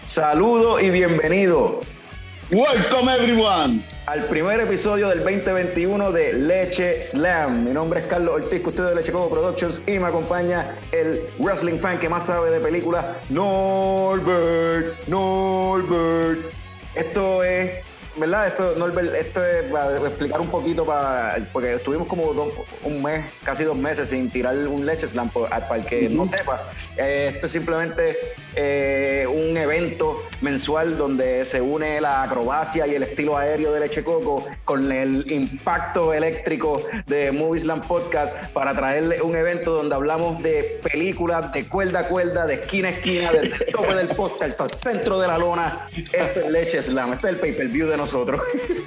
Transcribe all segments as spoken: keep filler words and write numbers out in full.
Saludos y bienvenido. Welcome everyone Al primer episodio del veinte veintiuno de Leche Slam. Mi nombre es Carlos Ortiz, custodio de Leche Coco Productions, y me acompaña el wrestling fan que más sabe de películas, Norbert. Norbert. Esto es, ¿verdad? Esto, Norbert, esto es para explicar un poquito, para, porque estuvimos como dos, un mes, casi dos meses sin tirar un Leche Slam, para el que uh-huh. no sepa. Eh, esto es simplemente eh, un evento mensual donde se une la acrobacia y el estilo aéreo de Leche Coco con el impacto eléctrico de Movie Slam Podcast para traerle un evento donde hablamos de películas de cuerda a cuerda, de esquina a esquina, desde el tope del póster hasta el centro de la lona. Esto es Leche Slam, este es el pay-per-view de nosotros.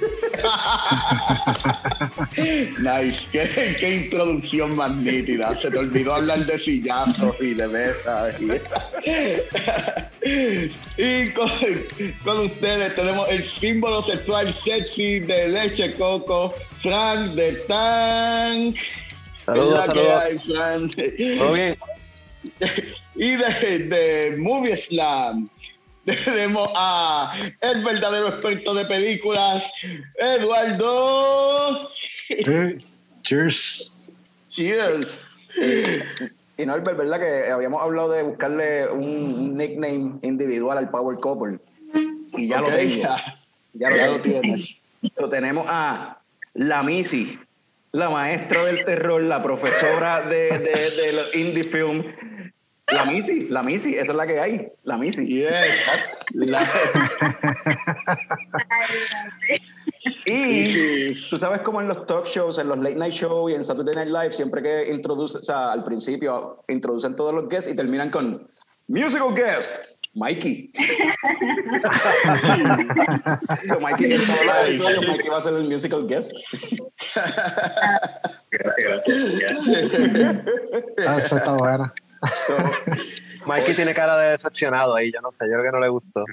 Nice, qué, qué introducción más nítida. Se te olvidó hablar de sillazos y de mesas. Y con, con ustedes tenemos el símbolo sexual sexy de Leche Coco, Frank de Tank. Saludos, saludos. Hay, Frank? ¿Todo bien? Y de, de Movie Slam tenemos a el verdadero experto de películas, Eduardo. Hey, cheers. Cheers. Y Norbert, ¿verdad? Que habíamos hablado de buscarle un nickname individual al Power Couple. Y ya okay. lo tengo. Ya lo, ya lo tienes. So, tenemos a la Missy, la maestra del terror, la profesora de, de, de los indie film. La Missy, la Missy, esa es la que hay. La Missy. Yes. La... Y tú sabes cómo en los talk shows, en los late night shows y en Saturday Night Live, siempre que introducen, o sea, al principio introducen todos los guests y terminan con musical guest, Mikey. So, Mikey, en todos los episodios, Mikey va a ser el musical guest. Gracias, gracias. Ah, eso está bueno. So, Mikey tiene cara de decepcionado ahí, yo no sé, yo creo que no le gustó.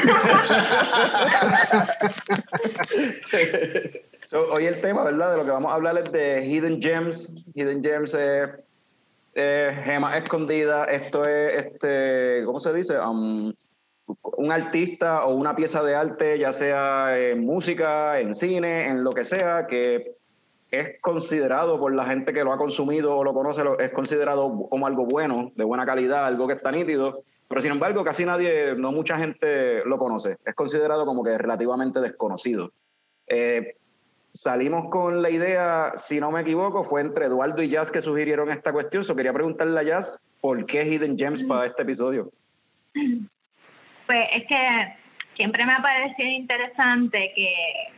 So, hoy el tema, ¿verdad? De lo que vamos a hablar es de Hidden Gems. Hidden Gems es eh, gemas escondidas. Esto es, este, ¿cómo se dice? Um, un artista o una pieza de arte, ya sea en música, en cine, en lo que sea, que es considerado por la gente que lo ha consumido o lo conoce, es considerado como algo bueno, de buena calidad, algo que está nítido, pero sin embargo casi nadie, no mucha gente lo conoce, es considerado como que relativamente desconocido. Eh, salimos con la idea, si no me equivoco, fue entre Eduardo y Jazz que sugirieron esta cuestión, so quería preguntarle a Jazz, ¿por qué Hidden Gems para este episodio? Pues es que siempre me ha parecido interesante que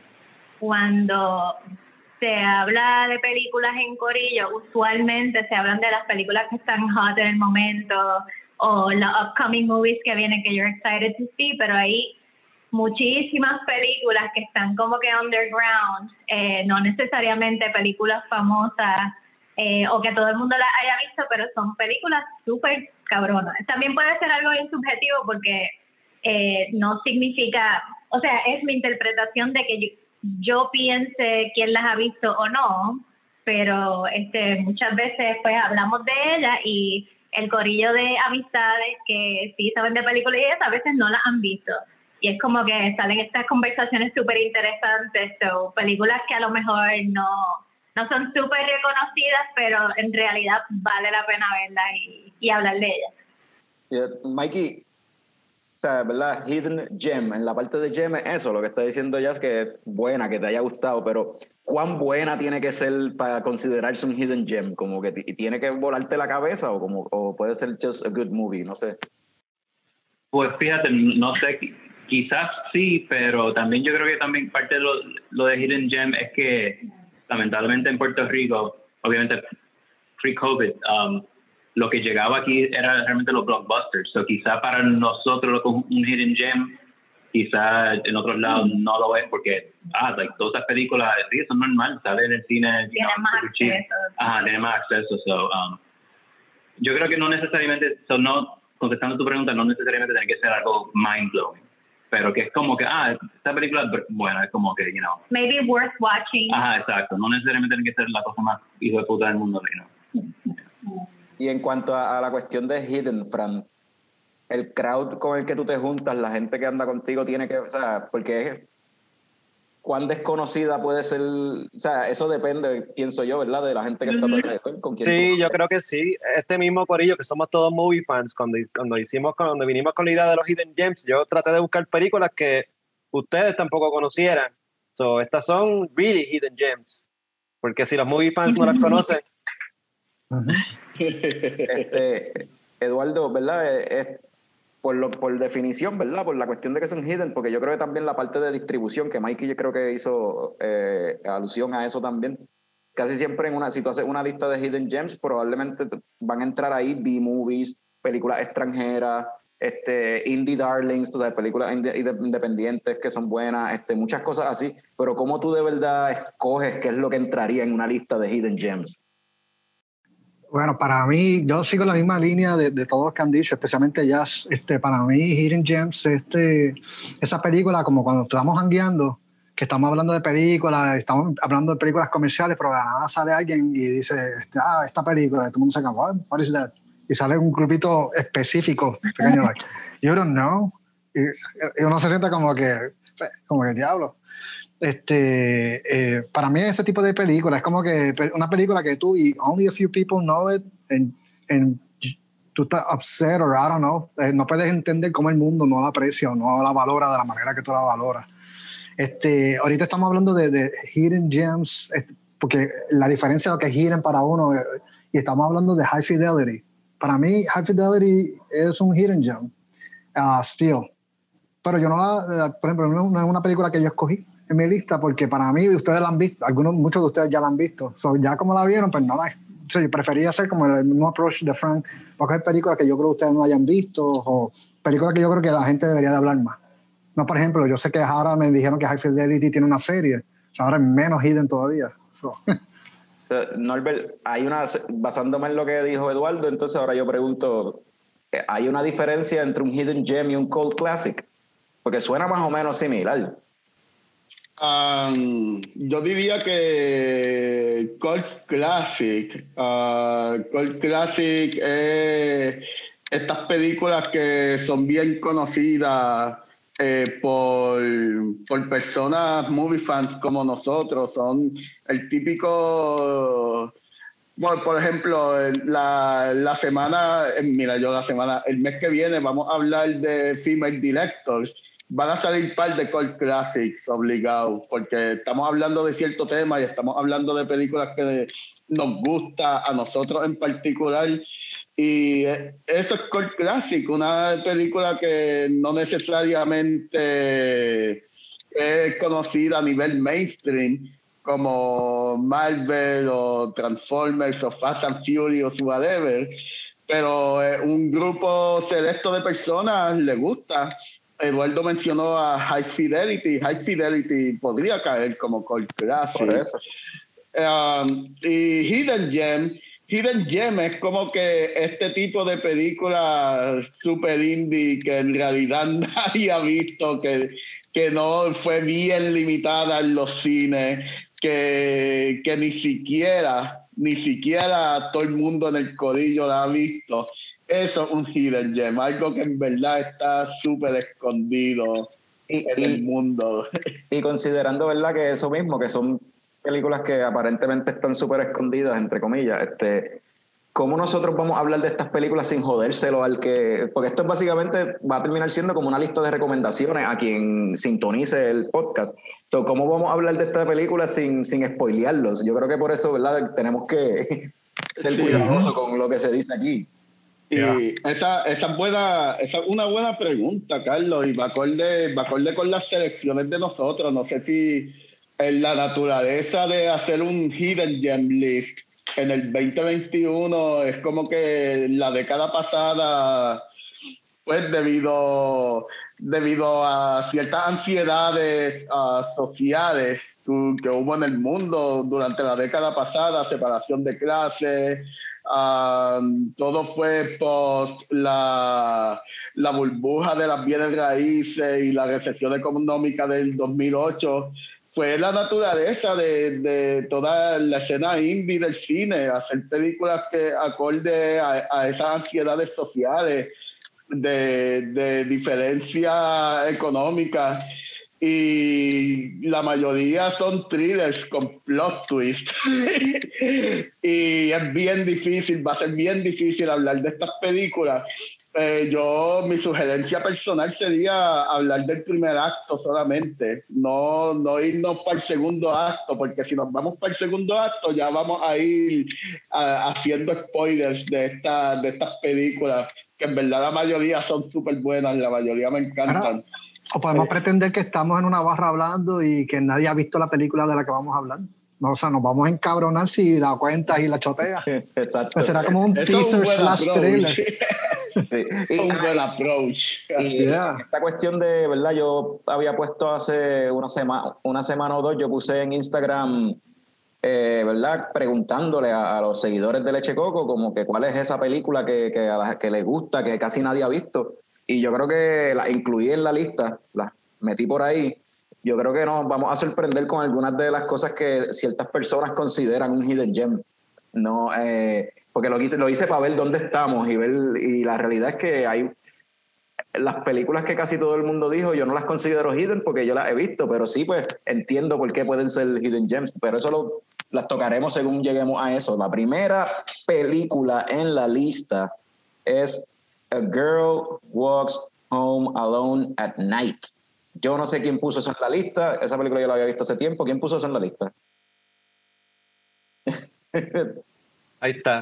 cuando se habla de películas en corillo, usualmente se hablan de las películas que están hot en el momento o los upcoming movies que vienen que you're excited to see, pero hay muchísimas películas que están como que underground, eh, no necesariamente películas famosas eh, o que todo el mundo las haya visto, pero son películas súper cabronas. También puede ser algo bien subjetivo porque eh, no significa, o sea, es mi interpretación de que yo, yo piense quién las ha visto o no, pero este muchas veces pues hablamos de ellas y el corillo de amistades que sí saben de películas y ellas a veces no las han visto y es como que salen estas conversaciones súper interesantes, so, películas que a lo mejor no, no son súper reconocidas, pero en realidad vale la pena verlas y, y hablar de ellas. Yeah, Mikey, o sea, ¿verdad? Hidden Gem, en la parte de Gem es eso, lo que está diciendo ya es que es buena, que te haya gustado, pero ¿cuán buena tiene que ser para considerarse un Hidden Gem? ¿Como que t- tiene que volarte la cabeza o, como, o puede ser just a good movie? No sé. Pues fíjate, no sé, quizás sí, pero también yo creo que también parte de lo, lo de Hidden Gem es que lamentablemente en Puerto Rico, obviamente pre-COVID, um, lo que llegaba aquí era realmente los blockbusters. So, quizá para nosotros un hidden gem, quizá en otros lados mm. no lo es porque, ah, like, todas esas películas, sí, son normal, salen en el cine. Tiene más acceso. Ajá, tiene más acceso. So, um, yo creo que no necesariamente, so, no, contestando tu pregunta, no necesariamente tiene que ser algo mind-blowing. Pero que es como que, ah, esta película es buena, es como que, you know. Maybe worth watching. Ajá, exacto. No necesariamente tiene que ser la cosa más hijo de puta del mundo, you know. Y en cuanto a, a la cuestión de Hidden, Fran, el crowd con el que tú te juntas, la gente que anda contigo tiene que, o sea, porque es cuán desconocida puede ser, o sea, eso depende, pienso yo, ¿verdad? De la gente que está a tu alrededor, con quien Sí, tú- yo creo que sí. Este mismo corillo, que somos todos movie fans, cuando, cuando, hicimos, cuando vinimos con la idea de los Hidden Gems, yo traté de buscar películas que ustedes tampoco conocieran. So, estas son really Hidden Gems. Porque si los movie fans no las conocen... Este, Eduardo, ¿verdad? Es, es por, lo, por definición, ¿verdad? Por la cuestión de que son hidden, porque yo creo que también la parte de distribución, que Mikey yo creo que hizo eh, alusión a eso también. Casi siempre en una, si tú haces una lista de hidden gems, probablemente van a entrar ahí B-movies, películas extranjeras, este, indie darlings, tú sabes, películas independientes que son buenas, este, muchas cosas así. Pero ¿cómo tú de verdad escoges qué es lo que entraría en una lista de hidden gems? Bueno, para mí, yo sigo la misma línea de, de todos los que han dicho, especialmente Jazz. Este, para mí, Hidden Gems, este, esa película, como cuando estamos hangueando, que estamos hablando de películas, estamos hablando de películas comerciales, pero de nada sale alguien y dice, este, ah, esta película, y todo el mundo se acaba, what, what is that? Y sale un grupito específico, pequeño, like, you don't know. Y, y uno se siente como que, como que diablo. Este, eh, para mí ese tipo de película es como que una película que tú y only a few people know it and, and tú estás upset or I don't know, eh, no puedes entender cómo el mundo no la aprecia o no la valora de la manera que tú la valoras. Este, ahorita estamos hablando de, de hidden gems, este, porque la diferencia de lo que es hidden para uno, eh, y estamos hablando de high fidelity. Para mí high fidelity es un hidden gem, uh, still, pero yo no la, por ejemplo, no es una película que yo escogí en mi lista porque para mí ustedes la han visto, algunos, muchos de ustedes ya la han visto, so, ya como la vieron, pues no la, so, yo prefería hacer como el mismo approach de Frank, porque hay películas que yo creo que ustedes no hayan visto o películas que yo creo que la gente debería de hablar más. No, por ejemplo, yo sé que ahora me dijeron que High Fidelity tiene una serie, so, ahora es menos hidden todavía. So. Norbert, hay una, basándome en lo que dijo Eduardo, entonces ahora yo pregunto, ¿hay una diferencia entre un hidden gem y un cult classic? Porque suena más o menos similar. Um, yo diría que Cult Classic, uh, Cult Classic es estas películas que son bien conocidas eh, por, por personas movie fans como nosotros, son el típico, bueno, por ejemplo, la, la semana, mira yo la semana, el mes que viene vamos a hablar de female directors. Van a salir un par de cult classics obligados, porque estamos hablando de cierto tema y estamos hablando de películas que nos gusta a nosotros en particular. Y eso es cult classic, una película que no necesariamente es conocida a nivel mainstream, como Marvel o Transformers o Fast and Furious, whatever. Pero un grupo selecto de personas le gusta. Eduardo mencionó a High Fidelity. High Fidelity podría caer como cult classic. Por eso. Um, y Hidden Gem, Hidden Gem es como que este tipo de película super indie que en realidad nadie ha visto, que, que no fue bien limitada en los cines, que, que ni siquiera, ni siquiera todo el mundo en el corillo la ha visto. Eso es un hidden gem, algo que en verdad está súper escondido y, en y, el mundo. Y considerando, ¿verdad?, que eso mismo, que son películas que aparentemente están súper escondidas, entre comillas, este, ¿cómo nosotros vamos a hablar de estas películas sin jodérselo al que...? Porque esto es básicamente, va a terminar siendo como una lista de recomendaciones a quien sintonice el podcast. So, ¿cómo vamos a hablar de esta película sin, sin spoilearlos? Yo creo que por eso, ¿verdad?, tenemos que ser sí. cuidadosos con lo que se dice aquí. Y yeah. esa, esa, buena, esa es una buena pregunta, Carlos, y va acorde, va acorde con las selecciones de nosotros. No sé si en la naturaleza de hacer un Hidden Gem List en el veinte veintiuno es como que la década pasada, pues debido, debido a ciertas ansiedades uh, sociales que hubo en el mundo durante la década pasada, separación de clases, Uh, todo fue post la, la burbuja de las bienes raíces y la recesión económica del dos mil ocho. Fue la naturaleza de, de toda la escena indie del cine, hacer películas que acorde a, a esas ansiedades sociales. de, de diferencia económica y la mayoría son thrillers con plot twist. Y es bien difícil, va a ser bien difícil hablar de estas películas. Eh, yo, mi sugerencia personal sería hablar del primer acto solamente, no, no irnos para el segundo acto, porque si nos vamos para el segundo acto ya vamos a ir a, haciendo spoilers de, esta, de estas películas, que en verdad la mayoría son súper buenas, la mayoría me encantan. Ahora, o podemos Sí. pretender que estamos en una barra hablando y que nadie ha visto la película de la que vamos a hablar. No, o sea, nos vamos a encabronar si la cuentas y la choteas. Exacto. Pues será como un Eso es teaser un buen slash approach. trailer. Sí. Es un Y, buen approach. y Yeah. esta cuestión de, ¿verdad? Yo había puesto hace una semana, una semana o dos, yo puse en Instagram, eh, ¿verdad? Preguntándole a, a los seguidores de Leche Coco como que cuál es esa película que, que, a la, que les gusta, que casi nadie ha visto. Y yo creo que la incluí en la lista, la metí por ahí. Yo creo que nos vamos a sorprender con algunas de las cosas que ciertas personas consideran un hidden gem. No, eh, porque lo hice, lo hice para ver dónde estamos y ver, y la realidad es que hay las películas que casi todo el mundo dijo, yo no las considero hidden porque yo las he visto, pero sí, pues entiendo por qué pueden ser hidden gems, pero eso lo, las tocaremos según lleguemos a eso. La primera película en la lista es A Girl Walks Home Alone at Night. Yo no sé quién puso eso en la lista, esa película yo la había visto hace tiempo. ¿Quién puso eso en la lista? Ahí está.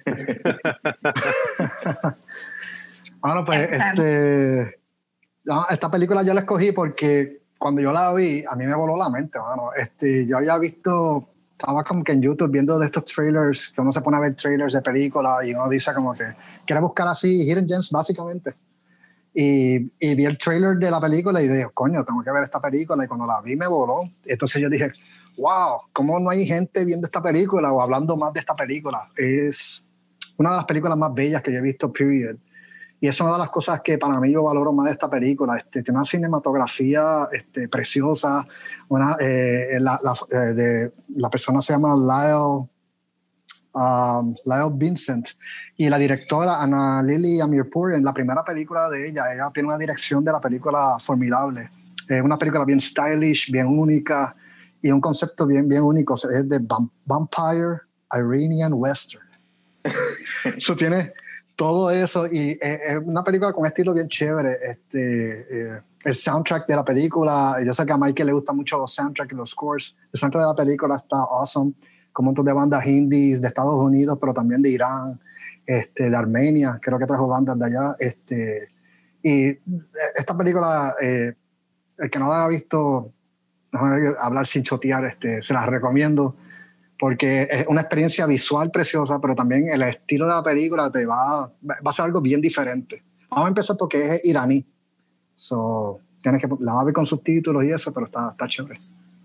Bueno, pues este, no, esta película yo la escogí porque cuando yo la vi, a mí me voló la mente, mano. Este, yo había visto, estaba como que en YouTube viendo de estos trailers, que uno se pone a ver trailers de películas y uno dice como que quiere buscar así hidden gems básicamente. Y, y vi el trailer de la película y dije, coño, tengo que ver esta película. Y cuando la vi me voló. Entonces yo dije, wow, ¿cómo no hay gente viendo esta película o hablando más de esta película? Es una de las películas más bellas que yo he visto, period. Y es una de las cosas que para mí yo valoro más de esta película. Este, tiene una cinematografía este, preciosa. Una, eh, la, la, eh, de, la persona se llama Lyle, um, Lyle Vincent. Y la directora, Anna Lily Amirpour, en la primera película de ella, ella tiene una dirección de la película formidable. Es una película bien stylish, bien única y un concepto bien, bien único. Es de Vampire Iranian Western. Eso tiene todo eso y es una película con un estilo bien chévere. Este, eh, el soundtrack de la película, yo sé que a Michael le gustan mucho los soundtracks y los scores. El soundtrack de la película está awesome, con un montón de bandas indies de Estados Unidos, pero también de Irán, este, de Armenia, creo que trajo bandas de allá. Este, y esta película, eh, el que no la haya visto, déjame hablar sin chotear, este, se la recomiendo porque es una experiencia visual preciosa, pero también el estilo de la película te va, va a ser algo bien diferente. Vamos a empezar porque es iraní, so, tienes que, la vas a ver con subtítulos y eso, pero está, está chévere.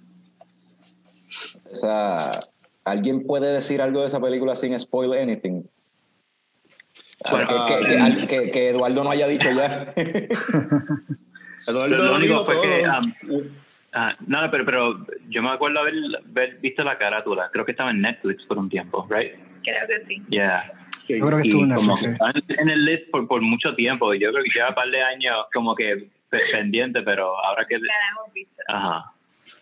O sea, ¿alguien puede decir algo de esa película sin spoil anything? Bueno, que, que, que, que, que Eduardo no haya dicho ya. Eduardo lo, lo único dijo fue todo. que um, ah, nada, pero pero yo me acuerdo haber, haber visto la carátula. Creo que estaba en Netflix por un tiempo, right? Creo que sí. Yeah. Sí. Yo creo que Y estuvo en como Netflix, que sí. estaba en el list por, por mucho tiempo. Yo creo que lleva un par de años como que pendiente, pero ahora que Ya la hemos visto. ajá.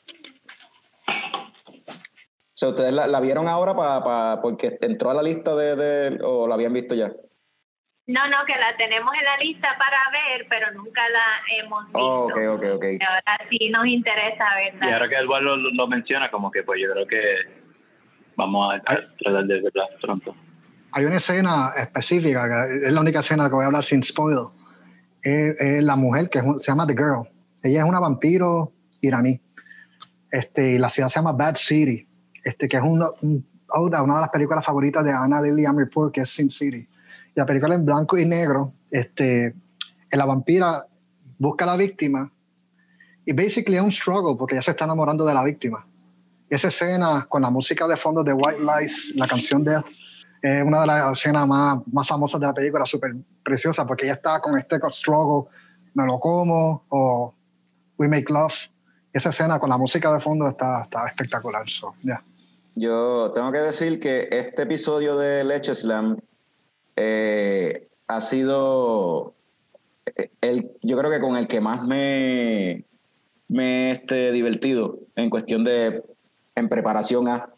O sea, ¿ustedes la, la vieron ahora pa, pa, porque entró a la lista de, de o la habían visto ya? No, no, que la tenemos en la lista para ver, pero nunca la hemos visto. Oh, ok, ok, ok. Y ahora sí nos interesa verla. Y ahora que Eduardo lo, lo menciona, como que pues yo creo que vamos a, a tratar de verla pronto. Hay una escena específica, que es la única escena que voy a hablar sin spoiler. Es, es la mujer que es un, se llama The Girl. Ella es una vampiro iraní. Este, y la ciudad se llama Bad City, este, que es una, un, una de las películas favoritas de Anna Lily Amirpour, que es Sin City. Y la película en blanco y negro, este, la vampira busca a la víctima y basically es un struggle porque ella se está enamorando de la víctima. Y esa escena con la música de fondo de White Lies, la canción Death, es una de las escenas más, más famosas de la película, súper preciosa, porque ella está con este struggle, me lo como, o we make love. Esa escena con la música de fondo está, está espectacular. So, yeah. Yo tengo que decir que este episodio de Leche Slam eh, ha sido el, yo creo que con el que más me, me este, divertido en cuestión de, en preparación a,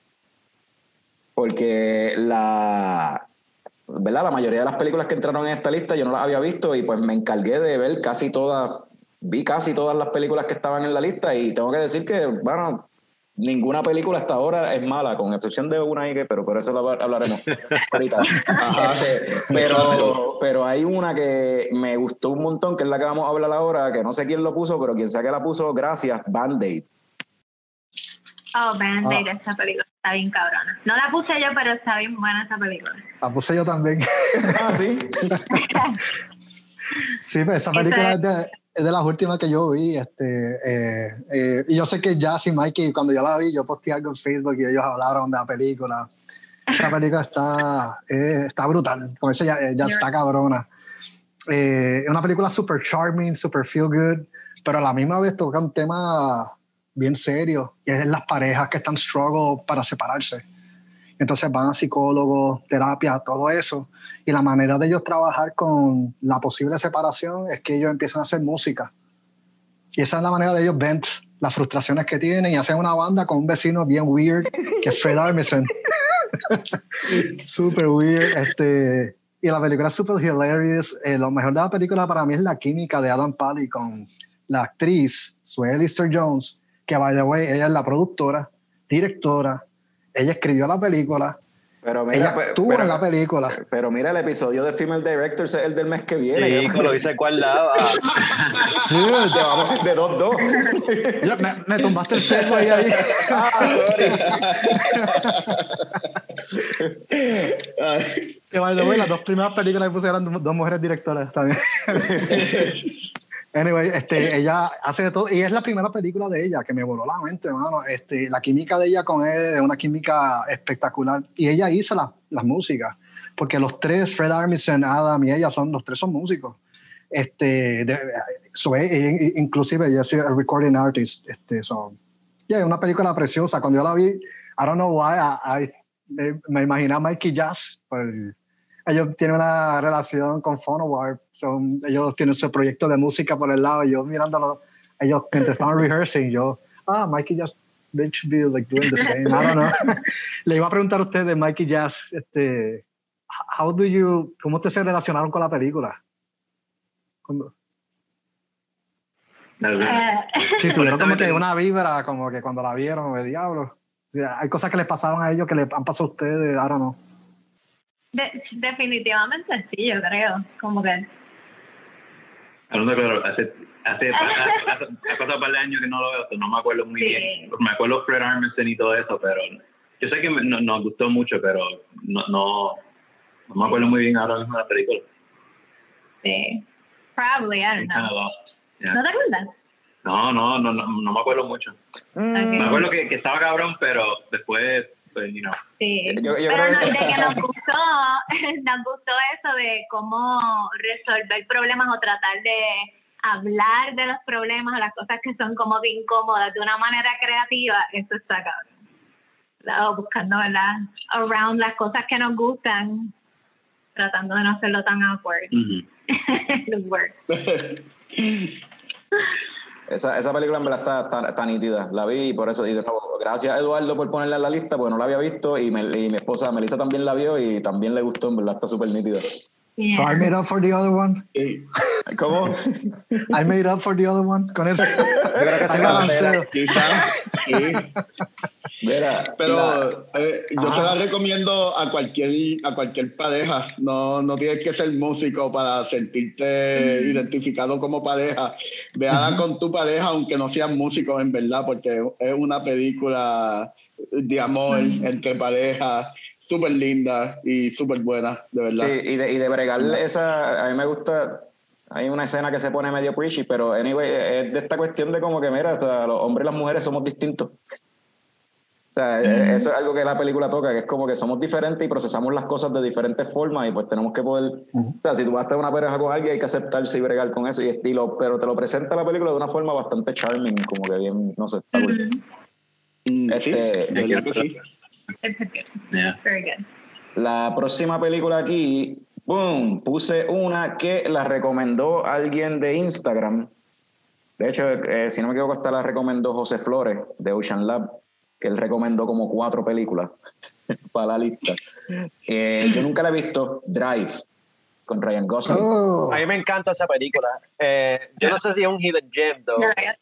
porque la, ¿verdad? La mayoría de las películas que entraron en esta lista yo no las había visto y pues me encargué de ver casi todas, vi casi todas las películas que estaban en la lista y tengo que decir que, bueno, ninguna película hasta ahora es mala, con excepción de una ahí que, pero por eso lo hablaremos ahorita. Este, pero, pero hay una que me gustó un montón, que es la que vamos a hablar ahora, que no sé quién lo puso, pero quien sea que la puso, gracias, Band-Aid. Oh, Band-Aid, Ah. esa película está bien cabrona. No la puse yo, pero está bien buena esa película. La puse yo también. Ah, sí. Sí, pues esa película es de, es de las últimas que yo vi. Este, eh, eh, y yo sé que Jazz y Mikey, cuando yo la vi, yo posteé algo en Facebook y ellos hablaron de la película. Esa película está, eh, está brutal. Con eso ya, ya está cabrona. Eh, es una película super charming, super feel good, pero a la misma vez toca un tema bien serio, y es las parejas que están struggle para separarse. Entonces van a psicólogos, terapia, todo eso. Y la manera de ellos trabajar con la posible separación es que ellos empiezan a hacer música. Y esa es la manera de ellos vent las frustraciones que tienen y hacen una banda con un vecino bien weird, que es Fred Armisen. Super weird. Este, y la película es super hilarious. Eh, lo mejor de la película para mí es la química de Adam Pally con la actriz Zoe Lister-Jones, que, by the way, ella es la productora, directora, ella escribió la pelíula, Pero mira, ella pero, actuó pero, en la película. Pero mira, el episodio de Female Directors es el del mes que viene. Sí, lo dice cuál lado. Dude, te vamos de dos dos. Ya, me, me tumbaste el cerdo ahí. ahí. Ah, Ay, Que, by the way, las dos primeras películas que puse eran dos, dos mujeres directoras también. Anyway, este, ella hace de todo, y es la primera película de ella que me voló la mente, mano. Este, la química de ella con él es una química espectacular, y ella hizo la, las músicas, porque los tres, Fred Armisen, Adam y ella, son, los tres son músicos. Este, de, so, ella, inclusive ella es el recording artist. Este, so, yeah, es una película preciosa. Cuando yo la vi, I don't know why, I, I, me, me imaginé a Mikey Jazz, por, ellos tienen una relación con Phonowarp, son, ellos tienen su proyecto de música por el lado, y yo mirándolo, ellos mientras estaban rehearsing, yo, ah, Mikey Jazz, they should be like doing the same, I don't know. Le iba a preguntar a usted de Mikey Jazz, este, how do you, ¿cómo ustedes se relacionaron con la película? Cuando, si tuvieron como que una vibra, como que cuando la vieron, el diablo. O sea, hay cosas que les pasaron a ellos que les han pasado a ustedes, I don't know. De, definitivamente sí, yo creo. Como que. Hablando claro, hace, hace, hace, hace, ha pasado un par de años que no lo veo, no me acuerdo muy sí. bien. Me acuerdo Fred Armisen y todo eso, pero yo sé que me, no, nos gustó mucho, pero no, no, no me acuerdo muy bien ahora mismo de la película. Sí. Probably, I don't know. Yeah. ¿No te acuerdas? No, no, no, no, no me acuerdo mucho. Okay. Me acuerdo que, que estaba cabrón, pero después, pues, you know. Sí, yo, yo pero no, que... de que nos gustó, nos gustó eso de cómo resolver problemas o tratar de hablar de los problemas o las cosas que son como de incómodas de una manera creativa. Eso está cabrón. Claro, buscando, ¿verdad? Around las cosas que nos gustan, tratando de no hacerlo tan awkward. Mm-hmm. Esa, esa película en verdad está, está, está nítida, la vi y por eso, y de nuevo, gracias a Eduardo por ponerla en la lista, porque no la había visto y, me, y mi esposa Melissa también la vio y también le gustó, en verdad está súper nítida. Yeah. So I made up for the other one. ¿Cómo? I made up for the other one. Con eso. Yo creo que sí, quizás, sí. Mira, pero la, eh, yo te la recomiendo a cualquier a cualquier pareja. No, no tienes que ser músico para sentirte mm. identificado como pareja. Véala uh-huh. con tu pareja, aunque no sean músicos en verdad, porque es una película de amor uh-huh. entre parejas, súper linda y súper buena, de verdad. Sí, y de, y de bregar esa, a mí me gusta. Hay una escena que se pone medio preachy, pero anyway, es de esta cuestión de como que, mira, hasta los hombres y las mujeres somos distintos. O sea, mm. eso es algo que la película toca, que es como que somos diferentes y procesamos las cosas de diferentes formas y pues tenemos que poder... Mm. O sea, si tú vas a estar en una pareja con alguien hay que aceptarse y bregar con eso, y estilo, pero te lo presenta la película de una forma bastante charming, como que bien, no sé, está cool. Mm. Este, sí, de que sí. It's good. Yeah. Very good. La próxima película aquí Boom, puse una que la recomendó alguien de Instagram. De hecho, eh, si no me equivoco, esta la recomendó José Flores de Ocean Lab, que él recomendó como cuatro películas para la lista. Eh, yo nunca la he visto, Drive, con Ryan Gosling. Oh. A mí me encanta esa película. Eh, yo no sé si es un hidden gem, though.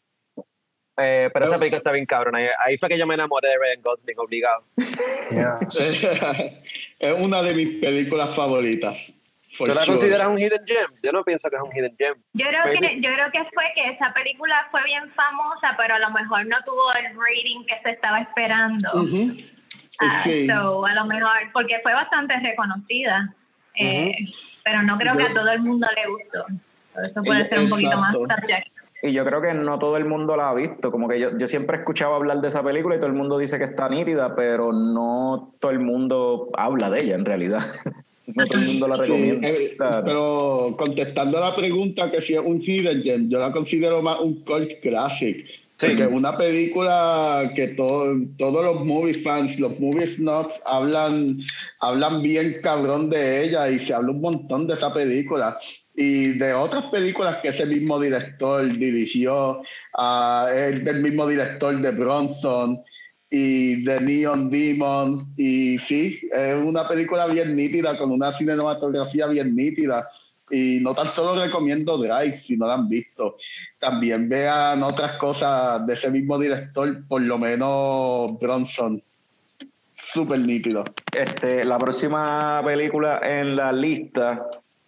Eh, pero esa película está bien cabrona. Ahí, ahí fue que yo me enamoré de Ryan Gosling, obligado. Yes. Es una de mis películas favoritas. ¿Tú la sure. consideras un hidden gem? Yo no pienso que es un hidden gem. Yo creo Maybe. que yo creo que fue que esa película fue bien famosa, pero a lo mejor no tuvo el rating que se estaba esperando. Uh-huh. Ah, Sí. so, a lo mejor, porque fue bastante reconocida, eh, Uh-huh. pero no creo que Yo- a todo el mundo le gustó. Por eso puede Eh, ser un poquito más exacto. subjective. Y yo creo que no todo el mundo la ha visto. Como que yo, yo siempre he escuchado hablar de esa película y todo el mundo dice que está nítida, pero no todo el mundo habla de ella en realidad. No todo el mundo la Sí, recomienda. eh, Claro. pero contestando a la pregunta que si es un hidden gem, yo la considero más un cult classic. Sí. Porque es una película que todo, todos los movie fans, los movie snobs hablan, hablan bien cabrón de ella y se habla un montón de esa película. Y de otras películas que ese mismo director dirigió, uh, es del mismo director de Bronson y de Neon Demon, y sí, es una película bien nítida, con una cinematografía bien nítida, y no tan solo recomiendo Drive, si no la han visto, también vean otras cosas de ese mismo director, por lo menos Bronson, súper nítido. Este, la próxima película en la lista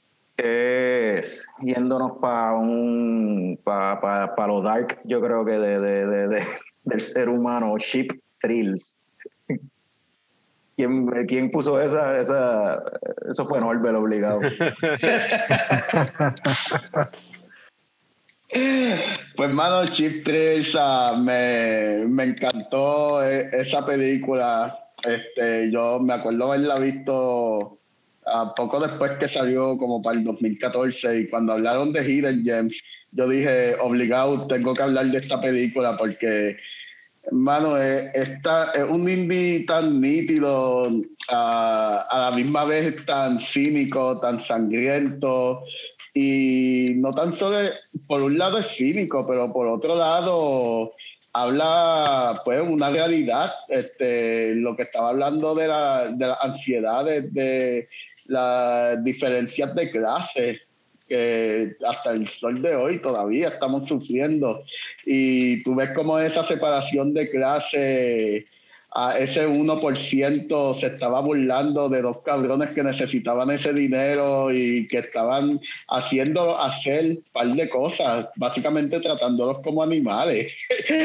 es yéndonos para un para pa, pa lo dark, yo creo que de, de, de, de del ser humano, Ship Thrills. ¿Quién, quién puso esa, esa? Eso fue Norbert, obligado. Pues, mano, Chip Thrills, uh, me, me encantó eh, esa película. Este, yo me acuerdo haberla visto uh, poco después que salió, como para el dos mil catorce, y cuando hablaron de Hidden Gems, yo dije, obligado, tengo que hablar de esta película porque, hermano, es, esta, es un indie tan nítido, uh, a la misma vez tan cínico, tan sangriento. Y no tan solo, por un lado es cínico, pero por otro lado habla, pues, una realidad, este, lo que estaba hablando de, la, de las ansiedades, de las diferencias de clase, que hasta el sol de hoy todavía estamos sufriendo. Y tú ves cómo esa separación de clase, a ese uno por ciento se estaba burlando de dos cabrones que necesitaban ese dinero y que estaban haciendo hacer un par de cosas, básicamente tratándolos como animales.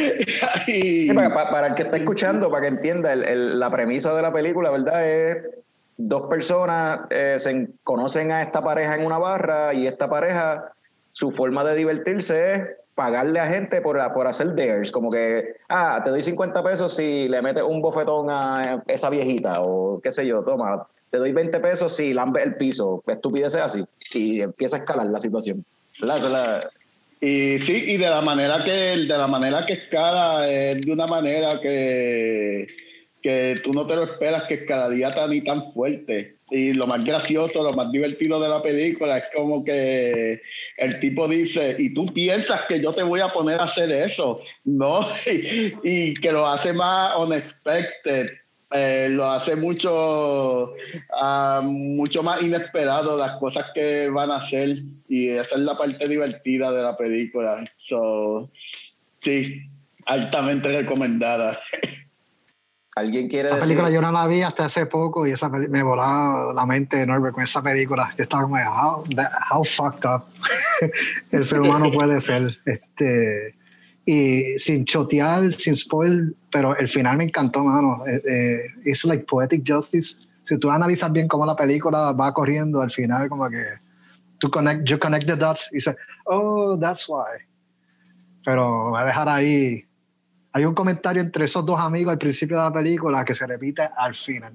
y, Sí, para, para el que está escuchando, para que entienda, el, el, la premisa de la película, ¿verdad? Es dos personas eh, se conocen a esta pareja en una barra y esta pareja, su forma de divertirse es pagarle a gente por, por hacer dares, como que, ah, te doy cincuenta pesos si le metes un bofetón a esa viejita, o qué sé yo, toma, te doy veinte pesos si lambes el piso, estupideces así, y empieza a escalar la situación. ¿Verdad? Esa es la... Y sí, y de la manera que, de la manera que escala, es de una manera que, que tú no te lo esperas que escalaría tan y tan fuerte. Y lo más gracioso, lo más divertido de la película es como que el tipo dice, y tú piensas que yo te voy a poner a hacer eso, ¿no? Y, y que lo hace más unexpected, eh, lo hace mucho, uh, mucho más inesperado las cosas que van a hacer, y esa es la parte divertida de la película. So, sí, altamente recomendada. ¿Alguien quiere esa decir? película yo no la vi hasta hace poco y esa peli- me volaba la mente enorme con esa película. Yo estaba como, how, that- how fucked up el ser humano puede ser. Este, y sin chotear, sin spoil, pero el final me encantó, mano. Eh, eh, it's like poetic justice. Si tú analizas bien cómo la película va corriendo, al final como que tú connect, you connect the dots y dices, oh, that's why. Pero voy a dejar ahí. Hay un comentario entre esos dos amigos al principio de la película que se repite al final.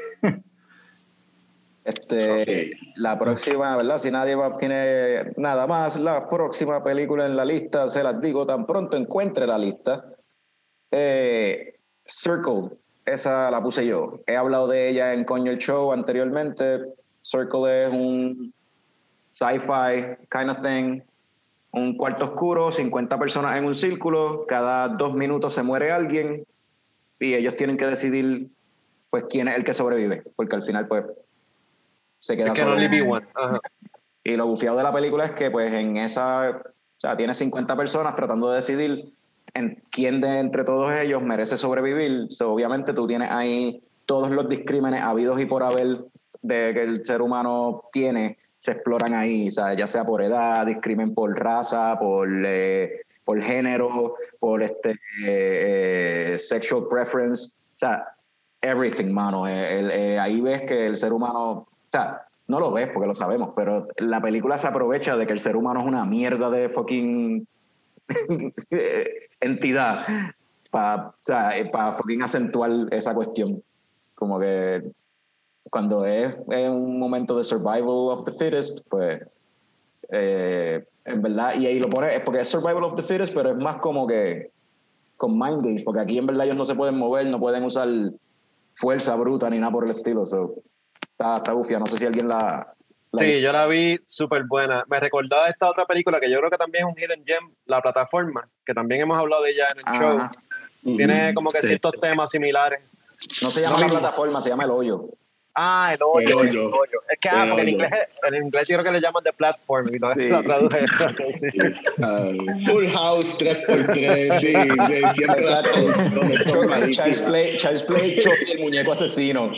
Este, Okay. La próxima, ¿verdad? Si nadie va, tiene nada más, la próxima película en la lista, se las digo tan pronto encuentre la lista. Eh, Circle, esa la puse yo. He hablado de ella en Coño el Show anteriormente. Circle es un sci-fi kind of thing. Un cuarto oscuro, cincuenta personas en un círculo, cada dos minutos se muere alguien y ellos tienen que decidir pues quién es el que sobrevive, porque al final pues se queda Es que no solo. only be one. Ajá. Y lo bufiado de la película es que pues en esa, o sea, tiene cincuenta personas tratando de decidir en quién de entre todos ellos merece sobrevivir. So, obviamente tú tienes ahí todos los discrímenes habidos y por haber de que el ser humano tiene, se exploran ahí, o sea, ya sea por edad, discrimen por raza, por, eh, por género, por este eh, eh, sexual preference, o sea, everything, mano. Eh, el, eh, ahí ves que el ser humano, o sea, no lo ves porque lo sabemos, pero la película se aprovecha de que el ser humano es una mierda de fucking entidad para, o sea, para fucking acentuar esa cuestión. Como que cuando es, es un momento de survival of the fittest, pues eh, en verdad, y ahí lo pone, es porque es survival of the fittest, pero es más como que con mind games, porque aquí en verdad ellos no se pueden mover, no pueden usar fuerza bruta ni nada por el estilo. So, está, está bufia, no sé si alguien la... la Sí, yo la vi súper buena. Me recordaba esta otra película que yo creo que también es un hidden gem, La Plataforma, que también hemos hablado de ella en el Ajá. show. Tiene como que Sí. ciertos temas similares. No se llama Lo la mismo. plataforma, se llama El Hoyo. Ah, el hoyo. El hoyo. el hoyo. Es que, ah, El porque en hoyo. inglés, en inglés yo creo que le llaman The Platform y no Sí. la traduje. Sí. Uh, Full House tres por tres, sí, de siempre las traducciones son malísimas. Child's Play, Child's Play, Chucky, el muñeco asesino.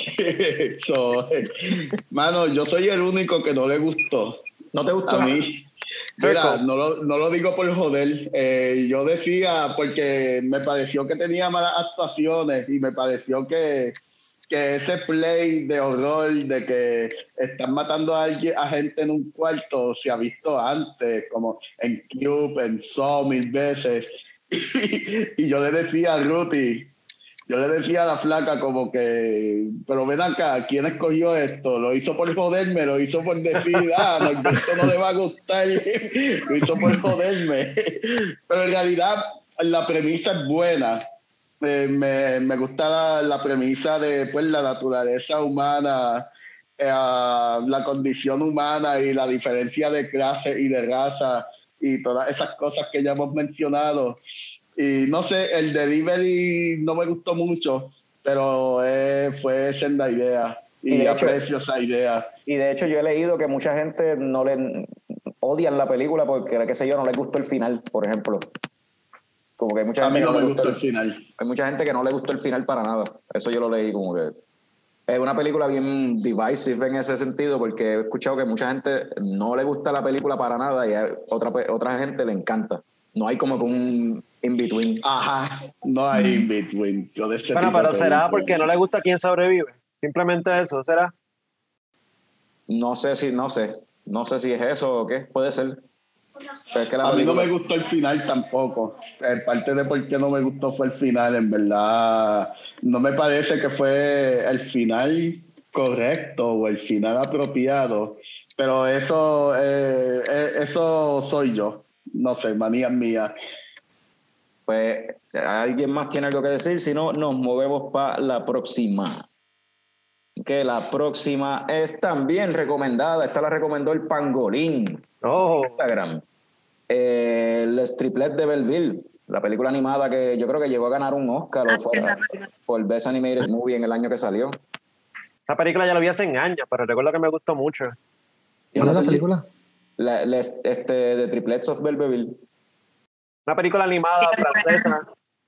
So, mano, yo soy el único que no le gustó. ¿No te gustó? A mí, mira, no lo, no lo digo por joder. Eh, yo decía, porque me pareció que tenía malas actuaciones y me pareció que, que ese play de horror de que están matando a alguien, a gente en un cuarto, se ha visto antes, como en Cube, en Saw mil veces. Y, y yo le decía a Ruthie, yo le decía a la flaca como que, pero ven acá, ¿quién escogió esto? ¿Lo hizo por joderme? ¿Lo hizo por decir, ah, a Norberto no le va a gustar? Lo hizo por joderme. Pero en realidad la premisa es buena. Eh, me, me gusta la, la premisa de pues, la naturaleza humana, eh, la condición humana y la diferencia de clase y de raza y todas esas cosas que ya hemos mencionado. Y no sé, el delivery no me gustó mucho, pero eh, fue senda idea y, Y de hecho- aprecio esa idea. Y de hecho yo he leído que mucha gente no le odian la película porque, qué sé yo, no les gustó el final, por ejemplo. Como que hay mucha A gente mí que no me le gustó gustó el final. Hay mucha gente que no le gustó el final para nada. Eso yo lo leí como que... Es una película bien divisive en ese sentido porque he escuchado que mucha gente no le gusta la película para nada y a otra, otra gente le encanta. No hay como que un in-between. Ajá, no hay in between. Yo de ese Bueno, tipo pero de será películas. porque no le gusta quién sobrevive. Simplemente eso, ¿será? No sé si, no sé. No sé si es eso o qué. Puede ser. Pero es que la A mí no película- me gustó el final tampoco. Eh, parte de por qué no me gustó fue el final, en verdad. No me parece que fue el final correcto o el final apropiado. Pero eso, eh, eh, eso soy yo. No sé, manía mía. Pues, ¿alguien más tiene algo que decir? Si no, nos movemos para la próxima. Que la próxima es también recomendada. Esta la recomendó el Pangolín. Oh, Instagram. Eh, el Striplet de Belleville, la película animada que yo creo que llegó a ganar un Oscar Ah, o fuera, por Best Animated Movie en el año que salió. esa película ya la vi hace años, pero recuerdo que me gustó mucho. Yo ¿Cuál no es la sé si- película? la- la- este, de Triplets of Belleville. Una película animada francesa.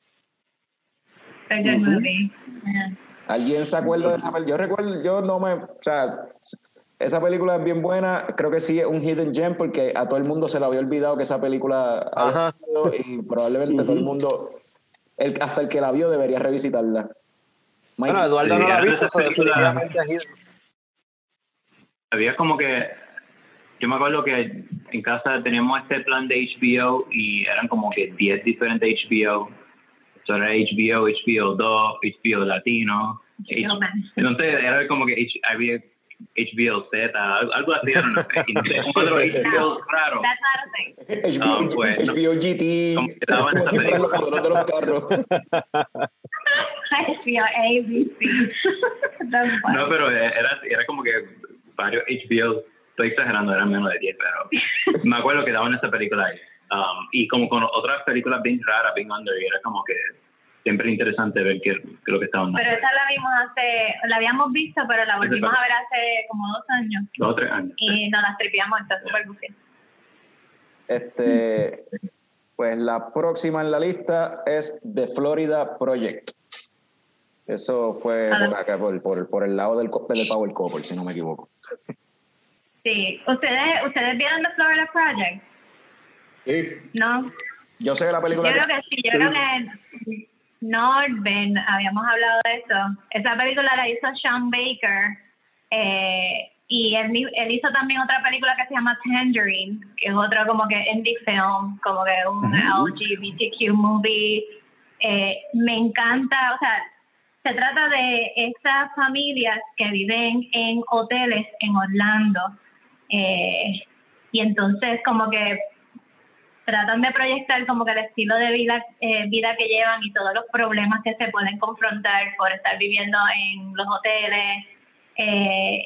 A good Ujú. movie. Yeah. ¿Alguien se acuerda de esa película? Yo recuerdo, yo no me, o sea, esa película es bien buena, creo que sí es un hidden gem porque a todo el mundo se le había olvidado que esa película había Ajá. salido y probablemente todo el mundo, el, hasta el que la vio debería revisitarla. Mike, Bueno, Eduardo no la ha Sí, visto, esa eso película- definitivamente es hidden. Había como que, yo me acuerdo que en casa teníamos este plan de H B O y eran como que diez diferentes H B O. So era H B O, H B O dos, H B O Latino. H- H B O Max. entonces era como que H- había H B O Z, algo algo así. Era, no sé, y no sé, un otro H B O raro. That's not a thing. H B O, Ah, pues, no. H B O G T, Como que daban como esa si fueran los película. modelos de los carros. H B O A B C. That's funny. No, pero era, era como que varios H B O, estoy exagerando, eran menos de diez, pero me acuerdo que daban esa película ahí. Um, y como con otras películas bien raras, bien under, y era como que siempre interesante ver qué, qué lo que estaban haciendo. Pero esa la vimos hace, la habíamos visto, pero la volvimos a ver hace como dos años. Dos o tres años. Y sí. Nos las tripiamos, está súper bufiado. Este, pues la próxima en la lista es The Florida Project. Eso fue por acá, por, por, por el lado del, del Power Couple, si no me equivoco. Sí. ¿Ustedes, ¿ustedes vieron The Florida Project? Sí. ¿No? Yo sé que la película... Yo creo que sí, yo sí. creo que Nordben, habíamos hablado de eso. Esa película la hizo Sean Baker, eh, y él, él hizo también otra película que se llama Tangerine, que es otro como que indie film, como que un uh-huh. L G B T Q movie. Eh, me encanta, o sea, se trata de estas familias que viven en hoteles en Orlando, eh, y entonces como que tratan de proyectar como que el estilo de vida, eh, vida que llevan y todos los problemas que se pueden confrontar por estar viviendo en los hoteles. Eh,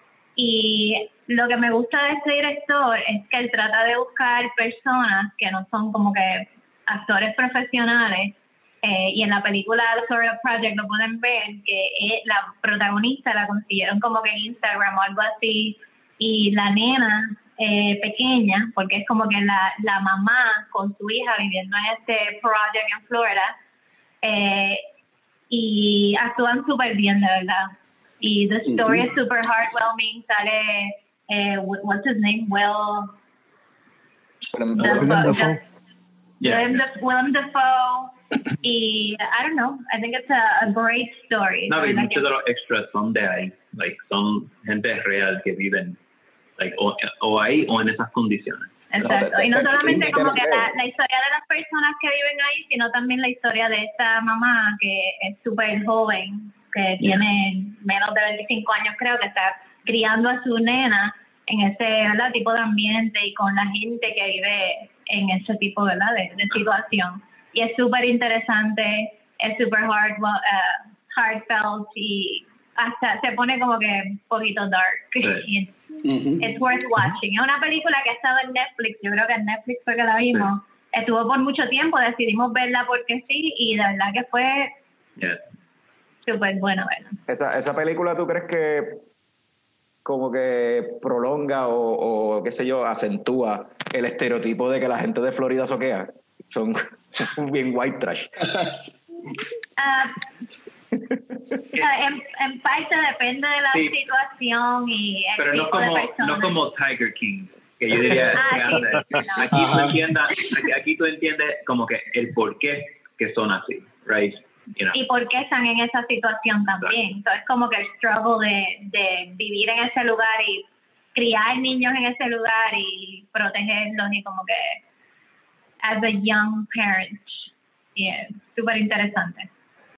y lo que me gusta de este director es que él trata de buscar personas que no son como que actores profesionales. Eh, y en la película The Florida Project lo pueden ver que eh, la protagonista la consiguieron como que en Instagram o algo así, y la nena eh, pequeña, porque es como que la, la mamá con su hija viviendo en este project en Florida, eh, y actúan súper bien, de verdad. Y the story mm-hmm. es super heartwarming. Sale eh, what's his name, Will Willem Dafoe. Yeah. Willem Dafoe. Y I don't know, I think it's a, a great story. No, y muchos de los extras son de ahí, like, son gente real que viven like, o, o ahí o en esas condiciones. Exacto, y no solamente como que la, la historia de las personas que viven ahí, sino también la historia de esta mamá que es súper joven, que yeah. tiene menos de veinticinco años, creo, que está criando a su nena en ese, ¿verdad?, tipo de ambiente y con la gente que vive en ese tipo, ¿verdad?, de, de situación. Y es súper interesante, es súper hard, uh, heartfelt y hasta se pone como que un poquito dark. Sí. Uh-huh. It's worth watching. Es una película que ha estado en Netflix, yo creo que en Netflix fue que la vimos. Sí. Estuvo por mucho tiempo, decidimos verla porque sí, y de verdad que fue yeah. súper bueno verla. Esa, esa película, ¿tú crees que como que prolonga o, o qué sé yo, acentúa el estereotipo de que la gente de Florida soquea? Son bien white trash. Uh, en, en parte depende de la sí. situación y el pero tipo no como, de persona. no como Tiger King, que yo diría ah, que sí, aquí, tú entiendas, aquí, aquí tú entiendes como que el por qué que son así, right? You know. Y por qué están en esa situación también. Entonces, como que el struggle de, de vivir en ese lugar y criar niños en ese lugar y protegerlos y como que as a young parent. Yeah, súper interesante.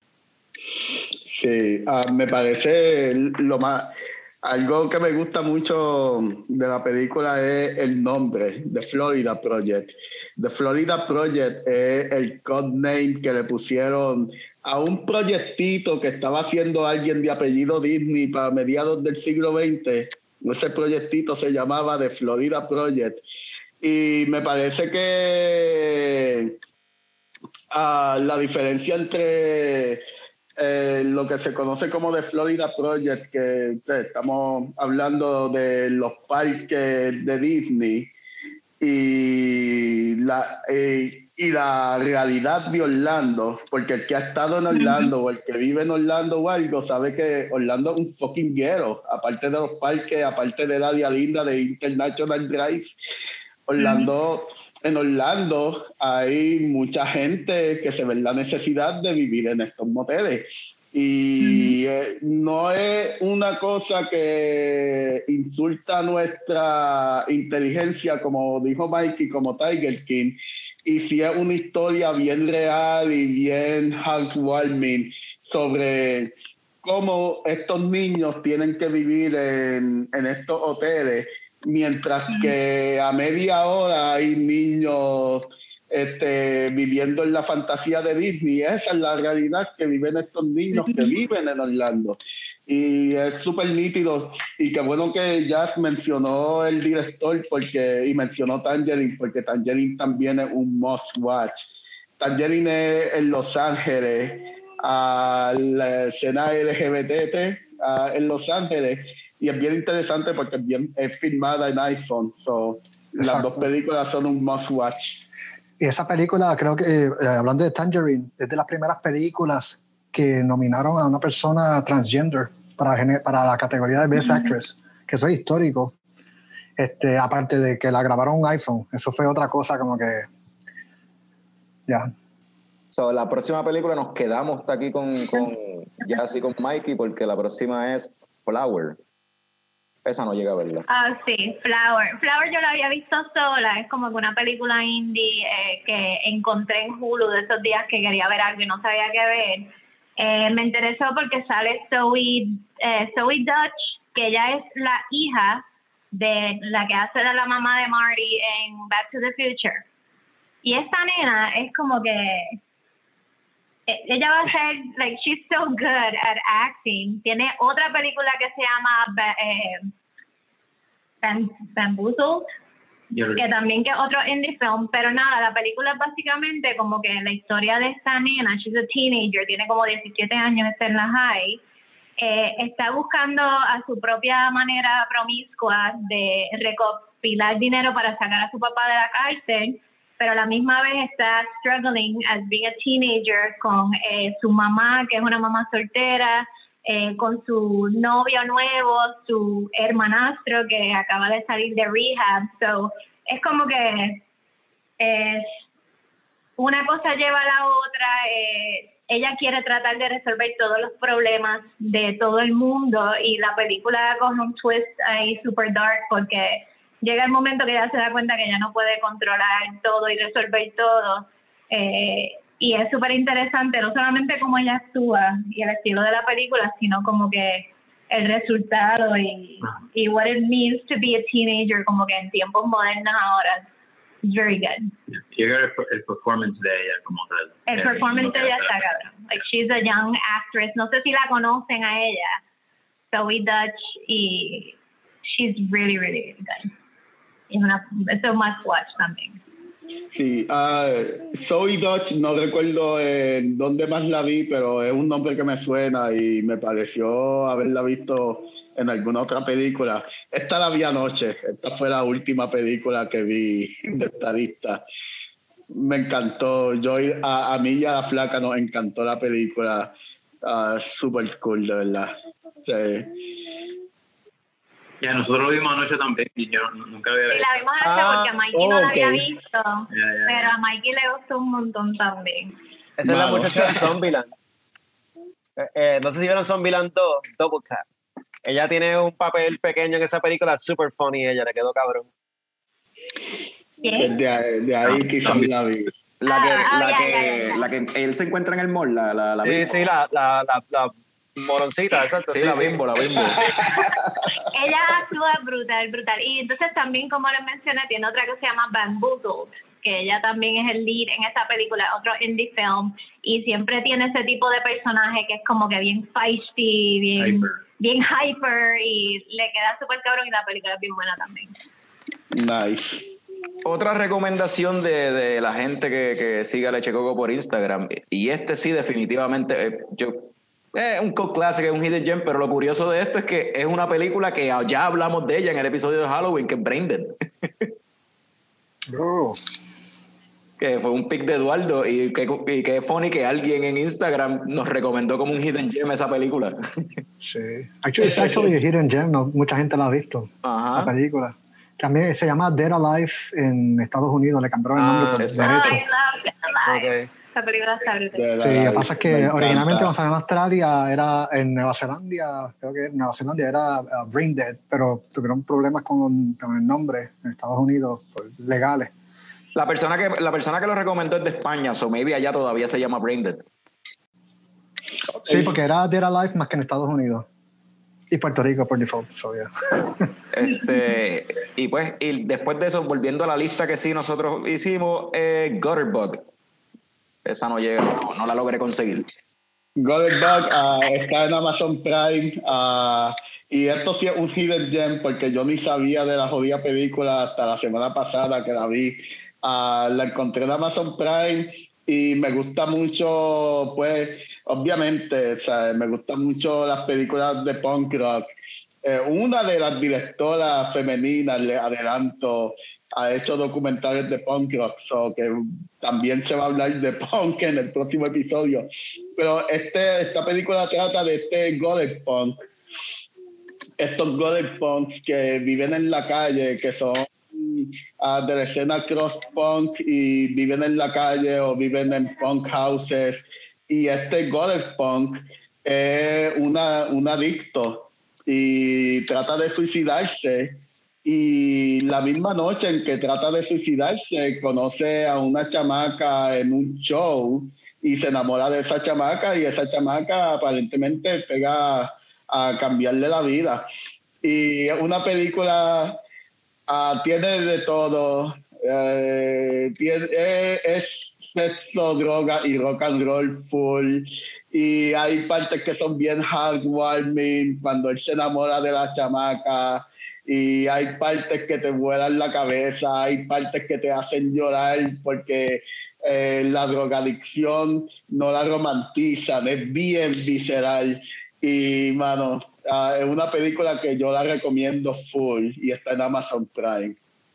Sí, uh, me parece lo más... Algo que me gusta mucho de la película es el nombre, The Florida Project. The Florida Project es el codename que le pusieron a un proyectito que estaba haciendo alguien de apellido Disney para mediados del siglo veinte. Ese proyectito se llamaba The Florida Project. Y me parece que uh, la diferencia entre... Eh, lo que se conoce como The Florida Project, que eh, estamos hablando de los parques de Disney y la, eh, y la realidad de Orlando, porque el que ha estado en Orlando o el que vive en Orlando o algo sabe que Orlando es un fucking ghetto, aparte de los parques, aparte del área linda de International Drive. Orlando... Uh-huh. En Orlando hay mucha gente que se ve la necesidad de vivir en estos moteles. Y mm. eh, no es una cosa que insulta nuestra inteligencia, como dijo Mikey, como Tiger King. Y sí es una historia bien real y bien heartwarming sobre cómo estos niños tienen que vivir en, en estos hoteles. Mientras que a media hora hay niños este, viviendo en la fantasía de Disney. Esa es la realidad que viven estos niños que viven en Orlando. y es súper nítido. Y qué bueno que Jazz mencionó el director porque, y mencionó Tangerine, porque Tangerine también es un must watch. Tangerine es en Los Ángeles, a la escena L G B T uh, en Los Ángeles, y es bien interesante porque es, bien, es filmada en iPhone. So, las dos películas son un must watch. Y esa película, creo que, eh, hablando de Tangerine, es de las primeras películas que nominaron a una persona transgender para, para la categoría de Best Actress, que eso es histórico. Este, aparte de que la grabaron en un iPhone, eso fue otra cosa como que... Ya. Yeah. So, la próxima película nos quedamos aquí con, con ya así con Mikey, porque la próxima es Flower. Esa no llega a verla. Ah, sí, Flower. Flower yo la había visto sola, es como una película indie eh, que encontré en Hulu de esos días que quería ver algo y no sabía qué ver. Eh, me interesó porque sale Zoe, eh, Zoe Dutch, que ella es la hija de la que hace de la mamá de Marty en Back to the Future. Y esta nena es como que ella va a ser, like, she's so good at acting. Tiene otra película que se llama eh, Bam, Bamboozled, que también que es otro indie film, pero nada, la película es básicamente como que la historia de esta nena. She's a teenager, tiene como diecisiete años, está en la high, eh, está buscando a su propia manera promiscua de recopilar dinero para sacar a su papá de la cárcel, pero a la misma vez está struggling as being a teenager con eh, su mamá, que es una mamá soltera, eh, con su novio nuevo, su hermanastro que acaba de salir de rehab. So, es como que eh, una cosa lleva a la otra. Eh, ella quiere tratar de resolver todos los problemas de todo el mundo y la película coge un twist ahí super dark porque llega el momento que ella se da cuenta que ella no puede controlar todo y resolver todo. Eh, y es súper interesante, no solamente cómo ella actúa y el estilo de la película, sino como que el resultado y, y what it means to be a teenager, como que en tiempos modernos ahora. It's very good. Llega el, el performance de ella como tal. El performance de ella está cabrón. Like, she's a young actress. No sé si la conocen a ella. Zoe Dutch, y she's really, really good. Es una, es un must watch también. Sí, uh, Zoe Dutch, no recuerdo eh, dónde más la vi, pero es un nombre que me suena y me pareció haberla visto en alguna otra película. Esta la vi anoche, esta fue la última película que vi de esta lista. Me encantó, yo a, a mí y a la flaca nos encantó la película, uh, super cool, de verdad. Sí. Ya, nosotros lo vimos anoche también y yo nunca había visto. Sí, la vimos anoche ah, porque Mikey oh, no la okay. había visto, yeah, yeah. pero a Mikey le gustó un montón también. Esa es la muchacha de Zombieland. eh, eh, no sé si vieron Zombieland dos, Double Tap. Ella tiene un papel pequeño en esa película, super funny, ella le quedó cabrón. ¿Qué? De, ahí, de ahí quizás la vi. La que, ah, la, yeah, que, yeah, yeah. la que él se encuentra en el mall, la, la, la Sí, bimbo. sí, la, la, la, la moroncita, exacto. Sí, sí, la sí. bimbo, la bimbo. Ella actúa brutal, brutal. Y entonces también, como les mencioné, tiene otra que se llama Bamboozled, que ella también es el lead en esta película, otro indie film, y siempre tiene ese tipo de personaje que es como que bien feisty, bien hyper, bien hyper y le queda súper cabrón, y la película es bien buena también. Nice. Otra recomendación de, de la gente que, que siga Leche Coco por Instagram, y este sí definitivamente, eh, yo es un cult classic, es un hidden gem, pero lo curioso de esto es que es una película que ya hablamos de ella en el episodio de Halloween, que es Braindead. Oh. Que fue un pick de Eduardo, y que, y que es funny que alguien en Instagram nos recomendó como un hidden gem esa película. Sí. Actually, it's actually a hidden gem, no, mucha gente la ha visto. Ajá. La película. También se llama Dead Alive en Estados Unidos, le cambiaron el nombre ah, por exacto. derecho. I love Dead Alive. Okay. Esa película está brutal. Sí, lo que pasa es que originalmente cuando salió en Australia era en Nueva Zelanda, creo que en Nueva Zelanda era uh, Braindead, pero tuvieron problemas con, con el nombre en Estados Unidos por, legales. La persona que la persona que lo recomendó es de España, so maybe allá todavía se llama Braindead. Sí, porque era Dead Alive más que en Estados Unidos. Y Puerto Rico por default, so yeah. este, y pues, y después de eso, volviendo a la lista que sí nosotros hicimos, eh, Gutterbug. Esa no llega, no, no la logré conseguir. Golden Bug uh, está en Amazon Prime uh, y esto sí es un hidden gem porque yo ni sabía de la jodida película hasta la semana pasada que la vi. Uh, la encontré en Amazon Prime y me gusta mucho, pues, obviamente, o sea, me gustan mucho las películas de punk rock. Eh, una de las directoras femeninas, le adelanto, ha hecho documentales de punk rock, so que también se va a hablar de punk en el próximo episodio. Pero este, esta película trata de este golden punk, estos golden punks que viven en la calle, que son uh, de la escena cross punk y viven en la calle o viven en punk houses. Y este golden punk es una, un adicto y trata de suicidarse. Y la misma noche en que trata de suicidarse, conoce a una chamaca en un show y se enamora de esa chamaca y esa chamaca aparentemente pega a cambiarle la vida. Y es una película, uh, tiene de todo, eh, tiene, es, es sexo, droga y rock and roll full. Y hay partes que son bien heartwarming cuando él se enamora de la chamaca. Y hay partes que te vuelan la cabeza, hay partes que te hacen llorar porque eh, la drogadicción no la romantizan, es bien visceral. Y, mano, uh, es una película que yo la recomiendo full y está en Amazon Prime.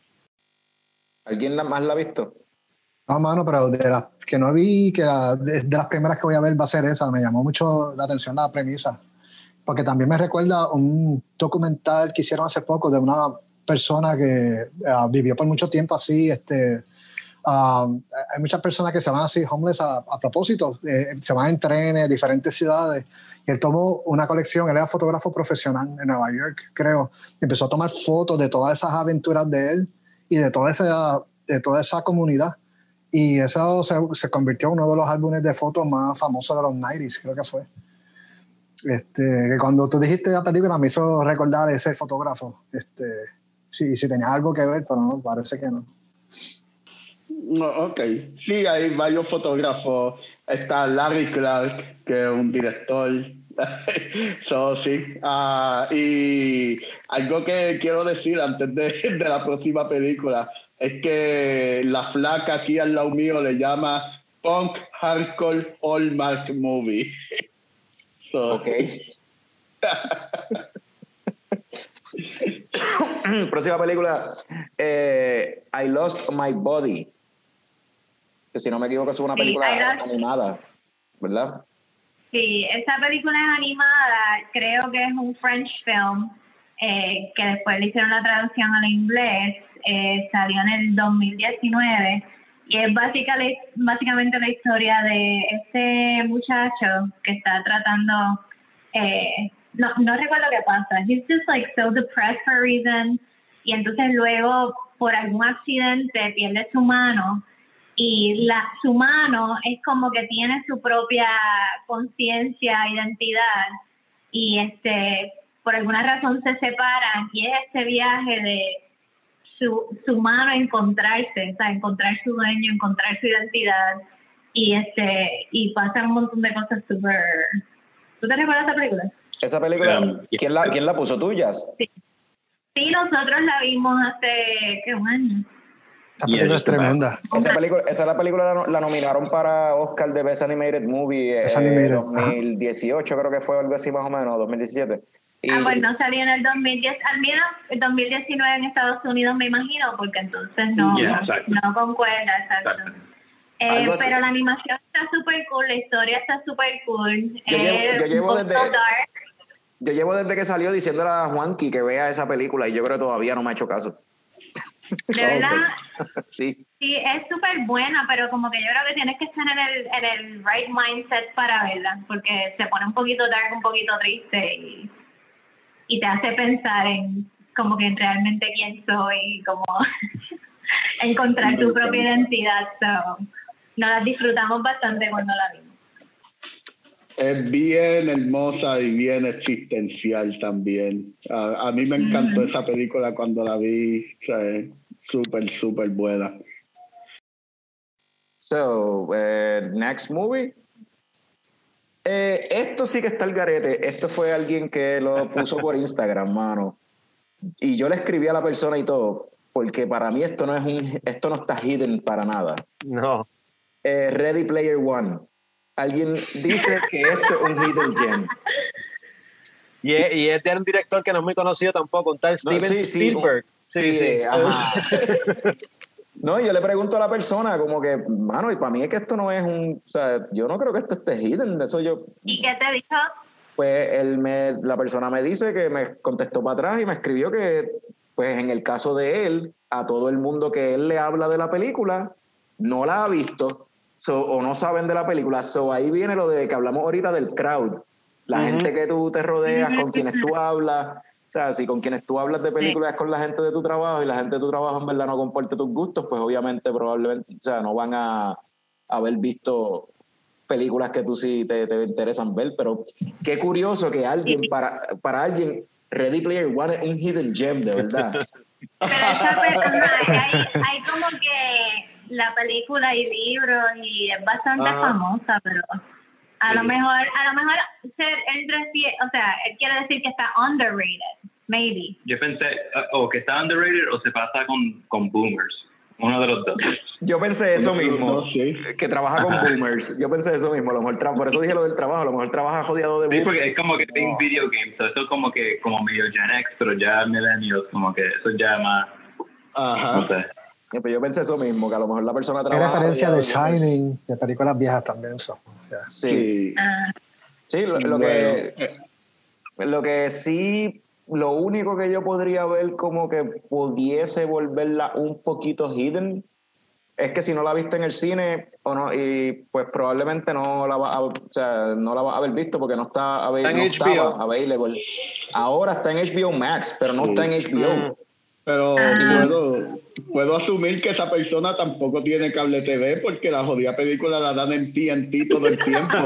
¿Alguien más la ha visto? No, mano, pero de las que no vi, que la, de, de las primeras que voy a ver va a ser esa. Me llamó mucho la atención la premisa. Porque también me recuerda un documental que hicieron hace poco de una persona que uh, vivió por mucho tiempo así. Este, uh, hay muchas personas que se van así homeless a, a propósito, eh, se van en trenes, diferentes ciudades. Y él tomó una colección, él era fotógrafo profesional en Nueva York, creo. Y empezó a tomar fotos de todas esas aventuras de él y de toda esa, de toda esa comunidad. Y eso se, se convirtió en uno de los álbumes de fotos más famosos de los noventa, creo que fue. Este, que cuando tú dijiste la película me hizo recordar ese fotógrafo. Este, sí, si tenía algo que ver, pero no, parece que no. No, ok. Sí, hay varios fotógrafos. Está Larry Clark, que es un director. So, sí. Uh, y algo que quiero decir antes de, de la próxima película es que la flaca aquí al lado mío le llama Punk Hardcore Hallmark Movie. So. Ok. Próxima película, eh, I Lost My Body. Que si no me equivoco es una película sí, animada, ¿verdad? Sí, esa película es animada, creo que es un French film, eh, que después le hicieron la traducción al inglés, eh, salió en el dos mil diecinueve y es básicamente, básicamente la historia de este muchacho que está tratando, eh, no, no recuerdo qué pasa, he's just like so depressed for a reason, y entonces luego por algún accidente pierde su mano. Y la, su mano es como que tiene su propia conciencia, identidad, y este por alguna razón se separan, y es este viaje de su, su mano encontrarse, o sea, encontrar su dueño, encontrar su identidad, y este y pasan un montón de cosas súper... ¿Tú te recuerdas esa película? Esa película, um, ¿quién, la, ¿quién la puso? ¿Tuyas? Sí. Sí, nosotros la vimos hace, ¿qué, un año? Esa película es tremenda. Esa película, esa la película la, la nominaron para Oscar de Best Animated Movie eh, Animated. dos mil dieciocho, creo que fue algo así más o menos, dos mil diecisiete. Y, ah, pues no salió en el dos mil diez, al menos el dos mil diecinueve en Estados Unidos, me imagino, porque entonces no, yeah, no, no concuerda, exacto. Eh, pero la animación está súper cool, la historia está súper cool. Yo, eh, llevo, yo, llevo desde, yo llevo desde que salió diciéndole a Juanqui que vea esa película y yo creo que todavía no me ha hecho caso. De verdad, sí. Sí, es súper buena, pero como que yo creo que tienes que estar en el, en el right mindset para verla, porque se pone un poquito dark, un poquito triste y, y te hace pensar en como que realmente quién soy y como encontrar tu propia identidad. So, nos la disfrutamos bastante cuando la vimos. Es bien hermosa y bien existencial también. A, a mí me encantó mm-hmm. esa película cuando la vi. O sea, súper, súper buena. So, uh, next movie? Eh, esto sí que está el garete. Esto fue alguien que lo puso por Instagram, mano. Y yo le escribí a la persona y todo, porque para mí esto no es un, esto no está hidden para nada. No. Eh, Ready Player One. Alguien dice que esto es un hidden gem. Y es, y es de un director que no es muy conocido tampoco, un tal No, Steven sí, sí, Spielberg. sí, Sí, sí. eh, ajá. No, yo le pregunto a la persona como que, mano, y para mí es que esto no es un, o sea, yo no creo que esto esté hidden, de eso yo... ¿Y qué te dijo? Pues él me, la persona me dice que me contestó para atrás y me escribió que, pues en el caso de él, a todo el mundo que él le habla de la película, no la ha visto so, o no saben de la película. So, ahí viene lo de que hablamos ahorita del crowd. La uh-huh. gente que tú te rodeas, con quienes tú hablas. O sea, si con quienes tú hablas de películas es con la gente de tu trabajo y la gente de tu trabajo en verdad no comparte tus gustos, pues obviamente probablemente, o sea, no van a haber visto películas que tú sí te, te interesan ver, pero qué curioso que alguien, para, para alguien, Ready Player One es un hidden gem, de verdad. Pero esa persona, hay, hay como que la película y libros y es bastante uh-huh. famosa, pero a sí. lo mejor, a lo mejor él refiere, o sea, él quiere decir que está underrated, maybe. Yo pensé, uh, o que está underrated o se pasa con, con boomers. Uno de los dos. Yo pensé eso mismo, dos, sí. que trabaja con boomers. Yo pensé eso mismo, a lo mejor tra- por eso dije lo del trabajo, a lo mejor trabaja jodido de boomers. Sí, porque es como que en oh. video games, so eso es como que como medio Gen X, pero ya millennials, como que eso ya más... Ajá. No sé. Sí, pero yo pensé eso mismo, que a lo mejor la persona trabaja... Hay referencia de, de Shining, de películas viejas también. So. Yeah. Sí, sí lo, lo, que, lo que sí... Lo único que yo podría ver como que pudiese volverla un poquito hidden es que si no la viste en el cine o no, y pues probablemente no la va a, o sea, no la va a haber visto porque no está a ver, en no H B O. estaba available. Ahora está en H B O Max, pero no sí. está en H B O. Mm. Pero puedo, puedo asumir que esa persona tampoco tiene cable T V porque la jodida película la dan en T N T todo el tiempo.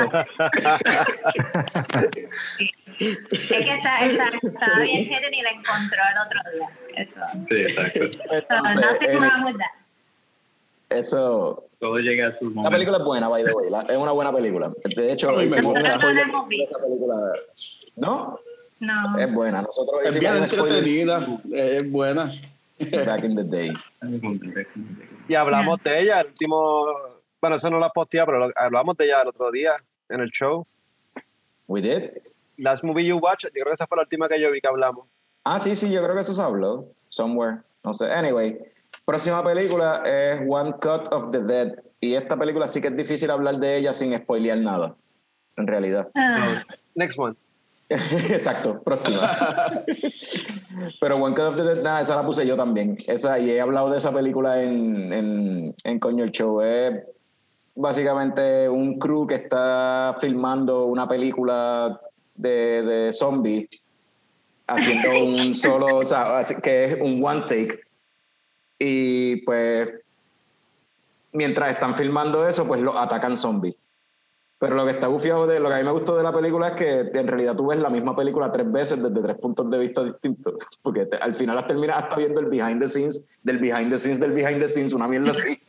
Es que está, está, estaba bien hidden y la encontró el otro día. Eso. Sí, exacto. Entonces, so, no sé eh, cómo with that. Eso... Todo llega a su momento. La película es buena, by the way. La, es una buena película. De hecho, no, hicimos un spoiler no de esa película. ¿No? No. Es buena. Nosotros es bien entretenida. Es buena. Back in the day. Y hablamos de ella, el último... Bueno, eso no la posteé, pero lo, hablamos de ella el otro día en el show. We did. Last Movie You Watch, yo creo que esa fue la última que yo vi que hablamos. Ah, sí, sí, yo creo que eso se habló. Somewhere. No sé. Anyway, próxima película es One Cut of the Dead. Y esta película sí que es difícil hablar de ella sin spoilear nada. En realidad. Ah. Next one. Exacto, próxima. Pero One Cut of the Dead, nada, esa la puse yo también. Esa, y he hablado de esa película en, en, en Coño el Show. Es básicamente un crew que está filmando una película de, de zombies haciendo un solo, o sea, que es un one take. Y pues mientras están filmando eso, pues lo atacan zombies. Pero lo que está bufiado de lo que a mí me gustó de la película es que en realidad tú ves la misma película tres veces desde tres puntos de vista distintos, porque te, al final terminas hasta viendo el behind the scenes del behind the scenes del behind the scenes, una mierda así.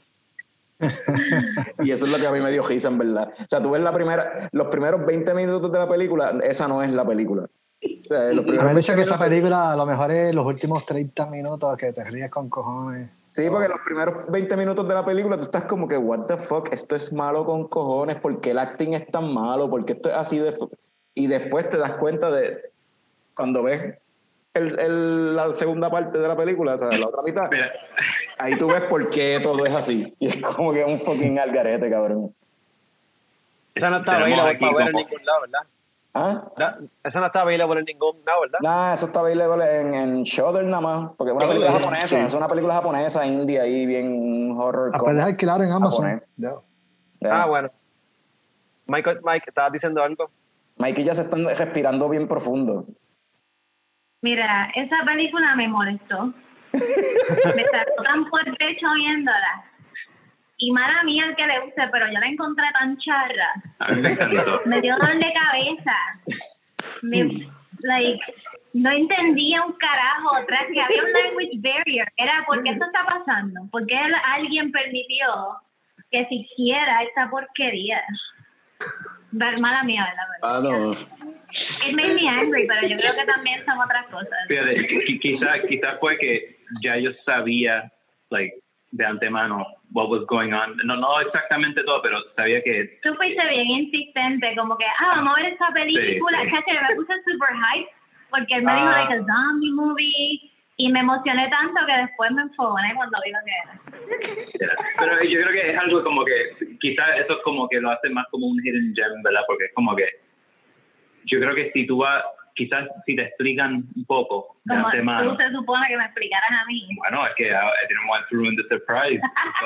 Y eso es lo que a mí me dio risa, en verdad. O sea, tú ves la primera, los primeros veinte minutos de la película, esa no es la película. O sea, los a mí me dicho que esa película a lo mejor es los últimos treinta minutos que te ríes con cojones. Sí, porque los primeros veinte minutos de la película tú estás como que, what the fuck, esto es malo con cojones, ¿por qué el acting es tan malo? ¿Por qué esto es así de...? Y después te das cuenta de, cuando ves el, el, la segunda parte de la película, o sea, la otra mitad, ahí tú ves por qué todo es así. Y es como que un fucking algarete, cabrón. Esa no está available para ver en ningún lado, ¿verdad? ¿Ah? La, esa no está available en ningún lado, ¿verdad? No, eso está available en, en Shudder nada más, porque es una película japonesa, sí. Es una película japonesa, indie, ahí bien horror. La puedes alquilar en Amazon. Yeah. Yeah. Ah, bueno. Mike, Mike, ¿estabas diciendo algo? Mike y ya se están respirando bien profundo. Mira, esa película me molestó. Me sacó tan por el pecho viéndola. Y mala mía el que le use, pero yo la encontré tan charra. Me, me dio dolor de cabeza. Me, like, no entendía un carajo. Tras que había un language barrier. Era, ¿por qué esto está pasando? ¿Por qué alguien permitió que se hiciera esta porquería? Pero mala mía, ¿verdad? Ah, no. It made me angry, pero yo creo que también son otras cosas. Fíjate, quizás quizá fue que ya yo sabía, like, de antemano what was going on. No, no exactamente todo, pero sabía que... Tú fuiste bien insistente, como que, ah, vamos a ver esa película. Sí, sí. Que me puse super hype, porque él me dijo, like, a zombie movie, y me emocioné tanto que después me enfogoné cuando vi lo que era. Pero yo creo que es algo como que, quizás eso es como que lo hace más como un hidden gem, ¿verdad? Porque es como que, yo creo que si tú vas, quizás si te explican un poco de como antemano. Tú se supone que me explicaras a mí. Bueno, es que I, I didn't want to ruin the surprise.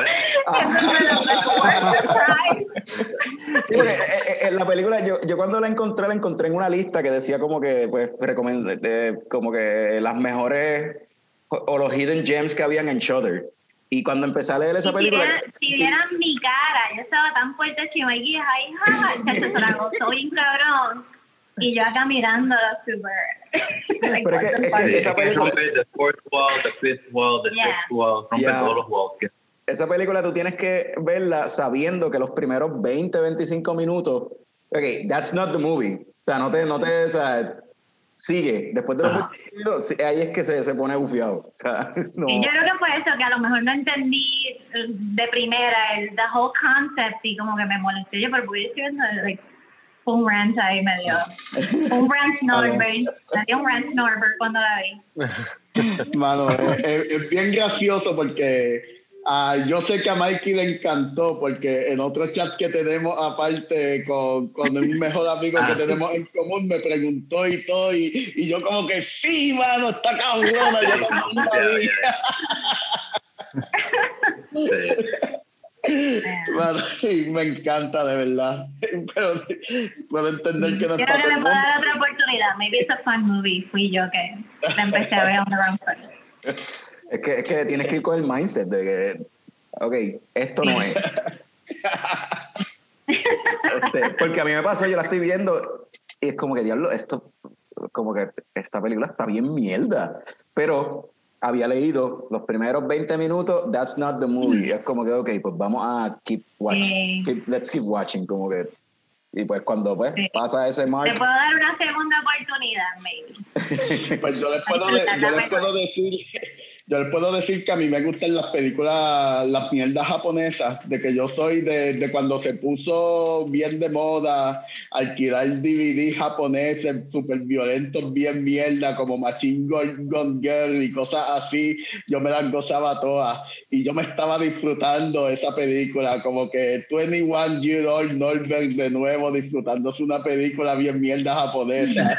Sí, porque en la película, yo, yo cuando la encontré, la encontré en una lista que decía como que, pues, recomend, eh, como que las mejores o los hidden gems que habían en Shudder. Y cuando empecé a leer esa y película... Si vieran, si vieran mi cara, yo estaba tan fuerte chimaguía, ahí, ja, se la gozó bien cabrón. Y yo acá mirándola súper... Pero es que, es que esa película... Rompe the fourth wall, the fifth wall, the yeah. sixth wall, rompe yeah. todos los walls. Esa película tú tienes que verla sabiendo que los primeros veinte, veinticinco minutos... Ok, that's not the movie. O sea, no te... No te o sea, sigue. Después de los veinte minutos, ahí es que se, se pone bufiado. O sea, no. Y yo creo que fue eso, que a lo mejor no entendí de primera el the whole concept y como que me molesté. Yo, pero voy diciendo, like... un rant ahí medio un rant Norbert me dio un rant Norbert cuando la vi. Mano, es, es, es bien gracioso porque uh, yo sé que a Mikey le encantó porque en otro chat que tenemos aparte con, con un mejor amigo que tenemos en común me preguntó y todo y, y yo como que sí, mano, está cabrona, yo también la vi. Sí. Bueno, sí, me encanta de verdad, pero puedo entender que no es Quiero para que todo le el pueda mundo. dar otra oportunidad. Maybe it's a fun movie. Fui yo que la empecé a ver on the wrong foot. Es que, es que tienes que ir con el mindset de que, ok, esto no es. Este, porque a mí me pasó, yo la estoy viendo y es como que, diablo, esto, como que esta película está bien mierda. Pero había leído los primeros veinte minutos, that's not the movie. Es como que, ok, pues vamos a keep watching. Sí. Keep, let's keep watching, como que. Y pues cuando pues Sí. pasa ese mark. Te puedo dar una segunda oportunidad, maybe. Pues yo les puedo, de, yo les puedo decir, yo les puedo decir que a mí me gustan las películas, las mierdas japonesas, de que yo soy de, de cuando se puso bien de moda alquilar D V D japoneses súper violentos, bien mierda, como Machine Gun, Gun Girl y cosas así, yo me las gozaba todas y yo me estaba disfrutando esa película, como que veintiuno year old Norbert de nuevo disfrutándose una película bien mierda japonesa.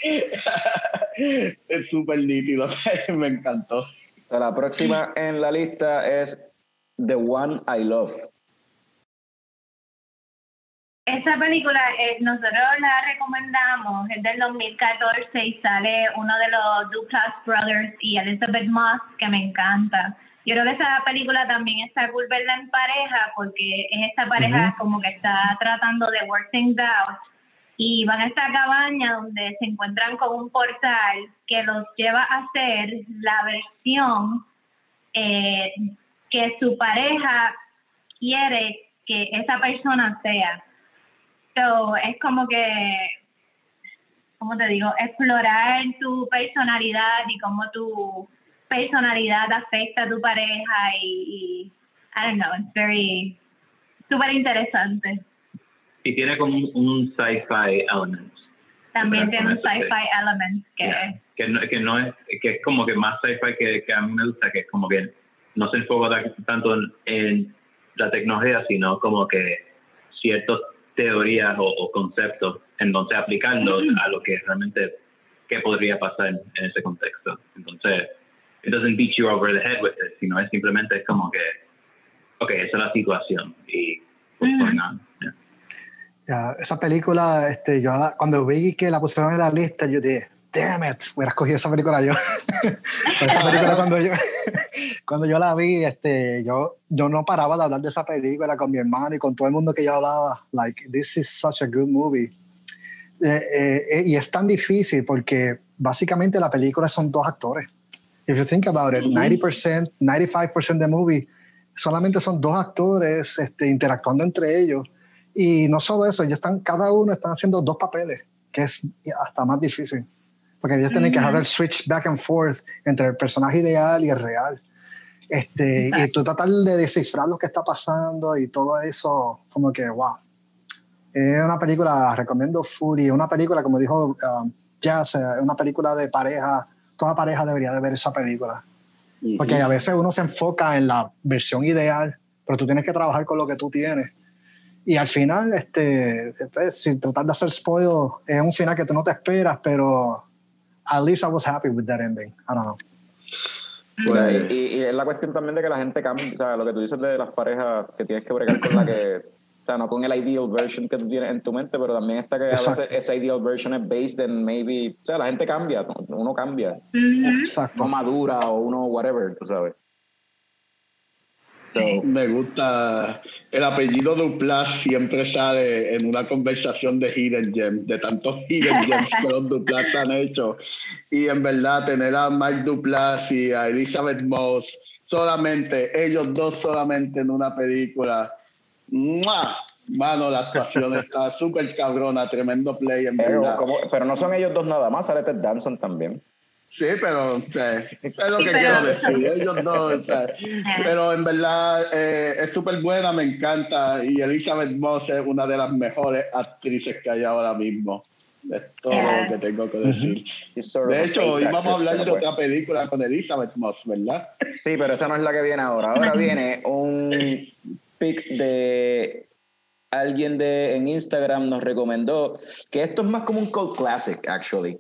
Es súper nítido, me encantó. La próxima en la lista es The One I Love. Esa película eh, nosotros la recomendamos, es del dos mil catorce y sale uno de los Duplass Brothers y Elizabeth Moss, que me encanta. Yo creo que esa película también está cool verla en pareja porque es esta pareja uh-huh. como que está tratando de work things out y van a esta cabaña donde se encuentran con un portal que los lleva a hacer la versión eh, que su pareja quiere que esa persona sea. So, es como que, ¿cómo te digo? Explorar tu personalidad y cómo tu personalidad afecta a tu pareja y, y I don't know, it's very, súper interesante. Y tiene como un, un sci-fi element. También tiene un sci-fi element que, yeah. que, no, que no es, que es como que más sci-fi que, que a mí me gusta, que es como que no se enfoca tanto en, en la tecnología, sino como que ciertas teorías o, o conceptos, entonces aplicarlos mm. a lo que realmente qué podría pasar en, en ese contexto. Entonces, it doesn't beat you over the head with it, sino es simplemente es como que, ok, esa es la situación y what's going on. Yeah. Yeah, esa película, este, yo cuando vi que la pusieron en la lista, yo dije, damn it, hubiera escogido esa película yo. Esa película cuando yo, cuando yo la vi, este, yo, yo no paraba de hablar de esa película con mi hermano y con todo el mundo que yo hablaba, like, this is such a good movie. Eh, eh, y es tan difícil porque básicamente la película son dos actores. If you think about it, ninety percent, ninety-five percent de movie solamente son dos actores este, interactuando entre ellos Y no solo eso, ellos están, cada uno están haciendo dos papeles, que es hasta más difícil. Porque ellos tienen que hacer el switch back and forth entre el personaje ideal y el real. Este, y tú tratar de descifrar lo que está pasando y todo eso, como que, wow. Es una película, recomiendo full, y una película, como dijo um, Jazz, es una película de pareja. Toda pareja debería de ver esa película. Uh-huh. Porque a veces uno se enfoca en la versión ideal, pero tú tienes que trabajar con lo que tú tienes. Y al final, este, pues, sin tratar de hacer spoil, es un final que tú no te esperas, pero at least I was happy with that ending. I don't know. Pues, y, y es la cuestión también de que la gente cambia, o sea, lo que tú dices de las parejas, que tienes que bregar con la que, o sea, no con el ideal version que tú tienes en tu mente, pero también está que Exacto. a veces esa ideal version es based en maybe, o sea, la gente cambia, uno cambia. Exacto. No madura o uno whatever, tú sabes. So, me gusta el apellido Duplass, siempre sale en una conversación de Hidden Gems, de tantos Hidden Gems que los Duplass han hecho, y en verdad tener a Mark Duplass y a Elizabeth Moss solamente, ellos dos solamente en una película, ¡mua! Mano, la actuación está súper cabrona, tremendo play en pero, verdad. Como, pero no son ellos dos nada más, sale Ted Danson también. Sí, pero o sea, es lo que quiero decir, ellos dos, o sea, pero en verdad eh, es súper buena, me encanta, y Elizabeth Moss es una de las mejores actrices que hay ahora mismo, es todo yeah. lo que tengo que decir. Uh-huh. De hecho, íbamos a hablar de otra película con Elizabeth Moss, ¿verdad? Sí, pero esa no es la que viene ahora, ahora viene un pic de alguien de, en Instagram nos recomendó, que esto es más como un cult classic, actually.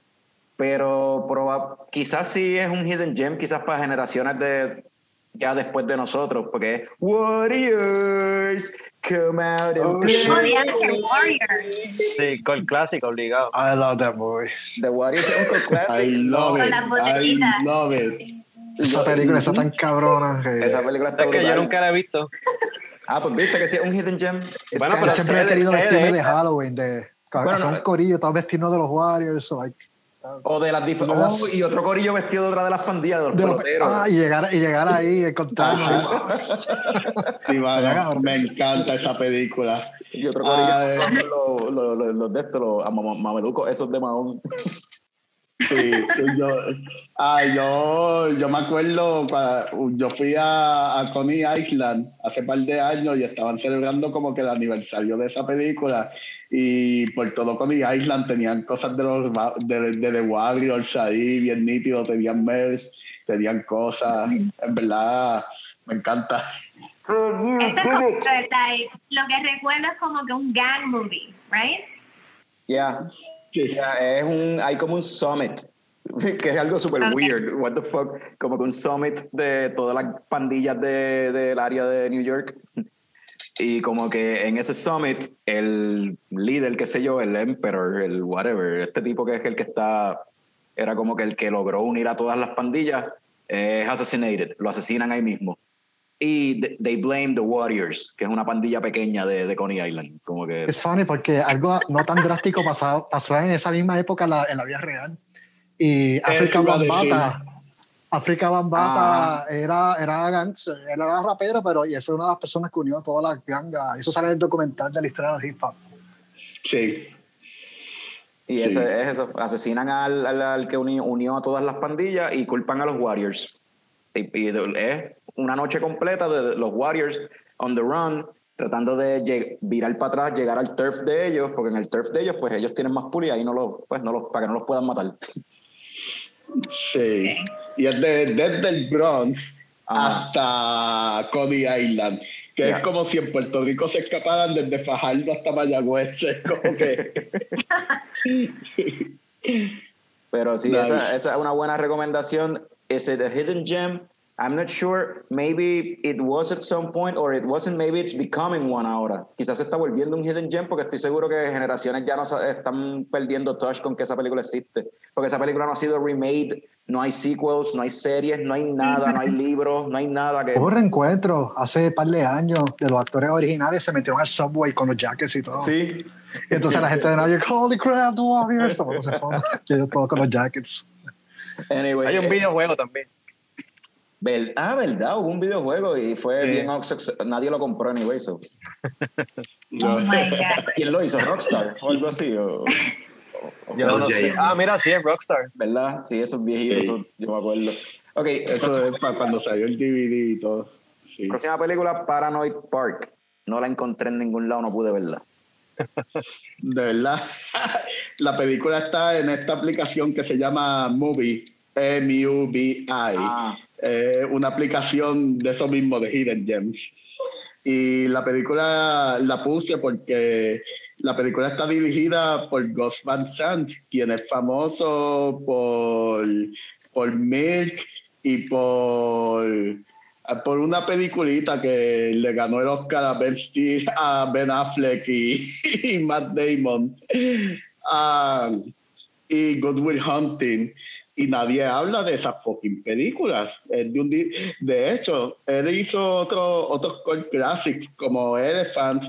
Pero proba- quizás sí es un hidden gem, quizás para generaciones de ya después de nosotros, porque es Warriors, come out and oh, play. Warriors. Sí, cult clásico, obligado. I love that movie. The Warriors es un cult classic. I love it, I love it. Esa película está tan cabrona. Que... Esa película está es brutal. que yo nunca la he visto. Ah, pues viste que sí es un hidden gem. Bueno, pero siempre he querido vestirme de, de Halloween, de bueno, hacer no, un corillo, estaba vestido de los Warriors, so like... O de las diferentes. Oh, y otro corillo vestido de otra de las pandillas, de los de peloteros. Ah, y llegar, y llegar ahí y encontrarnos. Sí, vale, me encanta esa película. Y otro corillo, ah, los, los, los, los de estos, los mamelucos, esos de Mahón. Sí, yo, ah, yo, yo me acuerdo cuando yo fui a, a Coney Island hace un par de años y estaban celebrando como que el aniversario de esa película. Y por todo Coney Island tenían cosas de los de, de The Warriors ahí, bien nítido, tenían merch, tenían cosas, en verdad me encanta. Esto es como, like, lo que recuerdo es como que un gang movie, right? Yeah. Sí. Yeah, es un, hay como un summit, que es algo super okay. weird, what the fuck, como que un summit de todas las pandillas de, del área de New York. Y como que en ese summit, el líder, qué sé yo, el emperor, el whatever, este tipo que es el que está, era como que el que logró unir a todas las pandillas, es assassinated, lo asesinan ahí mismo. Y they blame the Warriors, que es una pandilla pequeña de, de Coney Island. Como que... Es funny porque algo no tan drástico pasó, pasó en esa misma época en la, en la vida real. Y África Bambaataa... África Bambaataa era, era gangster, él era rapero, pero y él fue una de las personas que unió a todas las gangas. Eso sale en el documental de la historia del hip hop. Sí. Y sí. Ese, es eso, asesinan al, al, al que unió, unió a todas las pandillas y culpan a los Warriors. Y, y es una noche completa de los Warriors on the run, tratando de lleg- virar para atrás, llegar al turf de ellos, porque en el turf de ellos, pues ellos tienen más pool y ahí no los, pues, no los, para que no los puedan matar. Sí, y es de, desde el Bronx ah. hasta Coney Island, que yeah. es como si en Puerto Rico se escaparan desde Fajardo hasta Mayagüez, es como que... Pero sí, nice. esa, esa es una buena recomendación. Is it a hidden gem? I'm not sure. Maybe it was at some point, or it wasn't. Maybe it's becoming one ahora. Quizás se está volviendo un hidden gem, porque estoy seguro que generaciones ya no están perdiendo touch con que esa película existe. Porque esa película no ha sido remade, no hay sequels, no hay series, no hay nada, no hay libros, no hay nada que... Hubo un reencuentro hace un par de años de los actores originales, se metieron al subway con los jackets y todo. Sí. Y entonces la gente de Nueva York, holy crap, the Warriors, tampoco se fue. Y ellos todos con los jackets. Anyway, hay un videojuego también. Ver- ah, verdad, hubo un videojuego y fue Sí. bien success- nadie lo compró anyway. So. Oh my God. ¿Quién lo hizo? ¿Rockstar o algo así? O, o- o Yo fue- no O sé. J. Ah, mira, sí, es Rockstar. ¿Verdad? Sí, esos viejitos, Sí. eso yo me acuerdo. Ok, Eso es para cuando salió el D V D y todo. Sí. próxima película, Paranoid Park. No la encontré en ningún lado, no pude verla. De verdad. La película está en esta aplicación que se llama Movie, M U B I. Ah. Eh, una aplicación de eso mismo, de Hidden Gems. Y la película la puse porque la película está dirigida por Gus Van Sant, quien es famoso por, por Milk y por, por una peliculita que le ganó el Oscar a Ben, Steve, a Ben Affleck y, y Matt Damon. Um, y Good Will Hunting. Y nadie habla de esas fucking películas. Es de, un di- de hecho, él hizo otro, otros cult classics como Elephant,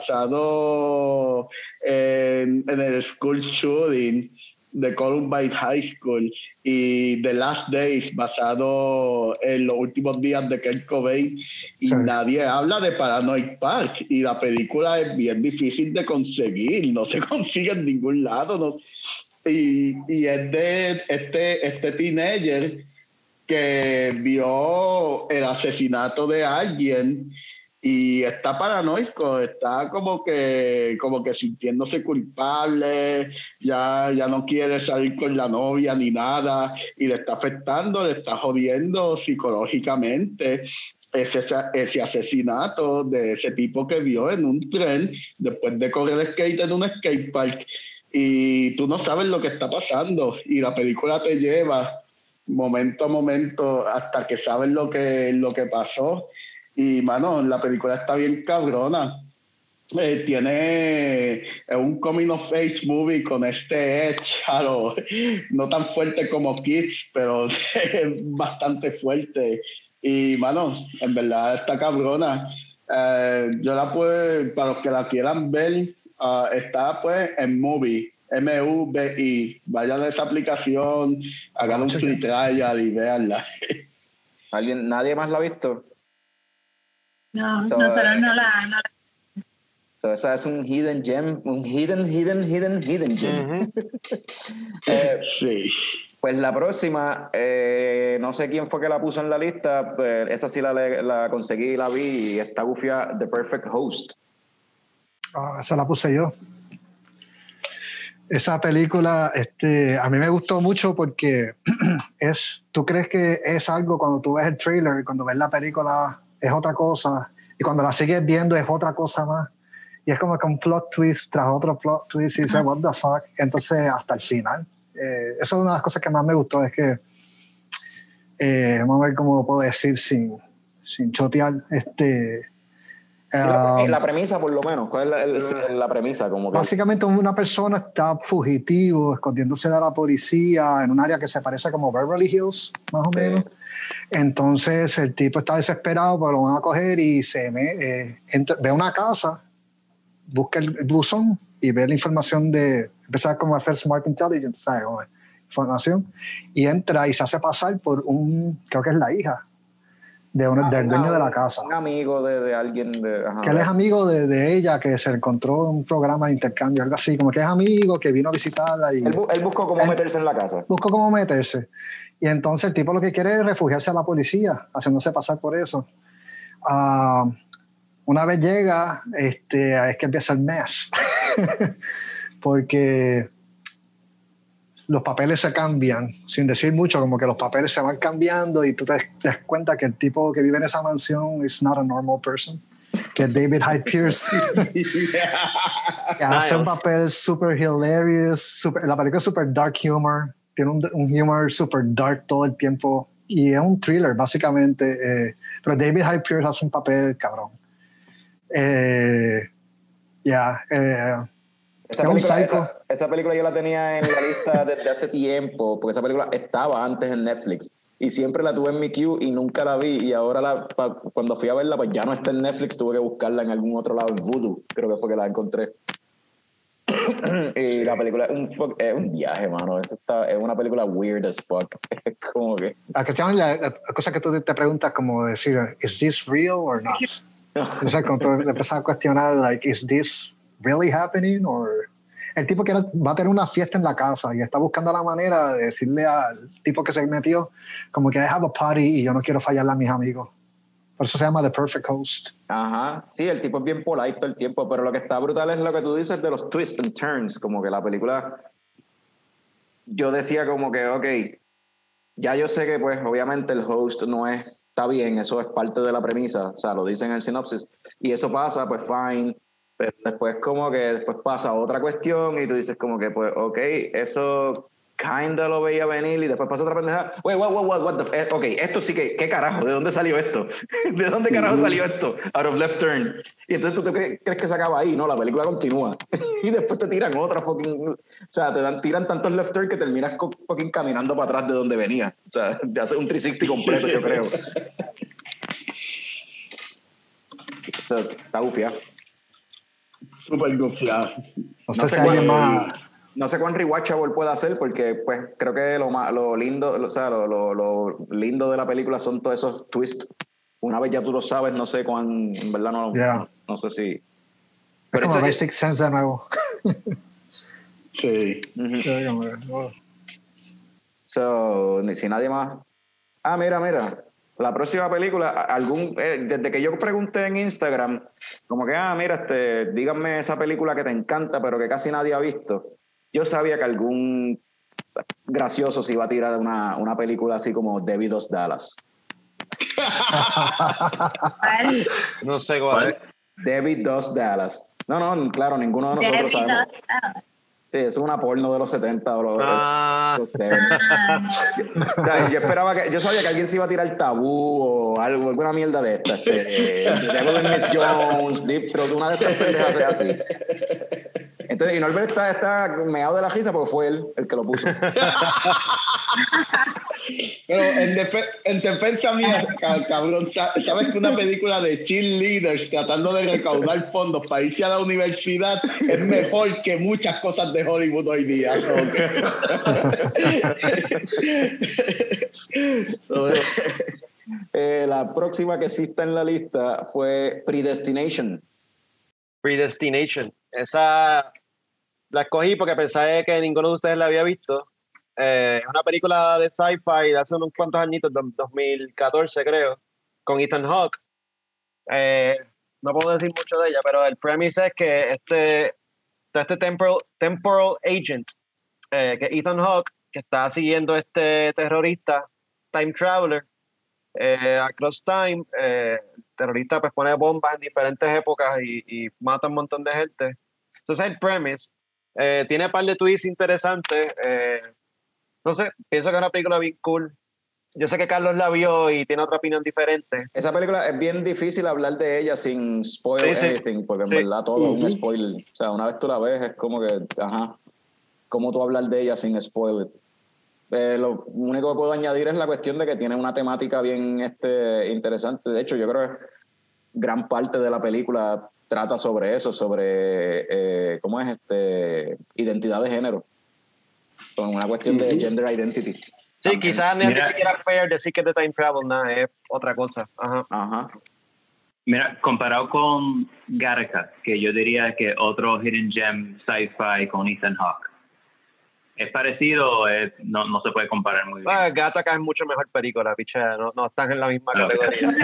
basado en, en el school shooting de Columbine High School, y The Last Days, basado en los últimos días de Kurt Cobain. Y Sí. nadie habla de Paranoid Park. Y la película es bien difícil de conseguir, no se consigue en ningún lado. No. Y, y es de este, este teenager que vio el asesinato de alguien y está paranoico, está como que, como que sintiéndose culpable, ya, ya no quiere salir con la novia ni nada, y le está afectando, le está jodiendo psicológicamente ese, ese asesinato de ese tipo que vio en un tren después de correr skate en un skate park. Y tú no sabes lo que está pasando y la película te lleva momento a momento hasta que sabes lo que, lo que pasó. Y mano, la película está bien cabrona. Eh, tiene un coming of age movie con este edge, claro, no tan fuerte como Kids, pero es bastante fuerte. Y mano, en verdad está cabrona. Eh, yo la puedo, para los que la quieran ver, Uh, está pues en Movie, M U B I. Vayan a esa aplicación, hagan un free trial y véanla. ¿Alguien, ¿Nadie más la ha visto? No, So, nosotros eh, no la, no la- So, esa es un hidden gem, un hidden, hidden, hidden, hidden gem. Ujú. Eh, Sí. pues la próxima, eh, no sé quién fue que la puso en la lista, pero esa sí la, la conseguí y la vi y está gufia, The Perfect Host. Ah, esa la puse yo. Esa película, este, a mí me gustó mucho porque es, tú crees que es algo cuando tú ves el trailer, cuando ves la película es otra cosa, y cuando la sigues viendo es otra cosa más, y es como que un plot twist tras otro plot twist y dices, what the fuck, entonces hasta el final. Eh, eso es una de las cosas que más me gustó, es que, eh, vamos a ver cómo lo puedo decir sin, sin chotear, este... Sí, la, um, la premisa, por lo menos. ¿Cuál es la, el, la premisa? Como que... Básicamente una persona está fugitivo, escondiéndose de la policía en un área que se parece como Beverly Hills, más o Sí. menos. Entonces el tipo está desesperado, pero lo van a coger y se me, eh, entra, ve una casa, busca el buzón y ve la información de, empieza como a hacer smart intelligence, ¿sabes? Como información, y entra y se hace pasar por un, creo que es la hija de un, Ah, del dueño un, de la casa. Un amigo de, de alguien. De, ajá, que él es amigo de, de ella, que se encontró en un programa de intercambio, algo así, como que es amigo, que vino a visitarla. Y él, él buscó cómo él meterse en la casa. buscó cómo meterse. Y entonces el tipo lo que quiere es refugiarse a la policía, haciéndose pasar por eso. Uh, una vez llega, este, es que empieza el mess. Porque los papeles se cambian, sin decir mucho, como que los papeles se van cambiando y tú te, te das cuenta que el tipo que vive en esa mansión is not a normal person, que es David Hyde Pierce. Que hace un papel super hilarious, super, la película es super dark humor, tiene un, un humor super dark todo el tiempo y es un thriller básicamente, eh, pero David Hyde Pierce hace un papel cabrón. Eh, ya, yeah, eh, Esa es un película, psycho. esa, esa película yo la tenía en la lista desde hace tiempo, porque esa película estaba antes en Netflix y siempre la tuve en mi queue y nunca la vi, y ahora la, pa, cuando fui a verla pues ya no está en Netflix, tuve que buscarla en algún otro lado, en Vudu creo que fue que la encontré. Y la película es un, fuck, es un viaje, mano. Es, está, es una película weird as fuck. Es como que... La, la, la cosa que tú te preguntas como decir, ¿is this real or not? O sea, cuando tú empiezas a cuestionar, like, ¿is this really happening? Or... El tipo que va a tener una fiesta en la casa y está buscando la manera de decirle al tipo que se metió como que I have a party y yo no quiero fallarle a mis amigos. Por eso se llama The Perfect Host. Ajá, sí, el tipo es bien polite todo el tiempo, pero lo que está brutal es lo que tú dices de los twists and turns, como que la película, yo decía como que, ok, ya yo sé que pues obviamente el host no es, está bien, eso es parte de la premisa, o sea, lo dicen en el sinopsis, y eso pasa, pues fine, pero después como que después pasa otra cuestión y tú dices como que, pues, ok, eso... kinda lo veía venir y después pasa otra pendeja. Wait, what, what, what, what the f- Ok, esto sí que, ¿qué carajo? ¿De dónde salió esto? ¿De dónde carajo salió esto? Out of Left Turn. Y entonces tú te crees, crees que se acaba ahí, ¿no? La película continúa. Y después te tiran otra fucking... O sea, te dan, tiran tantos Left Turn que terminas co- fucking caminando para atrás de donde venía. O sea, te hace un trescientos sesenta completo, yo creo. O sea, está gufiado. Súper gufiado. No sé si alguien más... No sé cuán rewatchable puede hacer porque pues creo que lo más, lo lindo, o sea, lo, lo, lo lindo de la película son todos esos twists. Una vez ya tú lo sabes, no sé cuán, en verdad no, yeah. no, no sé si. Es Pero como ver es, Sixth Sense de nuevo. Sí. Uh-huh. So, si nadie más. Ah, mira, mira. La próxima película, algún, eh, desde que yo pregunté en Instagram, como que, ah, mira, este, díganme esa película que te encanta, pero que casi nadie ha visto. Yo sabía que algún gracioso se iba a tirar una, una película así como Debbie Does Dallas. No sé cuál es. Debbie Does Dallas. No, no, claro, ninguno de nosotros Debbie sabemos. Does Dallas. Sí, es una porno de los setenta o los, Ah. los setenta. O sea, yo esperaba que, yo sabía que alguien se iba a tirar Tabú o algo, alguna mierda de esta. Este, Devil and Miss Jones, Deep Throat, una de estas pendejas así. Entonces, y Norbert está, está meado de la risa porque fue él el que lo puso. Pero en, def- en defensa mía, cabrón, sabes que una película de cheerleaders tratando de recaudar fondos para irse a la universidad es mejor que muchas cosas de Hollywood hoy día. ¿No? So, eh, la próxima que sí está en la lista fue Predestination. Predestination. Esa la escogí porque pensé que ninguno de ustedes la había visto. Es eh, una película de sci-fi de hace unos cuantos añitos, dos mil catorce creo, con Ethan Hawke. Eh, no puedo decir mucho de ella, pero el premise es que este, este temporal, temporal agent, eh, que Ethan Hawke, que está siguiendo a este terrorista, time traveler, eh, across time, eh, el terrorista pues pone bombas en diferentes épocas y, y mata un montón de gente. Entonces el premise eh, tiene un par de twists interesantes. Eh, no sé, pienso que es una película bien cool. Yo sé que Carlos la vio y tiene otra opinión diferente. Esa película es bien difícil hablar de ella sin spoil sí, anything, sí. porque en sí. verdad todo uh-huh. es un spoiler. O sea, una vez tú la ves es como que, ajá, ¿cómo tú hablar de ella sin spoiler? Eh, lo único que puedo añadir es la cuestión de que tiene una temática bien este, interesante. De hecho, yo creo que gran parte de la película trata sobre eso, sobre eh, ¿cómo es? este identidad de género. Con una cuestión de gender identity. Sí, también. Quizás ni siquiera fair decir que es de time travel, nada, es otra cosa. Ajá. Ajá. Mira, comparado con Gattaca, que yo diría que otro hidden gem sci-fi con Ethan Hawke, ¿es parecido? Es, no, no se puede comparar muy bien. Ah, Gattaca es mucho mejor película, picha, no, no están en la misma okay.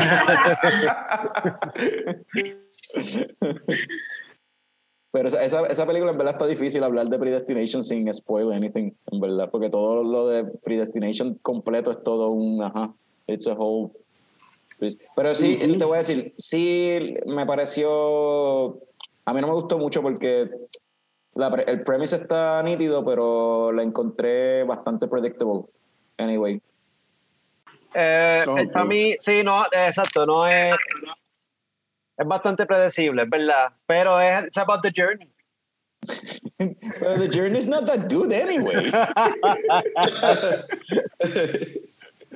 categoría. Pero esa, esa, esa película en verdad está difícil hablar de Predestination sin spoil anything, en verdad, porque todo lo de Predestination completo es todo un, ajá, it's a whole... Pero sí, uh-huh. te voy a decir, sí me pareció, a mí no me gustó mucho porque la, el premise está nítido, pero la encontré bastante predictable, anyway. Eh, okay. Para mí, sí, no, exacto, no es... Es bastante predecible, es verdad. Pero es it's about the journey. But the journey is not that good anyway.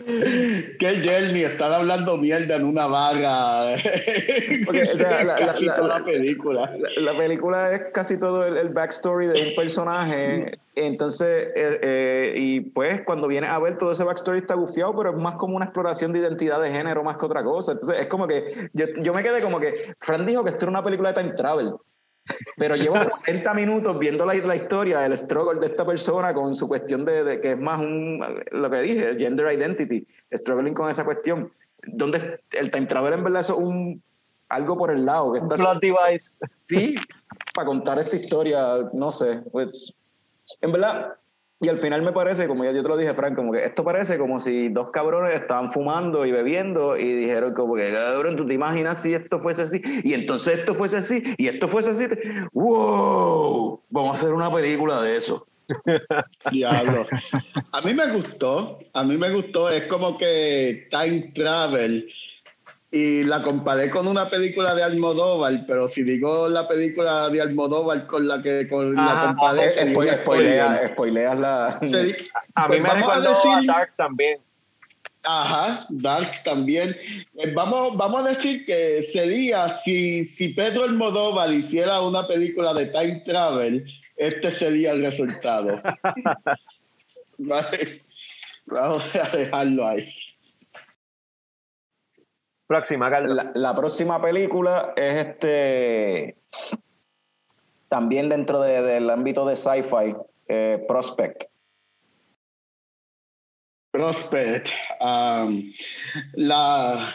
Que Journey están hablando mierda en una vaga. Porque, o sea, la, la, casi la, toda la, la película. La, la película es casi todo el, el backstory de un personaje. Entonces, eh, eh, y pues cuando vienes a ver todo ese backstory está gufiado, pero es más como una exploración de identidad de género más que otra cosa. Entonces, es como que yo, yo me quedé como que Fran dijo que esto era una película de time travel. Pero llevo cuarenta minutos viendo la, la historia, el struggle de esta persona con su cuestión de, de que es más un, lo que dije, gender identity, struggling con esa cuestión. Donde el time travel en verdad es un, algo por el lado. Que Un está, plot device. Sí, para contar esta historia, no sé. Pues, en verdad, y al final me parece, como ya yo te lo dije, Frank, como que esto parece como si dos cabrones estaban fumando y bebiendo y dijeron como que, cabrón, ¿tú te imaginas si esto fuese así? Y entonces esto fuese así, y esto fuese así. ¡Wow! Vamos a hacer una película de eso. Diablo. A mí me gustó, a mí me gustó, es como que time travel. Y la comparé con una película de Almodóvar, pero si digo la película de Almodóvar con la que con Ajá, la comparé, Eh, sería spoil- un spoilea, spoiler. spoileas la... Seri- A pues mí me vamos a recordó a, decir, Dark también. ajá, Dark también. Eh, vamos, vamos a decir que sería, si, si Pedro Almodóvar hiciera una película de time travel, este sería el resultado. Vale. Vamos a dejarlo ahí. Próxima, Carlos. La, la próxima película es este... También dentro de, del ámbito de sci-fi, eh, Prospect. Prospect. Um, la,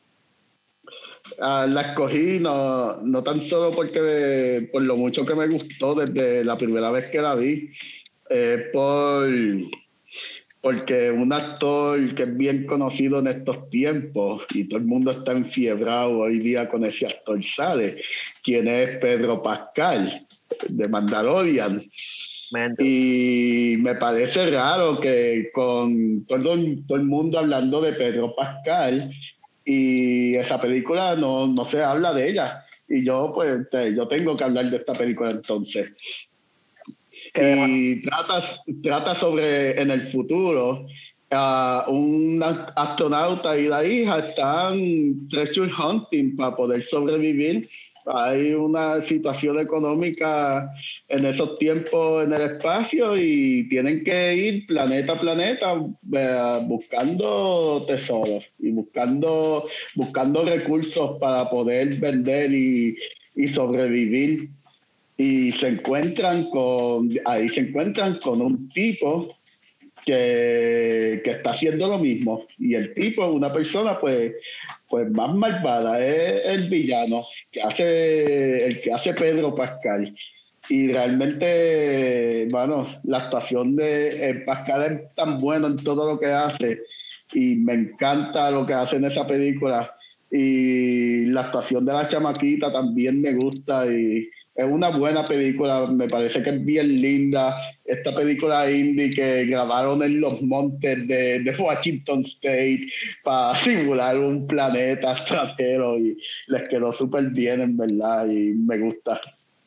uh, la escogí no, no tan solo porque por lo mucho que me gustó desde la primera vez que la vi, eh, por, porque un actor que es bien conocido en estos tiempos y todo el mundo está enfiebrado hoy día con ese actor sale, quien es Pedro Pascal de Mandalorian. Mando. Y me parece raro que con todo, todo el mundo hablando de Pedro Pascal y esa película no, no se habla de ella. Y yo pues te, yo tengo que hablar de esta película entonces. Y trata, trata sobre en el futuro uh, un astronauta y la hija están treasure hunting para poder sobrevivir. Hay una situación económica en esos tiempos en el espacio y tienen que ir planeta a planeta eh, buscando tesoros y buscando, buscando recursos para poder vender y, y sobrevivir. Y se encuentran con, ahí se encuentran con un tipo que, que está haciendo lo mismo. Y el tipo es una persona pues, pues más malvada, es el villano, que hace, el que hace Pedro Pascal. Y realmente, bueno, la actuación de eh, Pascal es tan buena en todo lo que hace y me encanta lo que hace en esa película. Y la actuación de la chamaquita también me gusta y es una buena película, me parece que es bien linda. Esta película indie que grabaron en los montes de, de Washington State para simular un planeta extranjero y les quedó súper bien en verdad y me gusta.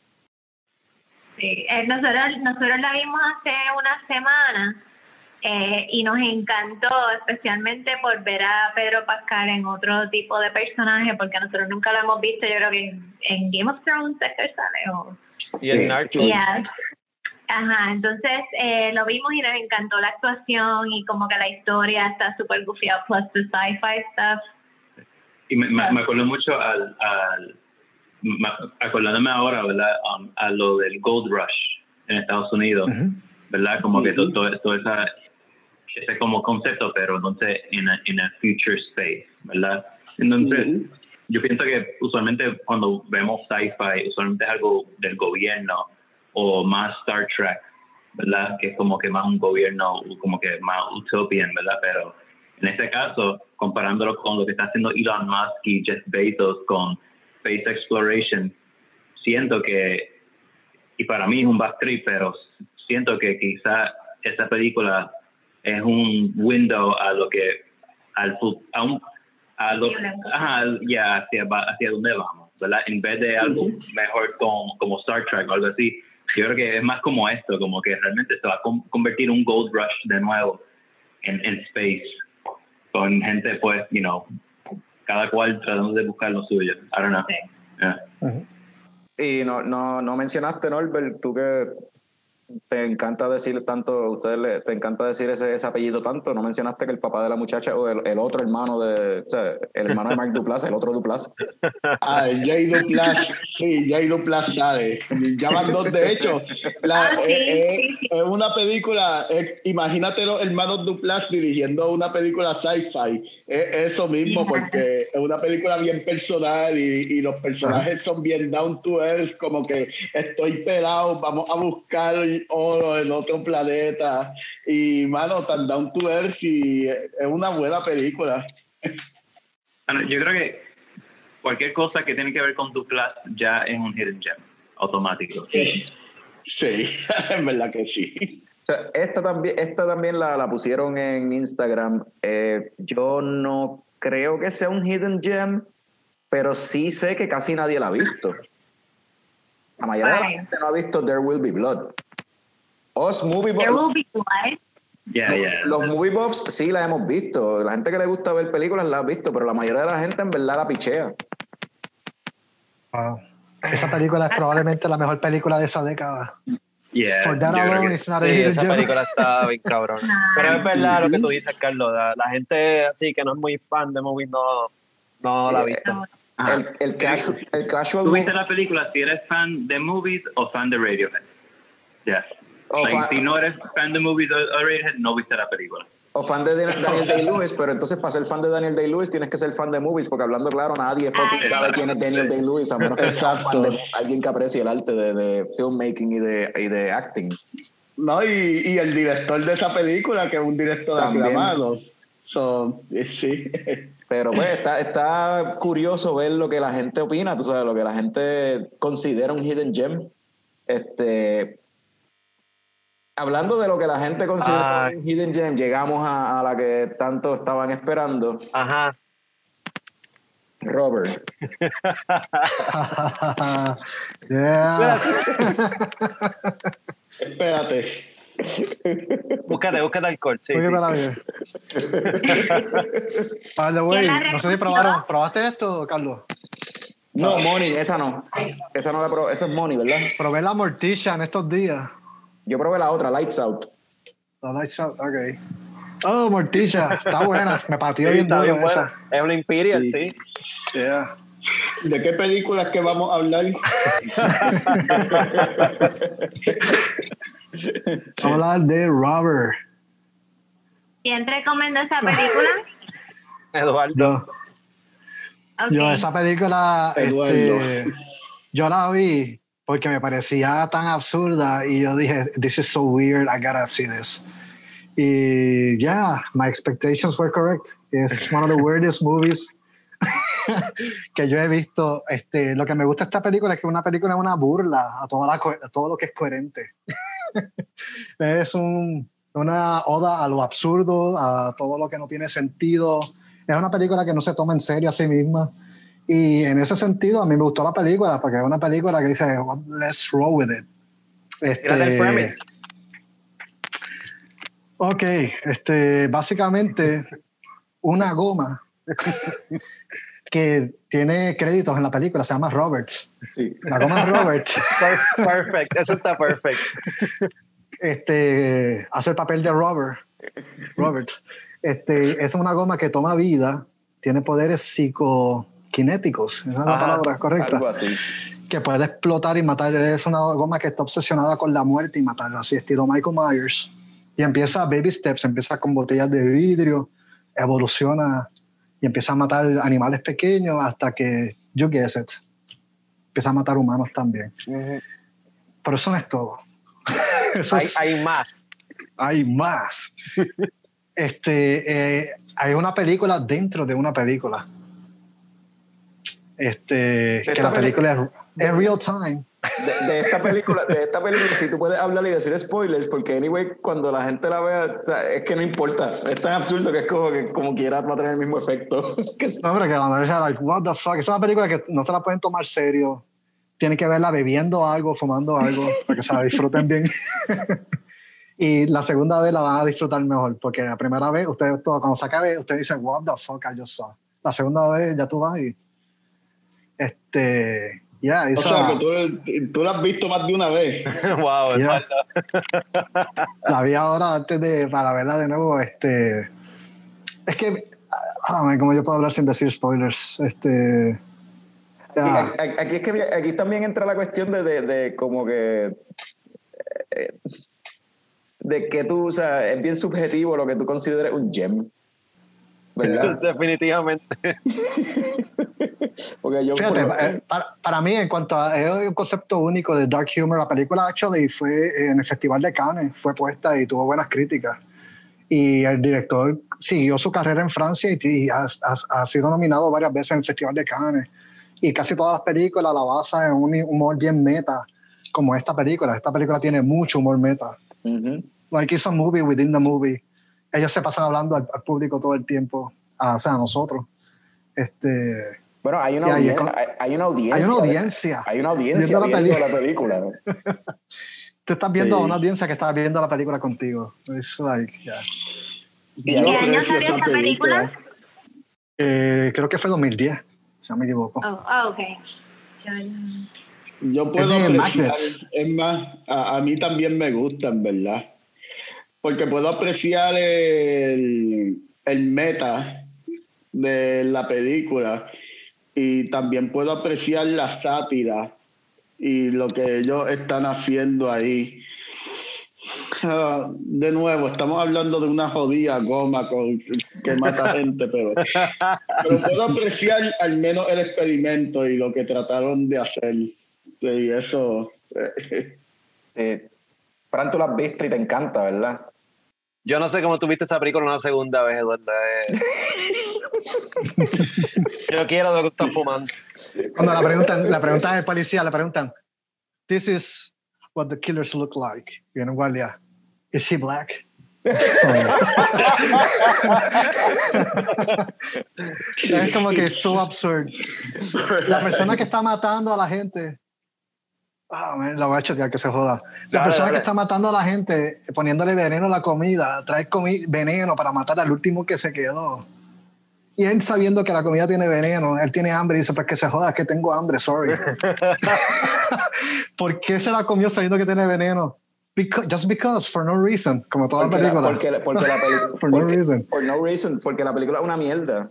Sí, eh, nosotros, nosotros la vimos hace unas semanas eh, y nos encantó, especialmente por ver a Pedro Pascal en otro tipo de personaje, porque nosotros nunca lo hemos visto, yo creo que en, en Game of Thrones es que sale. O... Y en Narcos. Yeah. Ajá, entonces eh, lo vimos y nos encantó la actuación y como que la historia está súper gufiada, plus the sci-fi stuff. Y me, me, me acuerdo mucho al... al acordándome ahora, ¿verdad? Um, a lo del Gold Rush en Estados Unidos, uh-huh. ¿verdad? Como uh-huh. que todo, todo, todo esa, ese como concepto, pero entonces en a, en a future space, ¿verdad? Entonces, uh-huh. yo pienso que usualmente cuando vemos sci-fi, usualmente es algo del gobierno o más Star Trek, ¿verdad? Que es como que más un gobierno, como que más utopian, ¿verdad? Pero en este caso, comparándolo con lo que está haciendo Elon Musk y Jeff Bezos con Space Exploration, siento que, y para mí es un bad trip, pero siento que quizá esa película es un window a lo que, al, a, un, a lo, ajá, ya hacia, hacia dónde vamos, ¿verdad? En vez de algo mejor como, como Star Trek o algo así, yo creo que es más como esto, como que realmente se va a convertir en un Gold Rush de nuevo en, en space. con gente, pues, you know, cada cual tratando de buscar lo suyo. I don't know. Sí. Yeah. Uh-huh. Y no, no, no mencionaste, Norbert, tú que te encanta decir tanto, a ustedes le, te encanta decir ese, ese apellido tanto, no mencionaste que el papá de la muchacha o el, el otro hermano de, o sea, el hermano de Mark Duplass, el otro Duplass. Ah, Jay Duplass, sí, Jay Duplass sale. Llaman dos, de hecho. La, Ah, sí, eh, eh, sí, sí. Es una película, eh, imagínate los hermanos Duplass dirigiendo una película sci-fi. Es eso mismo, porque es una película bien personal y, y los personajes son bien down to earth, como que estoy pelado, vamos a buscar oro en otro planeta. Y, mano, tan down to earth y es una buena película. Bueno, yo creo que cualquier cosa que tiene que ver con Duplass ya es un hidden gem automático. Sí, sí, en verdad que sí. O sea, esta también, esta también la, la pusieron en Instagram. Eh, yo no creo que sea un hidden gem, pero sí sé que casi nadie la ha visto. La mayoría de la gente no ha visto There Will Be Blood. Os Movie There Buffs, will be blood. Yeah, yeah. los Movie Buffs sí la hemos visto. La gente que le gusta ver películas la ha visto, pero la mayoría de la gente en verdad la pichea. Wow. Esa película es probablemente la mejor película de esa década. Yeah, For that yo creo alone, que- it's not a Sí, hidden esa gem. película está bien cabrón. Pero es verdad lo que tú dices, Carlos. La, la gente así que no es muy fan de movies no, no Sí, la ha eh, visto. Ajá. El, el, casual, el casual ¿Tú movie- viste la película si eres fan de movies o fan de Radiohead? Yes. O Like, fan- si no eres fan de movies o, o Radiohead, no viste la película. o fan de Daniel Day-Lewis, pero entonces para ser fan de Daniel Day-Lewis tienes que ser fan de movies, porque hablando claro, nadie fucking Ah, sabe quién es Daniel Day-Lewis, a menos que sea un fan de Exacto. alguien que aprecie el arte de, de filmmaking y de, y de acting. No, y, y el director de esa película, que es un director También. aclamado. So, eh, sí. Pero pues está, está curioso ver lo que la gente opina, tú sabes, lo que la gente considera un hidden gem. Este, hablando de lo que la gente considera Ay. un hidden gem, llegamos a, a la que tanto estaban esperando. Ajá. Robert. Yeah. Espérate. Búscate, búscate alcohol. Sí, Oye, sí. para bien. By the way, la no sé si recogió? probaron. ¿Probaste esto, Carlos? No, Money, esa no. Esa no la probé, esa es Money, ¿verdad? Probé la morticia en estos días. Yo probé la otra, Lights Out. La Lights Out, ok. Oh, morticia, está buena. Me partió Sí, bien está duro bien buena. esa. Es una Imperial, Sí. sí. Yeah. ¿De qué películas que vamos a hablar? Vamos a hablar de Robert. ¿Quién recomendó esa película? Eduardo. Yo, Okay. yo esa película, Eduardo. este, yo la vi porque me parecía tan absurda y yo dije, this is so weird, I gotta see this. Y yeah, my expectations were correct. It's one of the weirdest movies que yo he visto. Este, lo que me gusta de esta película es que una película es una burla a, toda la, co- a todo lo que es coherente. Es un, una oda a lo absurdo, a todo lo que no tiene sentido. Es una película que no se toma en serio a sí misma. Y en ese sentido a mí me gustó la película porque es una película que dice, "Well, let's roll with it". Fíjate el premise. Ok, este, básicamente una goma que tiene créditos en la película, se llama Roberts. Sí. La goma Roberts Per- Perfect, eso está perfect. este, hace el papel de Robert. Roberts. Este, es una goma que toma vida, tiene poderes psicoquinéticos, esa es la Ajá, palabra correcta, Algo así. que puede explotar y matar. Es una goma que está obsesionada con la muerte y matarla, así estilo Michael Myers. Y empieza baby steps, empieza con botellas de vidrio, evoluciona y empieza a matar animales pequeños hasta que, you guess it, empieza a matar humanos también. Pero eso no es todo. Eso Hay, es- hay más. hay más. Este, eh, hay una película dentro de una película. Este, Esta que la peli- película es, es real time. De, de esta película, de esta película, si tú puedes hablar y decir spoilers, porque anyway, cuando la gente la vea, o sea, es que no importa. Es tan absurdo que es como que como quiera va a tener el mismo efecto. Que sí. No, pero que cuando dice, like, what the fuck, es una película que no se la pueden tomar serio. Tienen que verla bebiendo algo, fumando algo, para que se la disfruten bien. Y la segunda vez la van a disfrutar mejor, porque la primera vez, usted, todo, cuando se acabe, usted dice, what the fuck I just saw. La segunda vez ya tú vas y... Este... Yeah, o sea, que tú, tú la has visto más de una vez. Wow, yes. La vi ahora antes de... Para verla de nuevo, este... Es que... Oh, man, ¿cómo yo puedo hablar sin decir spoilers? Este... Yeah. Aquí, es que, aquí también entra la cuestión de, de, de como que... Eh, de que tú, o sea, es bien subjetivo lo que tú consideres un gem, ¿verdad? Definitivamente. Porque yo, Fíjate, por... eh, para, para mí, en cuanto a es un concepto único de dark humor, la película actually fue en el Festival de Cannes, fue puesta y tuvo buenas críticas. Y el director siguió su carrera en Francia y, y ha, ha, ha sido nominado varias veces en el Festival de Cannes. Y casi todas las películas la basan en un humor bien meta, como esta película. Esta película tiene mucho humor meta. Uh-huh. Like it's a movie within the movie. Ellos se pasan hablando al, al público todo el tiempo, a, o sea, a nosotros. Este, bueno, hay una, audien- con, hay, hay una audiencia. Hay una audiencia. Hay una audiencia viendo la, viendo la película. ¿No? Tú estás viendo sí. a una audiencia que está viendo la película contigo. It's like, yeah. ¿Qué año salió esta película? Eh, creo que fue dos mil diez, si no me equivoco. Oh, oh ok. Yo puedo apreciar, es más, a, a mí también me gustan, ¿verdad? Porque puedo apreciar el, el meta de la película y también puedo apreciar la sátira y lo que ellos están haciendo ahí. Uh, de nuevo, estamos hablando de una jodida goma con, que mata gente, pero, pero puedo apreciar al menos el experimento y lo que trataron de hacer. Y eso... Eh, Fran, tú lo has visto y te encanta, ¿verdad? Yo no sé cómo tuviste esa película una segunda vez, Eduardo. Eh. Yo quiero lo que están fumando. Cuando la preguntan, la preguntan al policía, le preguntan, this is what the killers look like. Y en guardia, is he black? Es como que es so absurd. La persona que está matando a la gente... Ah, oh, man, la voy a chatear que se joda. La dale, persona dale. que está matando a la gente, poniéndole veneno a la comida, trae comi- veneno para matar al último que se quedó. Y él sabiendo que la comida tiene veneno, él tiene hambre y dice, pues que se joda, es que tengo hambre, sorry. ¿Por qué se la comió sabiendo que tiene veneno? Because, just because, for no reason, como toda porque la película. La, porque, porque la película for porque, no reason. For no reason, porque la película es una mierda.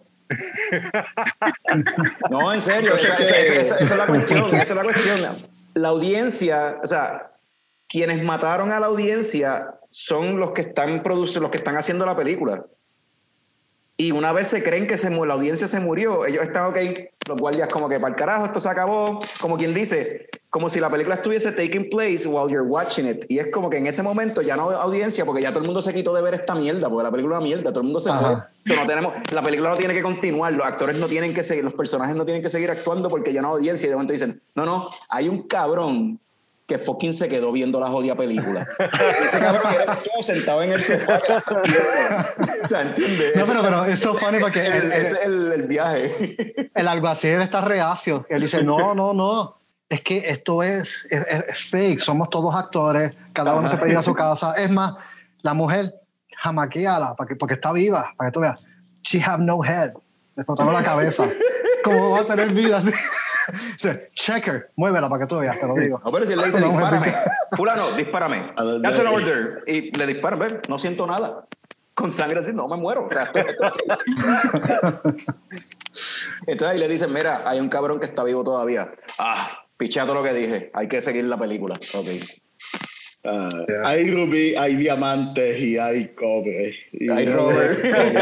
No, en serio, esa, esa, esa, esa, esa es la cuestión, esa es la cuestión. La audiencia, o sea, quienes mataron a la audiencia son los que están produciendo, los que están haciendo la película. Y una vez se creen que se, la audiencia se murió, ellos están ok, los guardias como que para el carajo, esto se acabó, como quien dice, como si la película estuviese taking place while you're watching it. Y es como que en ese momento ya no hay audiencia, porque ya todo el mundo se quitó de ver esta mierda, porque la película es una mierda, todo el mundo se Ajá. fue. So, no tenemos, la película no tiene que continuar, los actores no tienen que seguir, los personajes no tienen que seguir actuando porque ya no hay audiencia. Y de momento dicen, no, no, hay un cabrón que fucking se quedó viendo la jodida película. Y ese cabrón era estuvo sentado en el sofá. O sea, ¿entiendes? No, pero, pero es so funny porque... Ese el, es el, el viaje. El alguacil está reacio. Él dice, no, no, no. Es que esto es, es, es fake. Somos todos actores. Cada uno se puede ir a su casa. Es más, la mujer, jamaqueala, porque, porque está viva. Para que tú veas. She have no head. Le explotaron la cabeza. ¿Cómo va a tener vida así? Dice, checker, muévela para que tú veas, te lo digo. No, pero si él le dice, dispárame. Fulano, dispárame. That's an order. Y le dispara, ¿ves? No siento nada. Con sangre así, no me muero. O sea, esto, esto. Entonces ahí le dicen, mira, hay un cabrón que está vivo todavía. Ah, pichea todo lo que dije. Hay que seguir la película. Ok. Uh, yeah. Hay rubí, hay diamantes y hay cobre. Y hay Robert.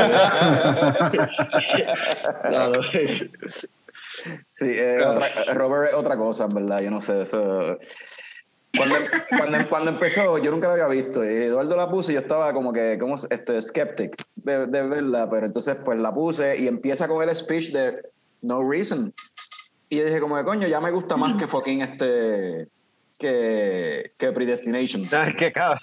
Claro. Sí, eh, otra, Robert es otra cosa, en verdad, yo no sé, eso... Cuando, cuando, cuando empezó, yo nunca la había visto, y Eduardo la puso y yo estaba como que, como este, skeptic de, de verla, pero entonces pues la puse y empieza con el speech de No Reason, y yo dije como que coño, ya me gusta más que fucking este... Que, que Predestination. Ay, qué cabrón.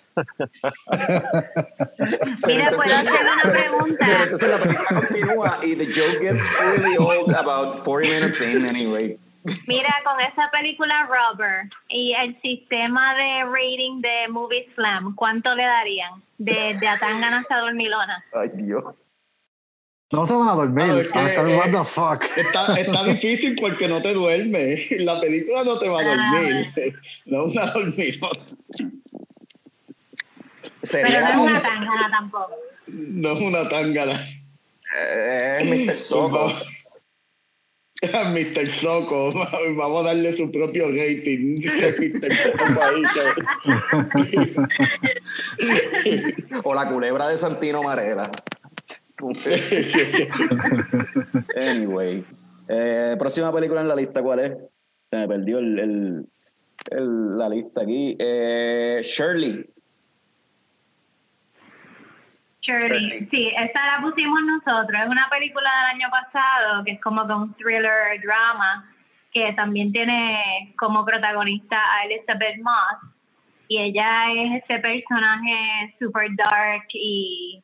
Mira, ¿puedo hacer una pregunta? Pero entonces la película continúa y the joke gets really old about forty minutes in anyway. Mira, con esa película Rubber y el sistema de rating de Movie Slam, ¿cuánto le darían? De, de Atangana hasta Dormilona. Ay, Dios. No se van a dormir. Ah, es que, van a estar, eh, what the fuck. Está, está difícil porque no te duermes. La película no te va a dormir. Ah, no es una dormidora. Pero no es Sería una tangana tampoco. No es una tangana. eh, mister Soco. mister Soco, vamos a darle su propio rating. mister Soco ahí, que... O la culebra de Santino Marera. Anyway. Eh, próxima película en la lista, ¿cuál es? Se me perdió el, el, el, la lista aquí. Eh, Shirley. Shirley. Sí, esa la pusimos nosotros. Es una película del año pasado que es como que un thriller drama que también tiene como protagonista a Elizabeth Moss y ella es este personaje super dark y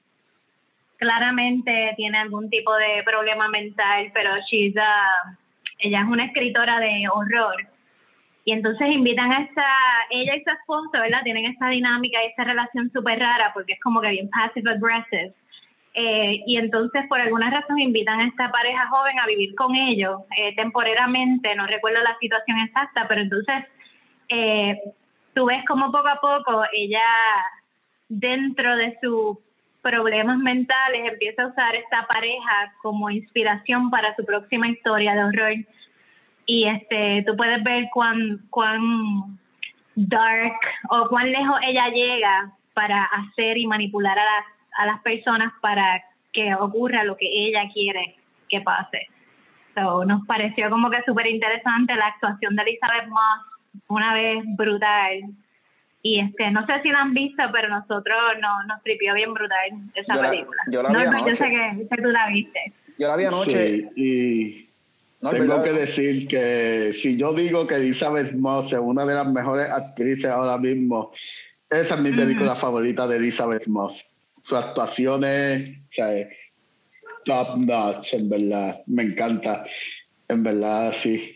claramente tiene algún tipo de problema mental, pero she's a, ella es una escritora de horror. Y entonces invitan a esta, ella y su esposo, ¿verdad? Tienen esta dinámica y esta relación súper rara porque es como que bien passive-aggressive. Eh, y entonces por alguna razón invitan a esta pareja joven a vivir con ellos eh, temporariamente, no recuerdo la situación exacta, pero entonces eh, tú ves como poco a poco ella dentro de sus problemas mentales empieza a usar esta pareja como inspiración para su próxima historia de horror. Y este tú puedes ver cuán, cuán dark o cuán lejos ella llega para hacer y manipular a las, a las personas para que ocurra lo que ella quiere que pase. So, nos pareció como que súper interesante la actuación de Elizabeth Moss, una vez brutal. Y este no sé si la han visto, pero nosotros no, nos tripió bien brutal esa yo película. La, yo la no, vi no, anoche. yo sé que, que tú la viste. Yo la vi anoche. Sí, y no, tengo verdad. que decir que si yo digo que Elizabeth Moss es una de las mejores actrices ahora mismo, esa es mi película uh-huh. favorita de Elizabeth Moss. Su actuación es, o sea, es top notch, en verdad. Me encanta. En verdad, sí.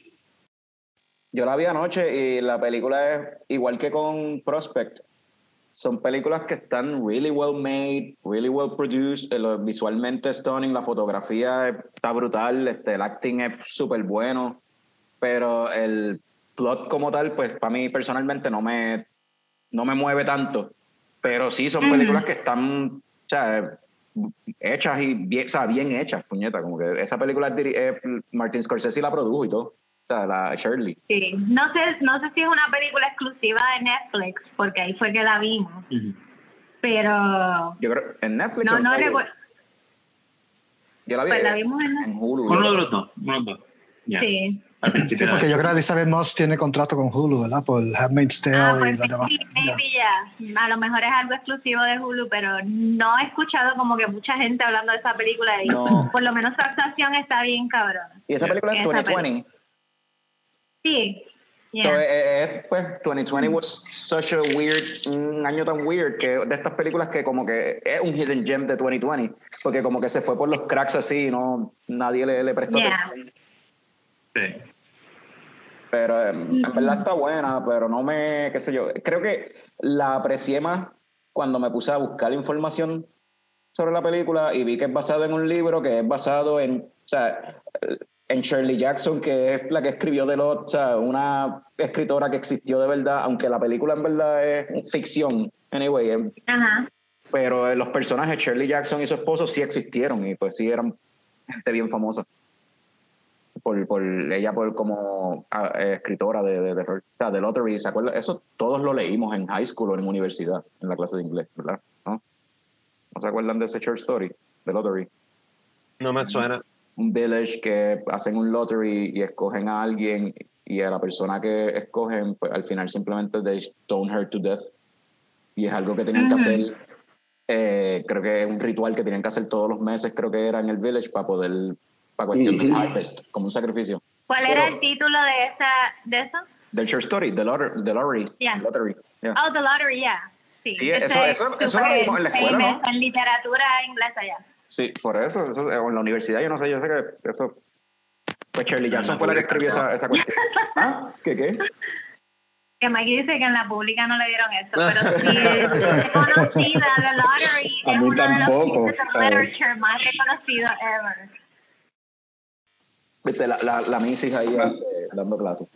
Yo la vi anoche y la película es igual que con Prospect. Son películas que están really well made, really well produced, eh, visualmente stunning, la fotografía está brutal, este, el acting es súper bueno, pero el plot como tal, pues para mí personalmente no me, no me mueve tanto. Pero sí son películas que están, o sea, hechas y bien, o sea, bien hechas, puñeta. Como que esa película es, eh, Martin Scorsese la produjo y todo. O sea, la Shirley. Sí, no sé, no sé si es una película exclusiva de Netflix, porque ahí fue que la vimos. Uh-huh. Pero yo creo en Netflix. No, no recuerdo. Yo la vi pues la vimos en, en Hulu. Uno de los dos, uno de los dos. Yeah. Sí. Sí, porque yo creo que Elizabeth Moss tiene contrato con Hulu, ¿verdad? Por Handmaid's Tale ah, pues y la demás. Sí, maybe ya. Yeah. A lo mejor es algo exclusivo de Hulu, pero no he escuchado como que mucha gente hablando de esa película y no. Por lo menos su actuación está bien cabrona. Y esa película es veinte veinte. Sí. Yeah. So, eh, eh, pues veinte veinte was such a weird, un año tan weird que de estas películas que como que es un hidden gem de veinte veinte, porque como que se fue por los cracks así y no, nadie le, le prestó yeah. atención. Sí. Pero eh, mm-hmm. en verdad está buena, pero no me, qué sé yo, creo que la aprecié más cuando me puse a buscar información sobre la película y vi que es basado en un libro que es basado en, o sea, en Shirley Jackson, que es la que escribió The Lot, o sea, una escritora que existió de verdad, aunque la película en verdad es ficción, anyway. Uh-huh. Pero los personajes, Shirley Jackson y su esposo, sí existieron y pues sí eran gente bien famosa. Por, por ella por como eh, escritora de, de, de, de, de The Lottery, ¿se acuerdan? Eso todos lo leímos en high school o en universidad, en la clase de inglés, ¿verdad? ¿No? ¿No se acuerdan de ese short story? The Lottery. No me suena. Un village que hacen un lottery y escogen a alguien y a la persona que escogen, pues al final simplemente they stone her to death. Y es algo que tenían uh-huh. que hacer, eh, creo que es un ritual que tenían que hacer todos los meses, creo que era en el village, para poder, para cuestión uh-huh. del harvest, como un sacrificio. ¿Cuál Pero, era el título de esa de eso? Del short story, The Lottery. The Lottery. Yeah. Lottery. Yeah. Oh, The Lottery, yeah. Sí, sí eso, eso, eso lo leímos en la escuela, ¿no? En literatura inglesa, ya. Sí, por eso, eso, en la universidad yo no sé, yo sé que eso Pues Shirley Jackson fue la que escribió esa, esa cuestión. ¿Ah? ¿Qué qué? Que Mikey dice que en la pública no le dieron eso, pero sí es conocida. The Lottery A es mí uno tampoco, de los pieces de ¿sabes? literature más reconocidos ever. Viste, la, la, la Misis ahí eh, dando clases.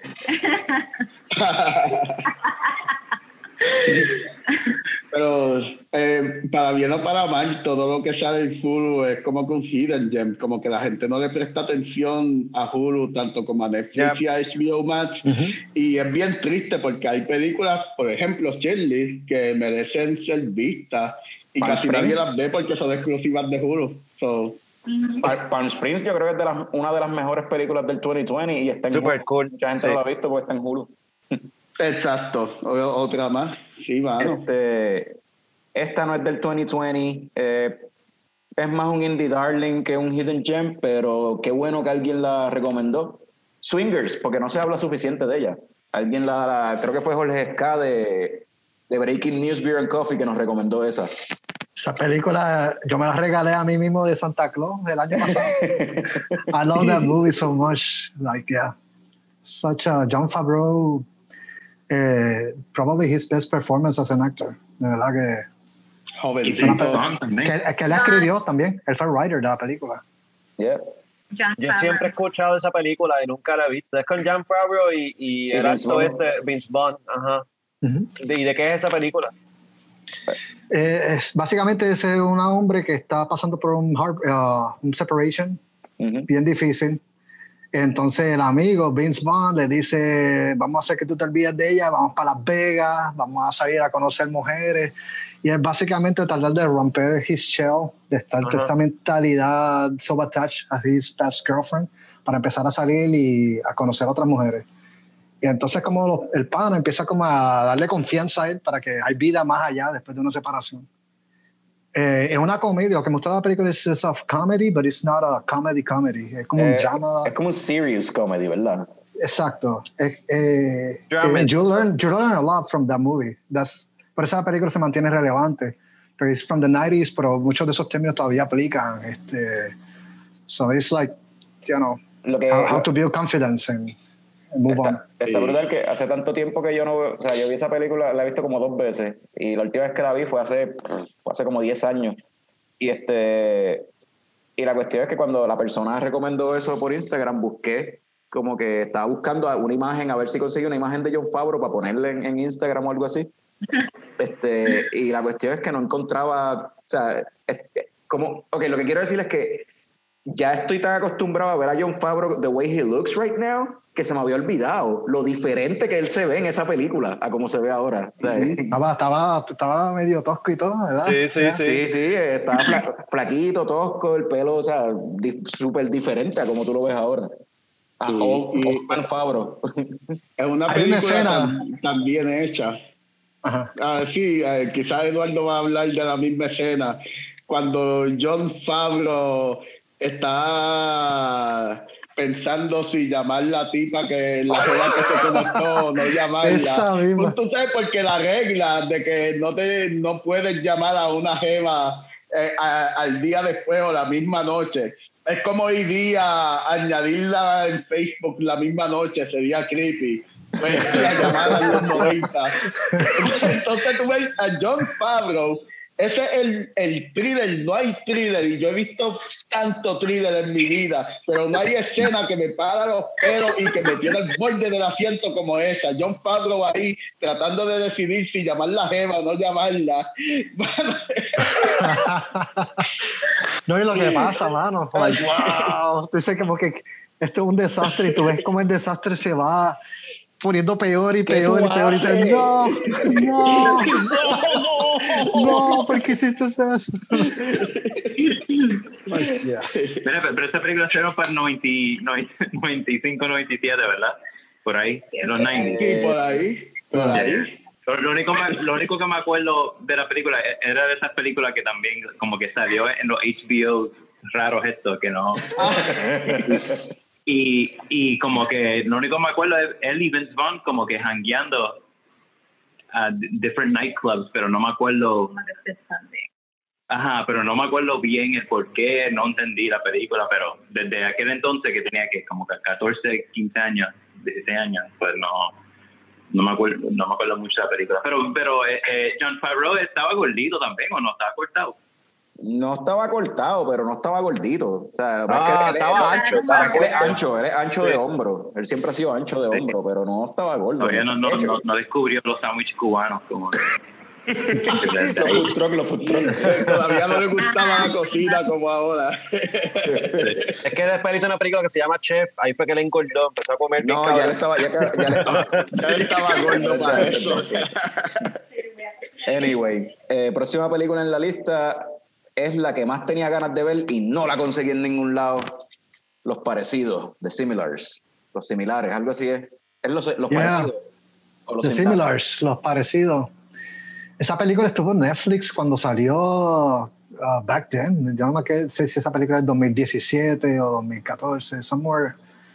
Pero eh, para bien o para mal, todo lo que sale en Hulu es como que un hidden gem, como que la gente no le presta atención a Hulu tanto como a Netflix Yep. y a H B O Max. Ujú. Y es bien triste porque hay películas, por ejemplo, Shirley, que merecen ser vistas y Palm casi Springs. nadie las ve porque son exclusivas de Hulu. So, Pa- Palm Springs yo creo que es de las, una de las mejores películas del veinte veinte y está en Super Hulu. cool. Mucha gente Sí. no la ha visto porque está en Hulu. exacto, o- otra más. Sí, mano. Este, esta no es del veinte veinte, eh, es más un indie darling que un hidden gem, pero qué bueno que alguien la recomendó. Swingers, porque no se habla suficiente de ella. Alguien la, la- creo que fue Jorge Esca de, de Breaking News Beer and Coffee que nos recomendó esa. Esa película yo me la regalé a mí mismo de Santa Claus el año pasado. I love that movie so much. Like, yeah. Such a Jon Favreau, eh, probably his best performance as an actor. De verdad que... Y Jovencito. Vince Vaughn también. Que, que él la escribió también. Él fue el writer de la película. Yeah. John Yo Favreau. siempre he escuchado esa película y nunca la he visto. Es con Jon Favreau y, y, Y el Vince actor Vaughn. este, Vince Vaughn. Ajá. Uh-huh. ¿De, ¿Y de qué es esa película? Eh, es, básicamente es un hombre que está pasando por un, heart, uh, un separation Ujú. bien difícil. Entonces el amigo Vince Vaughn le dice, vamos a hacer que tú te olvides de ella, vamos para Las Vegas, vamos a salir a conocer mujeres. Y es básicamente tratar de romper his shell, de estar Ajá. esta mentalidad so attached a his past girlfriend, para empezar a salir y a conocer a otras mujeres. Y entonces como los- el pana empieza como a darle confianza a él para que hay vida más allá después de una separación. Eh, es una comedia, lo que me gusta de la película es es of comedy, but it's not a comedy comedy. Es como un Eh, drama. es como un serious comedy, ¿verdad? Exacto. Es, eh, Drama. eh, you learn, you learn a lot from that movie. That's, por eso la película se mantiene relevante. Pero es from the nineties, pero muchos de esos términos todavía aplican. Este, so it's like, you know, Lo que, how, how to build confidence and, and move on. Está, está Sí. brutal que hace tanto tiempo que yo no veo, o sea, yo vi esa película, la he visto como dos veces y la última vez que la vi fue hace, fue hace como diez años y este y la cuestión es que cuando la persona recomendó eso por Instagram busqué como que estaba buscando una imagen a ver si conseguía una imagen de Jon Favreau para ponerle en, en Instagram o algo así este y la cuestión es que no encontraba, o sea, es- es como, ok, lo que quiero decir es que ya estoy tan acostumbrado a ver a Jon Favreau the way he looks right now que se me había olvidado lo diferente que él se ve en esa película a como se ve ahora. O sea, Estaba, estaba, estaba medio tosco y todo, ¿verdad? Sí, sí, Ya. sí. sí, sí, estaba fla- flaquito, tosco, el pelo, o sea, di- súper diferente a como tú lo ves ahora. A Sí, Old, y- Old Man Favreau. Es una Hay una película escena- tan, tan bien hecha. Ajá. Ah, sí, eh, quizás Eduardo va a hablar de la misma escena. Cuando Jon Favreau está pensando si llamar la tipa que la jeva que se conectó o no llamarla. Esa misma. Pues tú sabes, porque la regla de que no te no puedes llamar a una jeva eh, a- al día después o la misma noche. Es como hoy día añadirla en Facebook la misma noche, sería creepy. Pues la llamada en los noventa. Entonces tú ves a Jon Favreau, ese es el, el thriller, no hay thriller, y yo he visto tanto thriller en mi vida, pero no hay escena que me para los pelos y que me tiene el borde del asiento como esa. Jon Favreau ahí tratando de decidir si llamar la jeva o no llamarla. No, y lo que pasa, mano. Like, wow. Dice como que esto es un desastre y tú ves cómo el desastre se va poniendo peor y ¿Qué peor tú y peor. Y haces? dices, no, no, no, ¿por qué hiciste eso? Like, yeah. Mira, pero, pero esta película se dio para el noventa, noventa y cinco, noventa y siete, ¿verdad? Por ahí, en los noventa. Sí, por ahí, por ahí. Lo, lo único, me- lo único que me acuerdo de la película era de esas películas que también como que salió en los H B O raros estos, que no... y, y como que lo único que me acuerdo es él y Vince Vaughn como que jangueando a d- different nightclubs, pero no me acuerdo... Como que se sabe. Ajá, pero no me acuerdo bien el por qué, no entendí la película, pero desde aquel entonces que tenía que como que catorce, quince años, dieciséis años, pues no no me acuerdo, no me acuerdo mucho de la película. Pero pero eh, eh, Jon Favreau estaba gordito también, ¿o no? Estaba cortado. No estaba cortado, pero no estaba gordito. O sea, Ah, es que él, estaba él, ancho, él, estaba es que él es fuerte. ancho, él es ancho Sí. de hombro. Él siempre ha sido ancho de Sí. hombro, pero no estaba gordo. Todavía no, no, De hecho, no, no descubrió los sándwiches cubanos como los food truck, los food truck. Todavía no le gustaba la cocina como ahora. Es que después hizo una película que se llama Chef, ahí fue que le engordó, empezó a comer bien No, cabrón. ya le estaba, ya, ya le estaba. Ya él estaba gordo para eso. Anyway, eh, próxima película en la lista es la que más tenía ganas de ver y no la conseguí en ningún lado. Los parecidos, The Similars, los similares, algo así es. Es los, los Yeah. parecidos. O los The similares. Similars, los parecidos. Esa película estuvo en Netflix cuando salió uh, back then. Yo no sé si esa película es dos mil diecisiete o dos mil catorce, somewhere.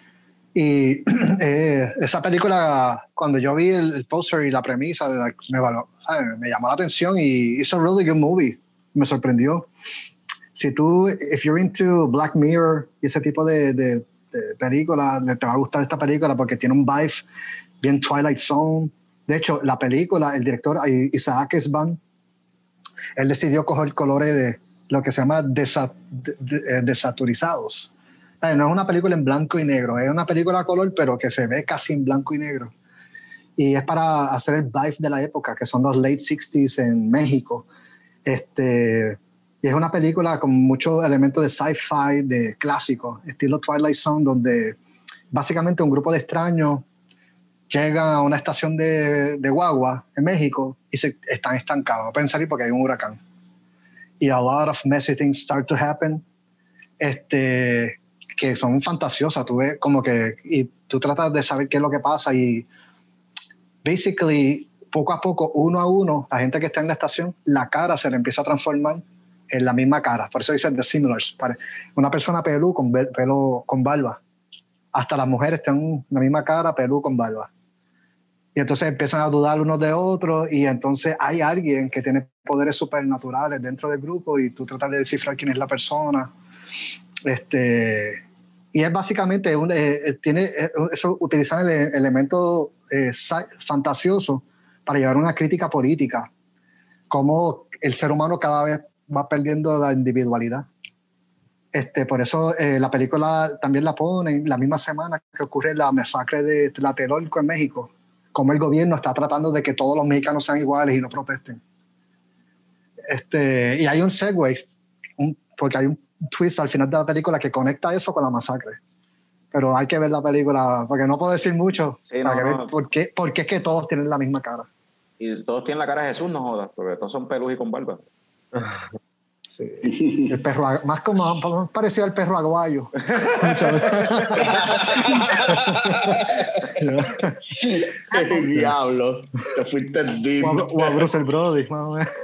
Y eh, esa película, cuando yo vi el, el póster y la premisa, like, me, való, ¿sabes? Me llamó la atención y it's a really good movie. Me sorprendió. Si tú, if you're into Black Mirror y ese tipo de, de, de películas, te va a gustar esta película porque tiene un vibe bien Twilight Zone. De hecho, la película, el director Isaac Esban, él decidió coger colores de lo que se llama desa, de, de, desaturizados. No es una película en blanco y negro, es una película a color, pero que se ve casi en blanco y negro. Y es para hacer el vibe de la época, que son los late sixties en México. Este, y es una película con muchos elementos de sci-fi, de clásico, estilo Twilight Zone, donde básicamente un grupo de extraños llegan a una estación de, de guagua en México y se están estancados. Pueden salir porque hay un huracán. Y a lot of messy things start to happen. Este... que son fantasiosas, tú ves como que, y tú tratas de saber qué es lo que pasa y basically, poco a poco, uno a uno, la gente que está en la estación, la cara se le empieza a transformar en la misma cara, por eso dicen The Similars, una persona pelú con pelo con barba, hasta las mujeres tienen la misma cara, pelú con barba, y entonces empiezan a dudar unos de otros y entonces hay alguien que tiene poderes supernaturales dentro del grupo y tú tratas de descifrar quién es la persona. Este, y es básicamente un, eh, tiene, eh, eso, utilizan el elemento eh, fantasioso para llevar una crítica política, cómo el ser humano cada vez va perdiendo la individualidad. Este, por eso eh, la película también la ponen la misma semana que ocurre la masacre de Tlatelolco en México, cómo el gobierno está tratando de que todos los mexicanos sean iguales y no protesten. Este, y hay un segue, un, porque hay un twist al final de la película que conecta eso con la masacre. Pero hay que ver la película, porque no puedo decir mucho, Sí, para no, que no. ver por qué, por qué es que todos tienen la misma cara. Y todos tienen la cara de Jesús, no jodas, porque todos son pelús y con barba. Sí. El perro, más como más parecido al perro aguayo. Diablo, te fuiste deep. O a, o a Bruce Brody, más o menos.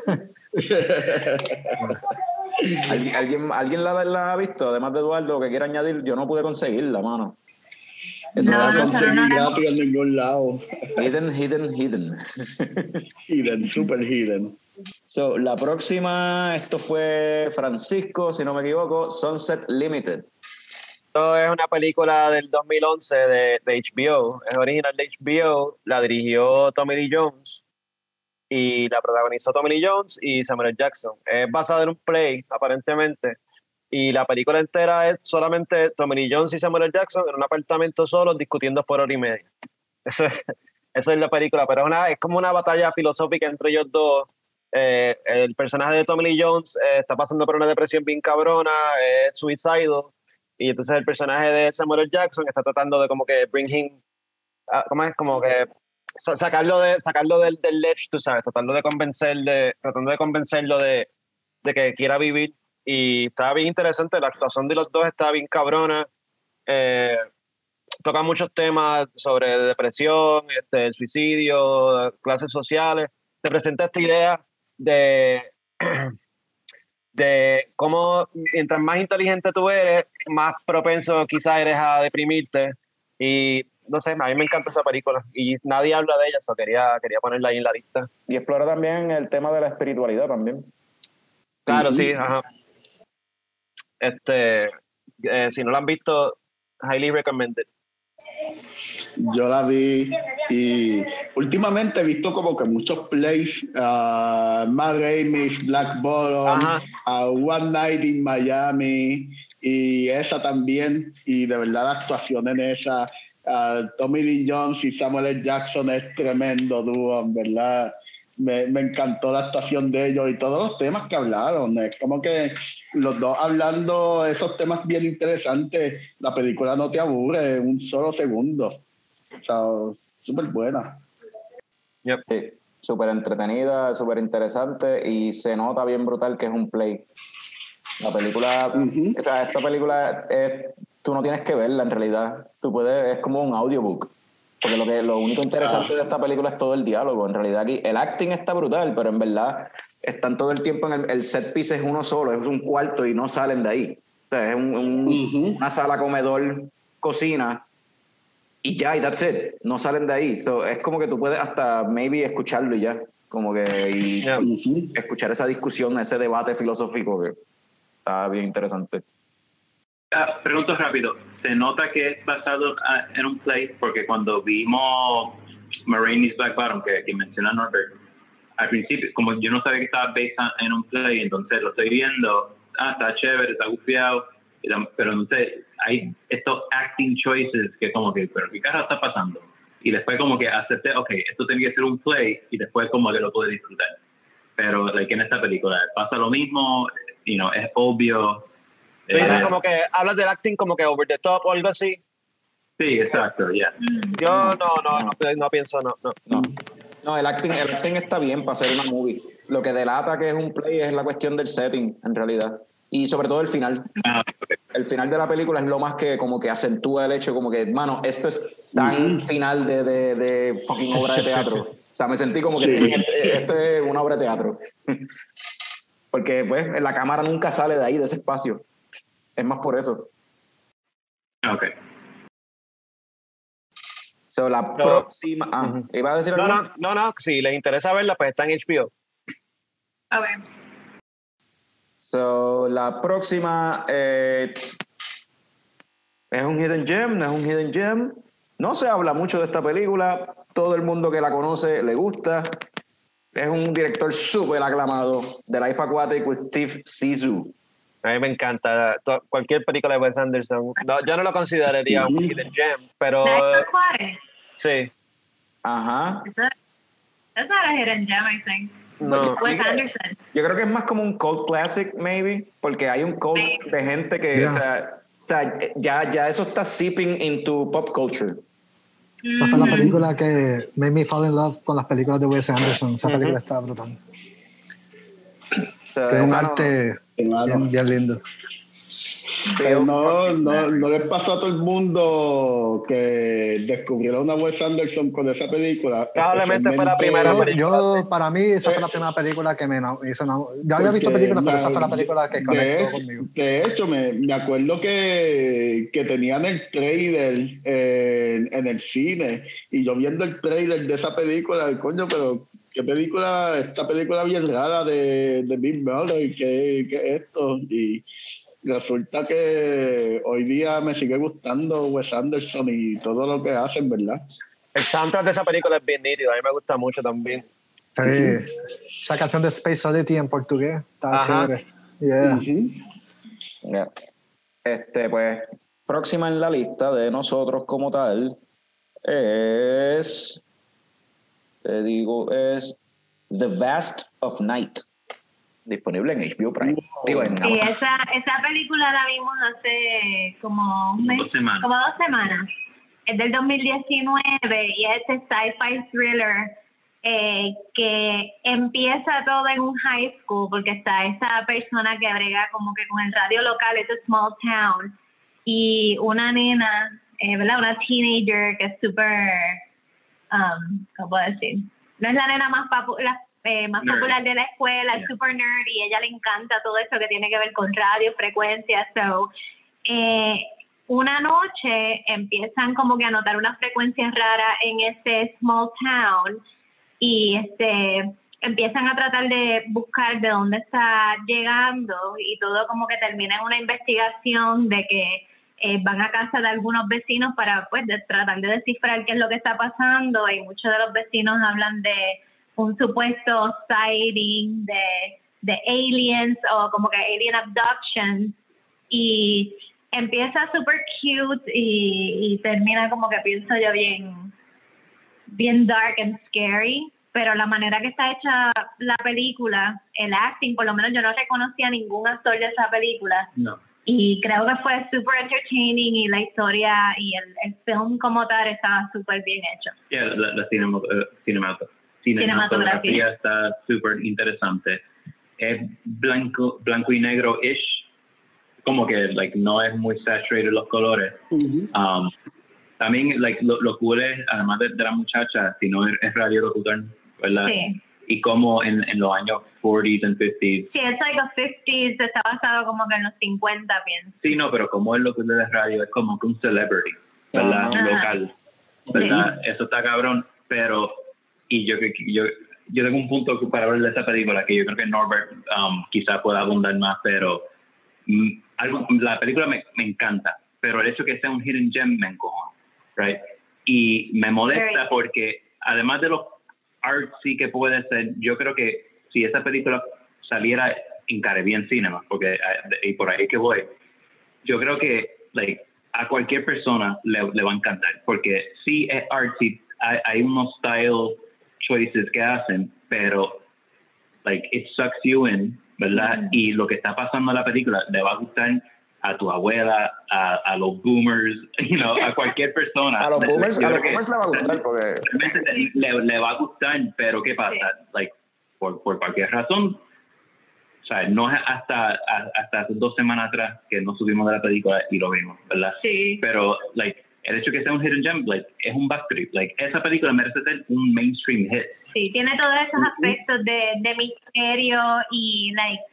¿Alguien, alguien, ¿alguien la, la ha visto? Además de Eduardo, que quiera añadir, yo no pude conseguirla, mano. Eso No, No es la no, conseguí no, no. gratis en ningún lado. hidden, hidden, hidden. Hidden, super hidden. So, la próxima, esto fue Francisco, si no me equivoco, Sunset Limited. Esto es una película del dos mil once de, de H B O, es original de H B O, la dirigió Tommy Lee Jones y la protagonizó Tommy Lee Jones y Samuel L. Jackson. Es basada en un play, aparentemente, y la película entera es solamente Tommy Lee Jones y Samuel L. Jackson en un apartamento solos discutiendo por hora y media. Eso es, eso es la película, pero es, una, es como una batalla filosófica entre ellos dos. Eh, el personaje de Tommy Lee Jones eh, está pasando por una depresión bien cabrona, es suicidal, y entonces el personaje de Samuel L. Jackson está tratando de como que bring him, uh, ¿cómo es? Como que sacarlo de sacarlo del, del ledge, tú sabes, tratando de convencerle, tratando de convencerlo de, de que quiera vivir. Y estaba bien interesante, la actuación de los dos estaba bien cabrona. Eh, toca muchos temas sobre depresión, este, el suicidio, clases sociales. Te presenta esta idea de, de cómo mientras más inteligente tú eres, más propenso quizás eres a deprimirte. Y no sé, a mí me encanta esa película y nadie habla de ella, so quería, quería ponerla ahí en la lista. Y explora también el tema de la espiritualidad también. Claro, sí, ajá. Este, eh, si no lo han visto, highly recommended. Yo la vi y últimamente he visto como que muchos plays, uh, Matt Raimi's Black Bottom, uh, One Night in Miami y esa también, y de verdad la actuación en esa, uh, Tommy Lee Jones y Samuel L. Jackson es tremendo dúo, en verdad. Me, me encantó la actuación de ellos y todos los temas que hablaron. Es como que los dos hablando esos temas bien interesantes, la película no te aburre en un solo segundo. O sea, súper buena. Yep. Sí, súper entretenida, súper interesante y se nota bien brutal que es un play. La película, uh-huh. O sea, esta película es, tú no tienes que verla en realidad. Tú puedes, es como un audiobook. Porque lo, que, lo único interesante de esta película es todo el diálogo. En realidad aquí el acting está brutal, pero en verdad están todo el tiempo en el, el set piece es uno solo, es un cuarto y no salen de ahí. O sea, es un, un, uh-huh. una sala, comedor, cocina y ya, y that's it. No salen de ahí. So, es como que tú puedes hasta maybe escucharlo y ya. Como que y yeah. uh-huh. escuchar esa discusión, ese debate filosófico que está bien interesante. Uh, pregunto rápido, ¿se nota que es basado uh, en un play? Porque cuando vimos Marini's Black Bottom, que, que menciona Norbert, al principio, como yo no sabía que estaba basado en un play, entonces lo estoy viendo, ah, está chévere, está gufiado, pero entonces hay estos acting choices que como que, pero ¿qué carajo está pasando? Y después como que acepté, ok, esto tiene que ser un play, y después como que lo puedo disfrutar. Pero like, en esta película pasa lo mismo, you know, es obvio. Tú dices como que hablas del acting como que over the top o algo así. Sí, exacto, ya. Yeah. Yo no, no, no, no, no pienso, no, no. No, no el, acting, el acting está bien para hacer una movie. Lo que delata que es un play es la cuestión del setting, en realidad. Y sobre todo el final. Ah, okay. El final de la película es lo más que como que acentúa el hecho, como que, mano, esto es tan uh-huh. final de, de, de fucking obra de teatro. O sea, me sentí como que sí. esto, esto es una obra de teatro. Porque, pues, la cámara nunca sale de ahí, de ese espacio. Es más por eso. Ok. So, la no. próxima... Ah, uh-huh. ¿iba a decir algo? No, no, no, no. Si les interesa verla, pues está en H B O. A ver. So, la próxima... Eh, ¿es un hidden gem? ¿No es un hidden gem? No se habla mucho de esta película. Todo el mundo que la conoce le gusta. Es un director súper aclamado. The Life Aquatic with Steve Zissou. A mí me encanta cualquier película de Wes Anderson. No, yo no lo consideraría un hidden gem, pero... Sí. Ajá. That's not a hidden gem, I think. No. Wes Anderson. Yo creo que es más como un cult classic, maybe, porque hay un cult sí. de gente que... Yeah. O sea, o sea ya, ya eso está seeping into pop culture. Esa fue la película que made me fall in love con las películas de Wes Anderson. Esa uh-huh. película está brutal. O sea, que es un arte no, bien, bien lindo. Pero no, no, no les pasó a todo el mundo que descubrieron a Wes Anderson con esa película. Probablemente fue la primera película. Yo, para mí, esa eh, fue la primera película que me hizo una... Yo había visto películas, pero esa fue la película que conectó de, conmigo. De hecho, me, me acuerdo que, que tenían el trailer en, en el cine, y yo viendo el trailer de esa película, coño, pero... ¿Qué película? Esta película bien rara de, de Bill Murray, ¿qué, ¿qué es esto? Y resulta que hoy día me sigue gustando Wes Anderson y todo lo que hacen, ¿verdad? El soundtrack de esa película es bien nítido, a mí me gusta mucho también. Sí, uh-huh. Esa canción de Space Oddity en portugués está Ajá. chévere. Yeah. Uh-huh. Yeah. Este, pues, próxima en la lista de nosotros como tal es... Te digo, es The Vast of Night, disponible en H B O Prime. Wow. Digo, en sí, esa, esa película la vimos hace como un mes, dos semanas. como dos semanas. Es del dos mil diecinueve y es este sci-fi thriller eh, que empieza todo en un high school, porque está esa persona que brega como que con el radio local, es a small town, y una nena, eh, ¿verdad? Una teenager que es súper... Um, ¿cómo puedo decir? No es la nena más, papu- la, eh, más popular de la escuela, yeah. Es super nerd y a ella le encanta todo eso que tiene que ver con radio, frecuencias. So, eh, una noche empiezan como que a notar unas frecuencias raras en ese small town y este empiezan a tratar de buscar de dónde está llegando y todo como que termina en una investigación de que eh, van a casa de algunos vecinos para pues de, tratar de descifrar qué es lo que está pasando, y muchos de los vecinos hablan de un supuesto sighting de, de aliens o como que alien abductions, y empieza super cute y, y termina como que pienso yo bien bien dark and scary, pero la manera que está hecha la película, el acting, por lo menos yo no reconocía a ningún actor de esa película. No. Y creo que fue super entertaining, y la historia y el, el film como tal estaba súper bien hecho. Yeah, la, la cinema, uh, cinemato, cinematografía está súper interesante. Es blanco, blanco y negro-ish, como que like, no es muy saturated los colores. Uh-huh. Um, también like, lo, lo cool es, además de, de la muchacha, si no es, es radiolocutor, ¿verdad? Sí. Y como en, en los años forties and fifties. Sí, es like a fifties, está basado como que en los cincuenta, pienso. Sí, no, pero como el locutor de radio es como que un celebrity, ¿verdad? Uh-huh. Local, ¿verdad? Sí. Eso está cabrón, pero, y yo, yo, yo tengo un punto para hablar de esa película que yo creo que Norbert um, quizás pueda abundar más, pero mm, algo, la película me, me encanta, pero el hecho que sea un hidden gem me encojona, right? Y me molesta porque además de los artsy que puede ser, yo creo que si esa película saliera en Caribbean Cinema, porque y por ahí que voy, yo creo que like, a cualquier persona le, le va a encantar, porque sí es artsy, hay, hay unos style choices que hacen, pero like it sucks you in, ¿verdad? Mm-hmm. Y lo que está pasando en la película le va a gustar a tu abuela, a, a los boomers, you know, a cualquier persona. A los boomers, a los boomers le va a gustar porque le, le va a gustar, pero ¿qué pasa? Sí. Like, por, por cualquier razón, o sea, no es hasta hasta hace dos semanas atrás que no subimos de la película y lo vimos, ¿verdad? Sí. Pero like el hecho que sea un hidden gem, like es un backtrip, like esa película merece ser un mainstream hit. Sí, tiene todos esos aspectos de, de misterio y like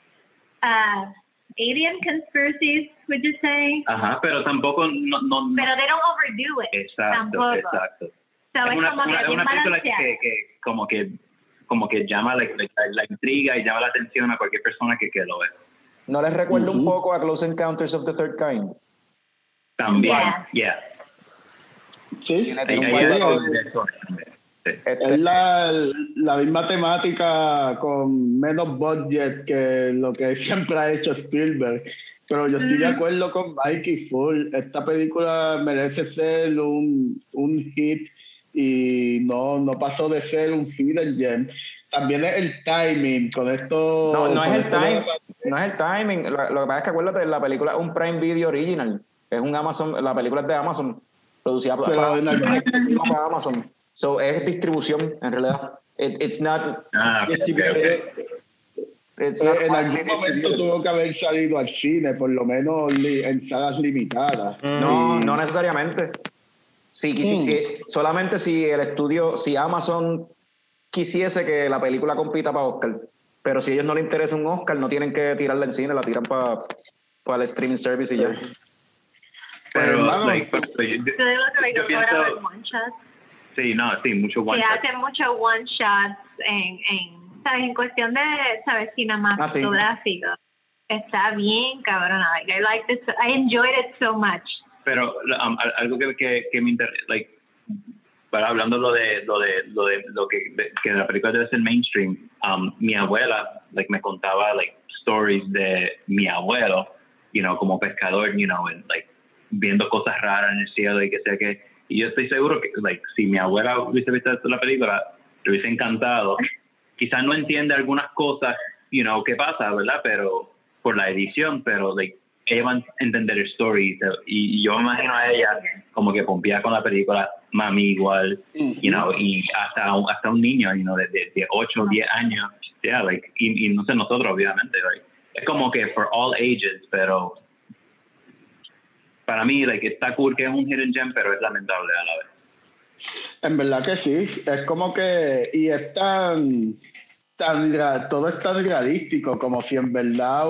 uh, alien conspiracies, would you say? Ajá, pero tampoco no, no, pero they don't overdo it. Exacto, tampoco. exacto. So es, es una, como una, que una película que, que como que como que llama la, la, la intriga y llama la atención a cualquier persona que, que lo ve. ¿No les recuerda uh-huh. un poco a Close Encounters of the Third Kind? También, yeah. yeah. Sí, tiene, tiene un es, sí. es la, la misma temática con menos budget que lo que siempre ha hecho Spielberg. Pero yo estoy mm. de acuerdo con Mikey full. Esta película merece ser un, un hit y no, no pasó de ser un hidden gem. También es el timing con esto. No, no con es el timing. de... No es el timing. Lo, lo que pasa es que acuérdate, la película es un Prime Video original. Es un Amazon, la película es de Amazon, producida por Amazon. So es distribución en realidad. It, it's not ah, distributed. Okay. It's not eh, en algún momento tuvo que haber salido al cine, por lo menos li, en salas limitadas. No, y... no necesariamente. Sí, sí, mm. sí, solamente si el estudio, si Amazon quisiese que la película compita para Oscar, pero si a ellos no les interesa un Oscar, no tienen que tirarla en cine, la tiran para pa el streaming service y ya. Pero, hermano, like, yo, yo, yo pienso, sí, no, sí, mucho one shot. Se hacen muchos one shots en, en, ¿sabes? En cuestión de, ¿sabes? Cinematográfico. Ah, sí. Está bien, cabrona. Like, I like this. I enjoyed it so much. Pero um, algo que, que, que me interesa, like, para hablando lo de lo de lo de lo que de, que la película debe ser mainstream, um, mi abuela, like, me contaba like stories de mi abuelo, you know, como pescador, you know, and, like, viendo cosas raras en el cielo y que sea que, y yo estoy seguro que like si mi abuela hubiese visto la película le hubiese encantado. Quizás no entiende algunas cosas, you know, qué pasa, ¿verdad? Pero por la edición, pero like ella va a entender el story y, y yo me imagino a ella como que pompía con la película, mami igual, you know, y hasta un, hasta un niño, you know, de, de, de ocho o diez años, yeah, like, y, y no sé nosotros obviamente, like, es como que for all ages, pero para mí, like, está cool que es un hidden gem, pero es lamentable a la vez. En verdad que sí, es como que, y es tan, tan, todo es tan realístico, como si en verdad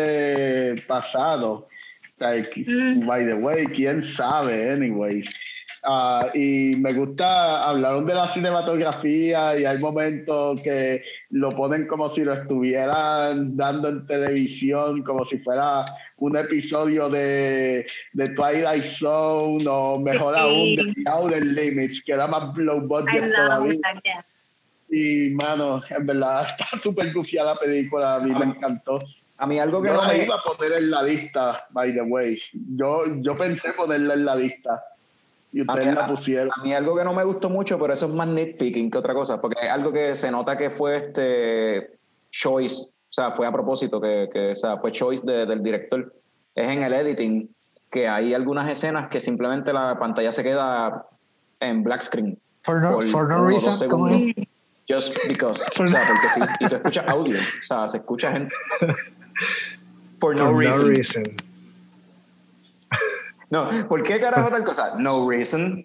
hubiese pasado. Like, mm. by the way, quién sabe, anyways. Uh, y me gusta, hablaron de la cinematografía y hay momentos que lo ponen como si lo estuvieran dando en televisión, como si fuera un episodio de, de Twilight Zone o mejor Sí. aún de The Outer Limits, que era más low budget todavía. That, yeah. Y mano, en verdad está súper gufiada la película, a mí me encantó. A mí algo que Yo no la me... iba a poner en la lista, by the way. Yo, yo pensé ponerla en la lista. Y A ustedes mí, la pusieron. a mí algo que no me gustó mucho, pero eso es más nitpicking que otra cosa, porque es algo que se nota que fue este choice, o sea, fue a propósito, que, que o sea, fue choice de, del director. Es en el editing, que hay algunas escenas que simplemente la pantalla se queda en black screen. For no, por for no uno o dos reason, ¿cómo segundos. es? Just because. O sea, porque sí. Y tú escuchas audio, o sea, se escucha gente. For no For reason. no reason. No, ¿por qué carajo tal cosa? No reason.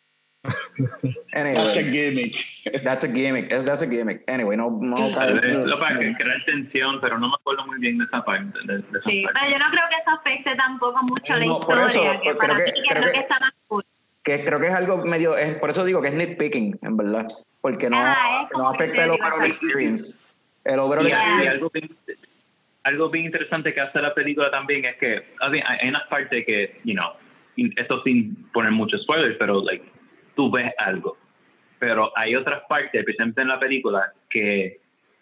Anyway. That's a gimmick. That's a gimmick. That's a gimmick. Anyway, no, no. Tal vez lo para que crear tensión, pero no me acuerdo muy bien de esa parte. De, de esa Sí, parte. pero yo no creo que eso afecte tampoco mucho la No, por historia, eso, que pues, para creo mí que- que creo es lo que- que está más cool. Que creo que es algo medio, es, por eso digo que es nitpicking, en verdad. Porque no, Ah, es como no afecta el criterio, overall exacto. experience. El overall Y, y experience. algo, bien, algo bien interesante que hace la película también es que hay, hay una parte que, you know, esto sin poner muchos spoilers, pero like, tú ves algo. Pero hay otras partes, especialmente en la película, que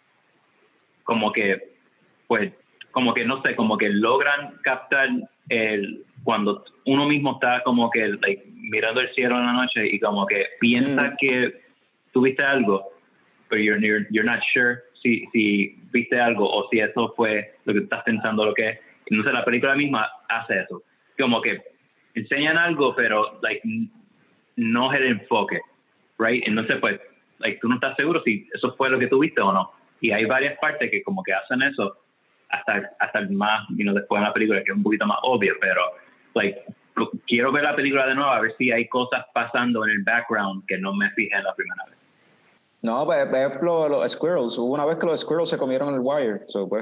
como que, pues, como que no sé, como que logran captar el cuando uno mismo está como que like, mirando el cielo en la noche y como que piensa Mm. que tuviste algo, pero you're, you're, you're not sure si, si viste algo o si eso fue lo que estás pensando lo que es. Entonces la película misma hace eso. Como que enseñan algo, pero like, no es el enfoque, right? Entonces pues like, tú no estás seguro si eso fue lo que tuviste o no. Y hay varias partes que como que hacen eso hasta, hasta el más, you know, después de la película, que es un poquito más obvio, pero like, quiero ver la película de nuevo a ver si hay cosas pasando en el background que no me fijé en la primera vez. No, pues, por ejemplo, los squirrels. Hubo una vez que los squirrels se comieron el wire. So, pues,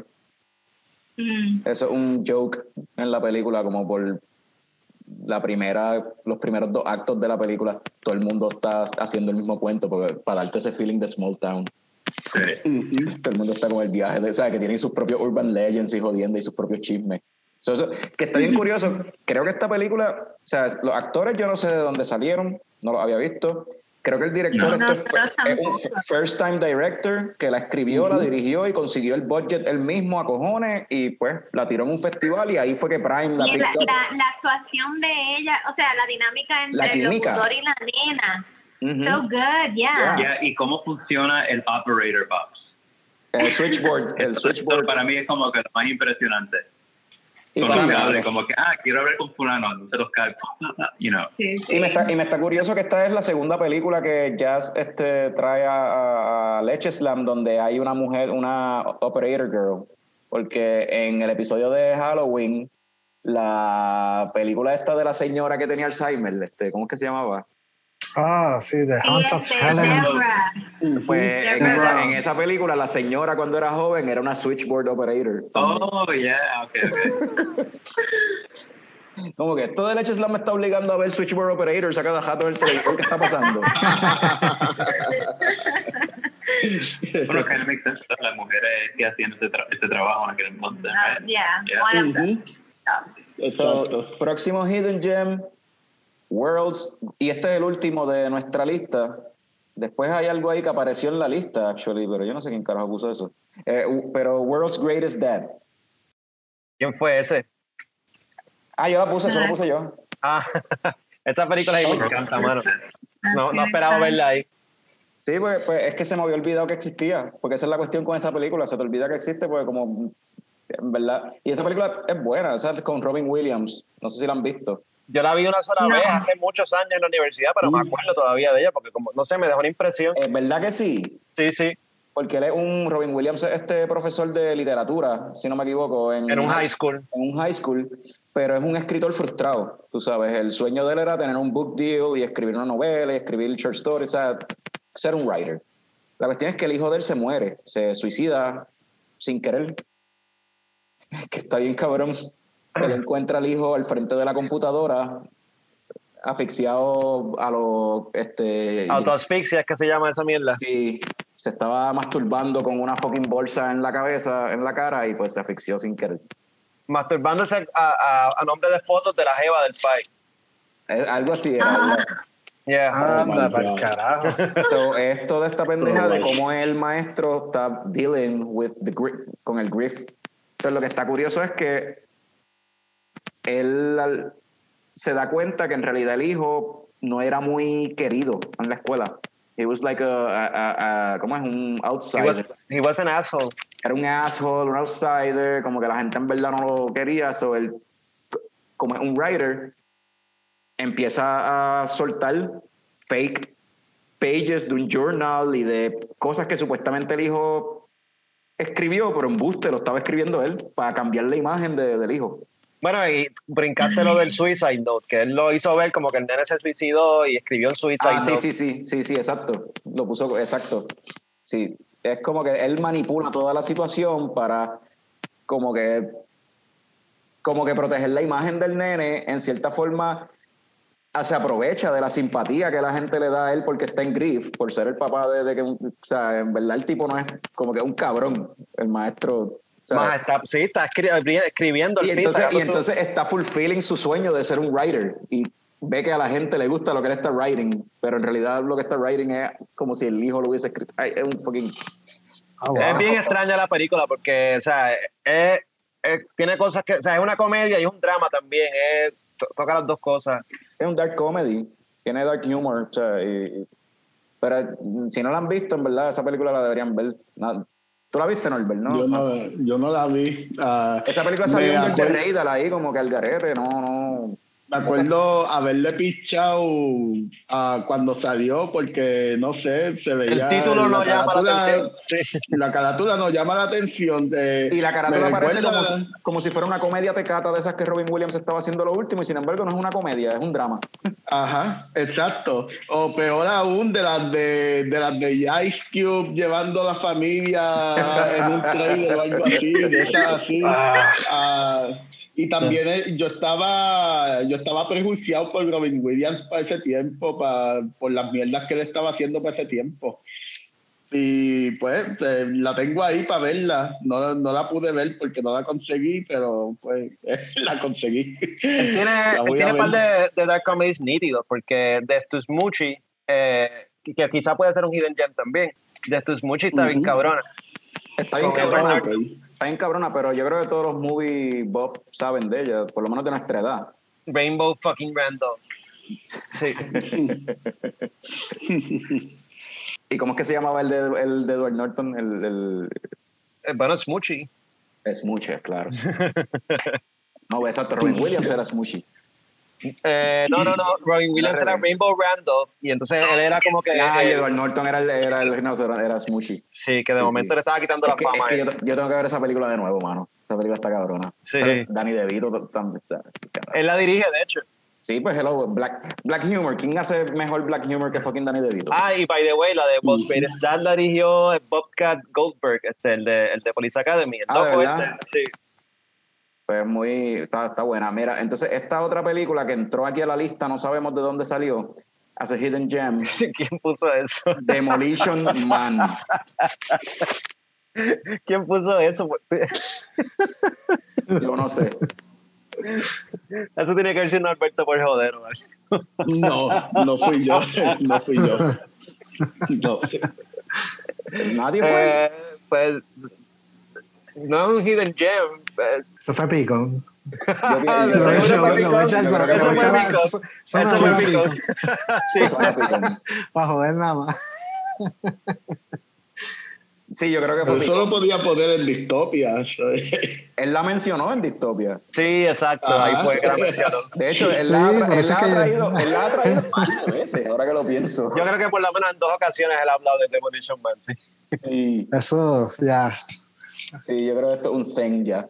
Mm. eso es un joke en la película, como por la primera, los primeros dos actos de la película, todo el mundo está haciendo el mismo cuento porque, para darte ese feeling de small town. Sí. Todo el mundo está con el viaje, de, o sea, que tienen sus propios urban legends y jodiendo y sus propios chismes. So, eso, que está bien curioso. Creo que esta película, o sea, los actores yo no sé de dónde salieron, no los había visto. Creo que el director No. esto es, es un first time director que la escribió, uh-huh. la dirigió y consiguió el budget él mismo a cojones y pues la tiró en un festival y ahí fue que Prime la y la, la, la actuación de ella, o sea, la dinámica entre la el locutor y la nena. Uh-huh. So good, yeah. yeah. Y cómo funciona el operator box. El switchboard, el switchboard. Para mí es como que lo más impresionante. Y con los cables, como que, ah, quiero hablar con fulano, entonces los cables, you know. Sí, sí. Y, me está, y me está curioso que esta es la segunda película que Jazz este, trae a, a Leche Slam, donde hay una mujer, una operator girl, porque en el episodio de Halloween, la película esta de la señora que tenía Alzheimer, este, ¿cómo es que se llamaba? Ah, sí, The Hunt of Sí, Helen. Pues en esa, en esa película la señora cuando era joven era una switchboard operator. Oh, yeah, ok, ok. Como que esto de Leche Slam me está obligando a ver switchboard operators a cada jato del televisor. ¿Qué está pasando? Bueno, que no me sense las mujeres que hacían este, tra- este trabajo en aquel entonces. Uh, yeah, Yeah. one of them. Exacto. So, próximo Hidden Gem, Worlds, y este es el último de nuestra lista. Después hay algo ahí que apareció en la lista, actually, pero yo no sé quién carajo puso eso. Eh, pero World's Greatest Dad. ¿Quién fue ese? Ah, yo la puse, eso lo puse yo. Ah, esa película ahí me encanta, mano. No, no esperaba verla ahí. Sí, pues, pues es que se me había olvidado que existía, porque esa es la cuestión con esa película, se te olvida que existe, porque como, en verdad, y esa película es buena, esa es con Robin Williams, no sé si la han visto. Yo la vi una sola No. vez hace muchos años en la universidad, pero me acuerdo todavía de ella, porque como, no sé, me dejó una impresión. ¿Es verdad que sí? Sí, sí. Porque él es un, Robin Williams es este profesor de literatura, si no me equivoco. En, En un high school. En un high school, pero es un escritor frustrado, tú sabes. El sueño de él era tener un book deal y escribir una novela y escribir short stories, o sea, ser un writer. La cuestión es que el hijo de él se muere, se suicida sin querer. Que está bien cabrón. Él encuentra al hijo al frente de la computadora asfixiado a los... Este, Autoasfixia es que se llama esa mierda. Sí, se estaba masturbando con una fucking bolsa en la cabeza, en la cara, y pues se asfixió sin querer. Masturbándose a, a, a nombre de fotos de la jeva del pai. Eh, Algo así era. ¿verdad? Yeah. Ah, my anda pa'l God. carajo. So, esto de esta pendeja Oh, de my. cómo el maestro está dealing with the gri- con el grief. Entonces lo que está curioso es que él al- se da cuenta que en realidad el hijo no era muy querido en la escuela. He was like a, a, a- a- ¿cómo es? Un He outsider. was, he was an asshole. Era un asshole, un outsider, como que la gente en verdad no lo quería. So él, como es un writer, empieza a soltar fake pages de un journal y de cosas que supuestamente el hijo escribió, pero en buste lo estaba escribiendo él para cambiar la imagen de, del hijo. Bueno, y brincaste lo del Suicide Note, que él lo hizo ver como que el nene se suicidó y escribió un Suicide Ah, sí, Note. sí, sí, sí, sí, exacto. Lo puso, exacto. Sí, es como que él manipula toda la situación para como que como que proteger la imagen del nene, en cierta forma se aprovecha de la simpatía que la gente le da a él porque está en grief, por ser el papá de, de que, o sea, en verdad el tipo no es como que un cabrón, el maestro. O sea, Más está, sí, está escri- escribiendo y al fin, entonces, sacando y su- entonces está fulfilling su sueño de ser un writer y ve que a la gente le gusta lo que él está writing, pero en realidad lo que está writing es como si el hijo lo hubiese escrito. Ay, es un fucking... Ah, wow. Es bien extraña la película porque, o sea, es, es- tiene cosas que, o sea, es una comedia y es un drama también, es, to- toca las dos cosas. Es un dark comedy, tiene dark humor, o sea, y- y- pero mm, si no la han visto, en verdad, esa película la deberían ver. No, ¿tú la viste, Norbert? No, Yo no, yo no la vi. ah, Esa película me salió en Dirt de acuerdo- Raidal ahí, como que al garete, no, no. Me acuerdo haberle pichado ah, cuando salió porque, no sé, se veía... El título no llama la carátula- atención. La carátula no llama la atención. De, Y la carátula me parece como, recuerda- si- como si fuera una comedia tecata de esas que Robin Williams estaba haciendo lo último, y sin embargo no es una comedia, es un drama. Ajá, exacto. O peor aún, de las de, de las de Ice Cube llevando a la familia en un trailer o algo así, de esas así. Ah, y también eh, yo estaba yo estaba prejuiciado por Robin Williams para ese tiempo, para, por las mierdas que él estaba haciendo para ese tiempo. Y pues eh, la tengo ahí para verla. No, no la pude ver porque no la conseguí, pero pues la conseguí. Él tiene, La él voy tiene a un par ver. de, de dark comedies nítidos, porque de Stusmuchi, eh, que que quizá puede ser un hidden gem también, de Stusmuchi está bien Ujú. cabrona. Está bien Con el cabrona, Ok. está bien cabrona, pero yo creo que todos los movie buff saben de ella, por lo menos de nuestra edad. Rainbow fucking Randolph. Sí. ¿Y cómo es que se llamaba el de, el de Edward Norton? El, el, Eh, Bueno, Smuchi. Smoochy, claro. No, exacto, Robin Williams era Smoochy. Eh, no, no, no. Robin Williams era Rainbow Randolph y entonces él era como que. Ah, y eh, Edward Norton era el, era el no, era, era Smoochy. sí, que de Sí, momento sí. le estaba quitando Es la que, fama. es que a yo, él. yo tengo que ver esa película de nuevo, mano. Esa película está cabrona. Sí. Pero Danny DeVito también está. Él la dirige, de hecho. Sí, pues hello, Black, Black Humor. ¿Quién hace mejor Black Humor que fucking Danny DeVito? Ah, y by the way, la de What's Greatest Dad la dirigió Bobcat Goldberg, este, el, de, el de Police Academy. El Ah, ¿de loco verdad? este. Sí. Pues muy, está, está buena. Mira, entonces esta otra película que entró aquí a la lista, no sabemos de dónde salió, as a hidden gem, ¿Quién puso eso? Demolition Man. ¿Quién puso eso? Yo no sé. Eso tiene que ver siendo Alberto por joder. ¿No? No, no fui yo. No fui yo. No. Nadie fue. Eh, pues no es un hidden gem. eh, Eso fue pico. Yo vi- Ah, yo de creo que- seguro yo fue creo pico. que- yo creo que Eso fue fue pico. pico. Eso Eso fue pico. Sí. Suena pico. Para joder nada más. Sí, yo creo que fue Pero eso pico. lo podía poner en Distopia. ¿sabes? Él la mencionó en Distopia. Sí, exacto. Ajá. Ahí fue que la mencionó. De hecho, él Sí, la ha, tra- por él eso la es ha que- traído, él la ha traído varias veces, ahora que lo pienso. Yo creo que por lo menos en dos ocasiones él ha hablado de Demolition Man. Sí. Sí, Eso, ya. sí, yo creo que esto es un thing ya.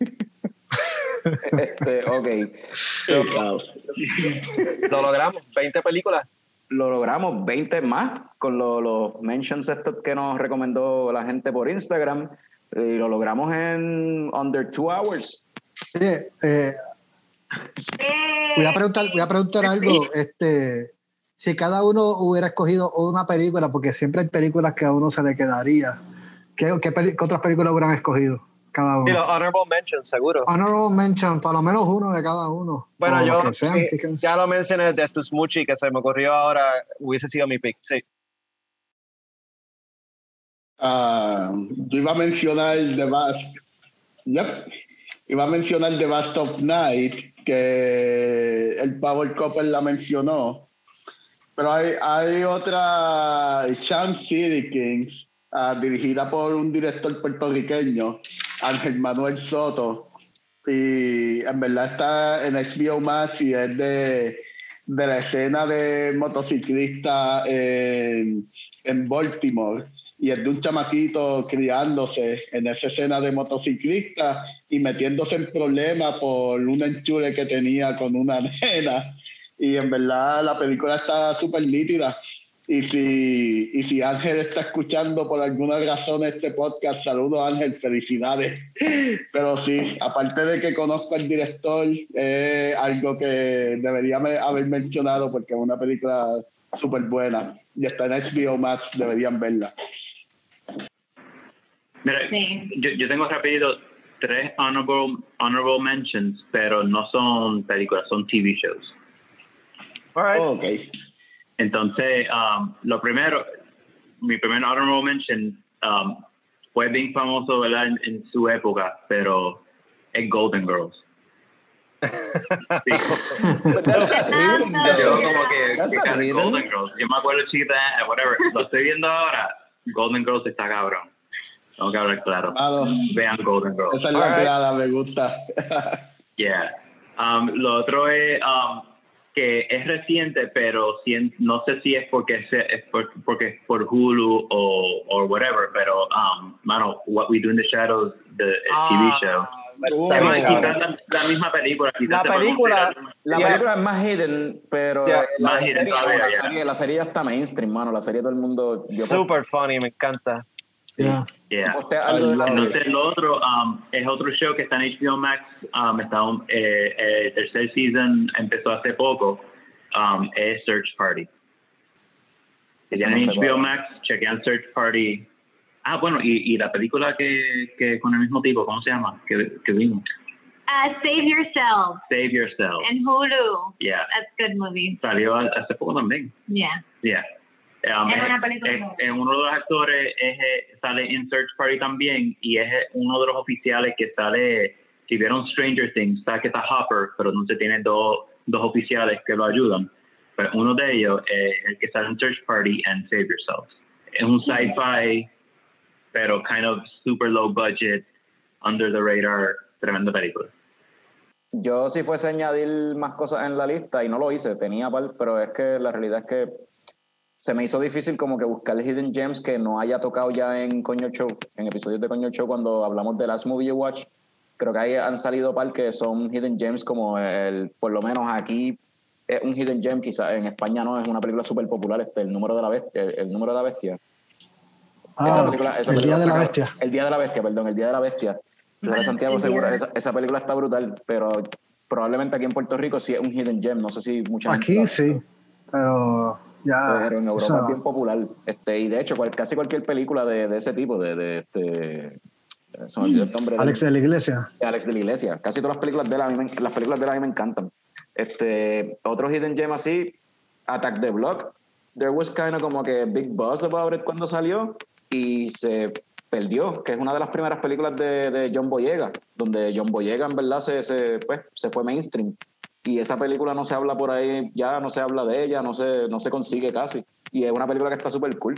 este, ok. So, Wow. Lo logramos. veinte películas. lo logramos veinte más con lo- los mentions estos que nos recomendó la gente por Instagram y lo logramos en under two hours. Oye, eh, Voy a preguntar, voy a preguntar algo. Este, si cada uno hubiera escogido una película, porque siempre hay películas que a uno se le quedaría, ¿qué, qué, peli- qué otras películas hubieran escogido cada Y uno? los honorable mentions, seguro. Honorable mention, por lo menos uno de cada uno. Bueno, o yo los que sean, sí, que- que- ya lo mencioné de Smuchi, que se me ocurrió ahora, hubiese sido mi pick. Sí. Ah, yo iba a mencionar The Vast. Yep. Iba a mencionar The Vast of Night, que el Power Couple la mencionó. Pero hay, hay otra, Chance City Kings, ah, dirigida por un director puertorriqueño, Ángel Manuel Soto. Y en verdad está en H B O Max y es de, de la escena de motociclista en, en Baltimore. Y es de un chamaquito criándose en esa escena de motociclista y metiéndose en problemas por un enchule que tenía con una nena. Y en verdad la película está súper nítida. Y si, y si Ángel está escuchando por alguna razón este podcast, saludos Ángel, felicidades. Pero sí, aparte de que conozco al director, es algo que debería me- haber mencionado porque es una película súper buena. Y está en H B O Max, deberían verla. Mira, Sí. yo, yo tengo rapidito tres honorable, honorable mentions, pero no son películas, son T V shows. All right. Ok. Entonces, um, lo primero, mi primer honorable mention um, fue bien famoso, ¿verdad? En, en su época, pero es Golden Girls. Sí. But that's not hidden, Yo though. como que, That's que not cara, hidden. Golden Girls. Yo me acuerdo chiquita, eh, whatever. Lo estoy viendo ahora. Golden Girls está cabrón. Tengo que hablar claro. Claro. Vean Golden Girls. Esa es la Alright. clara, me gusta. Yeah. Um, lo otro es um, que es reciente, pero si, no sé si es porque se, es por, porque es por Hulu o or whatever, pero um, mano, What We Do in the Shadows, the el T V show. Uh, Es más, cabrón. quizás la, la misma película. Quizás La se puede película- considerar- La Yeah. película es más hidden, pero Yeah. eh, la, Más la hidden serie, no, todavía, la, yeah. serie, la serie ya está mainstream, mano. La serie todo el mundo... Yo Super funny, me encanta. Yeah. Yeah. posté algo de la Ay, serie. Entonces, lo otro um, es otro show que está en H B O Max. Um, está un, eh, el tercer season empezó hace poco. Um, es Search Party. Si Eso tienen no sé H B O cuál. Max, chequean Search Party. Ah, bueno, y, y la película que, que con el mismo tipo, ¿cómo se llama? Que, que vimos. Uh, Save Yourself Save Yourself. en Hulu. Yeah. That's a good movie. Salió hace poco también. Yeah. Yeah. Um, Es es- una película es- nueva. es uno de los actores es, eh, sale en Search Party también y es eh, uno de los oficiales que sale, si vieron Stranger Things, está que está Hopper, pero no se tiene dos, dos oficiales que lo ayudan. Pero uno de ellos es el que sale en Search Party and Save Yourself. Es un sci-fi, pero kind of super low budget, under the radar, tremenda película. Yo si fuese a añadir más cosas en la lista, y no lo hice, tenía par, pero es que la realidad es que se me hizo difícil como que buscar Hidden Gems que no haya tocado ya en Coño Show, en episodios de Coño Show cuando hablamos de Last Movie You Watch. Creo que ahí han salido par que son Hidden Gems como el, por lo menos aquí es un Hidden Gem, quizás en España no, es una película súper popular, este, el número de la bestia, el, el número de la bestia. Ah, esa película, esa El película Día de está la cabrón. Bestia. El Día de la Bestia, perdón, El Día de la Bestia. Bueno, De Santiago El Día Segura, de- esa, esa película está brutal, pero probablemente aquí en Puerto Rico sí es un Hidden Gem, no sé si mucha gente Aquí sabe. sí, pero ya. Pero en Europa esa- es bien popular. Este, y de hecho, cual- casi cualquier película de, de ese tipo, de, de este. Se me olvidó el nombre. de- Alex de la Iglesia. de Alex de la Iglesia. Casi todas las películas de él, a mí me, las películas de él a mí me encantan. Este, otro Hidden Gem así, Attack the Block. There was kind of como que big buzz about it cuando salió y se perdió, que es una de las primeras películas de, de John Boyega, donde John Boyega en verdad se, se, pues, se fue mainstream. Y esa película no se habla por ahí, ya no se habla de ella, no se, no se consigue casi. Y es una película que está súper cool.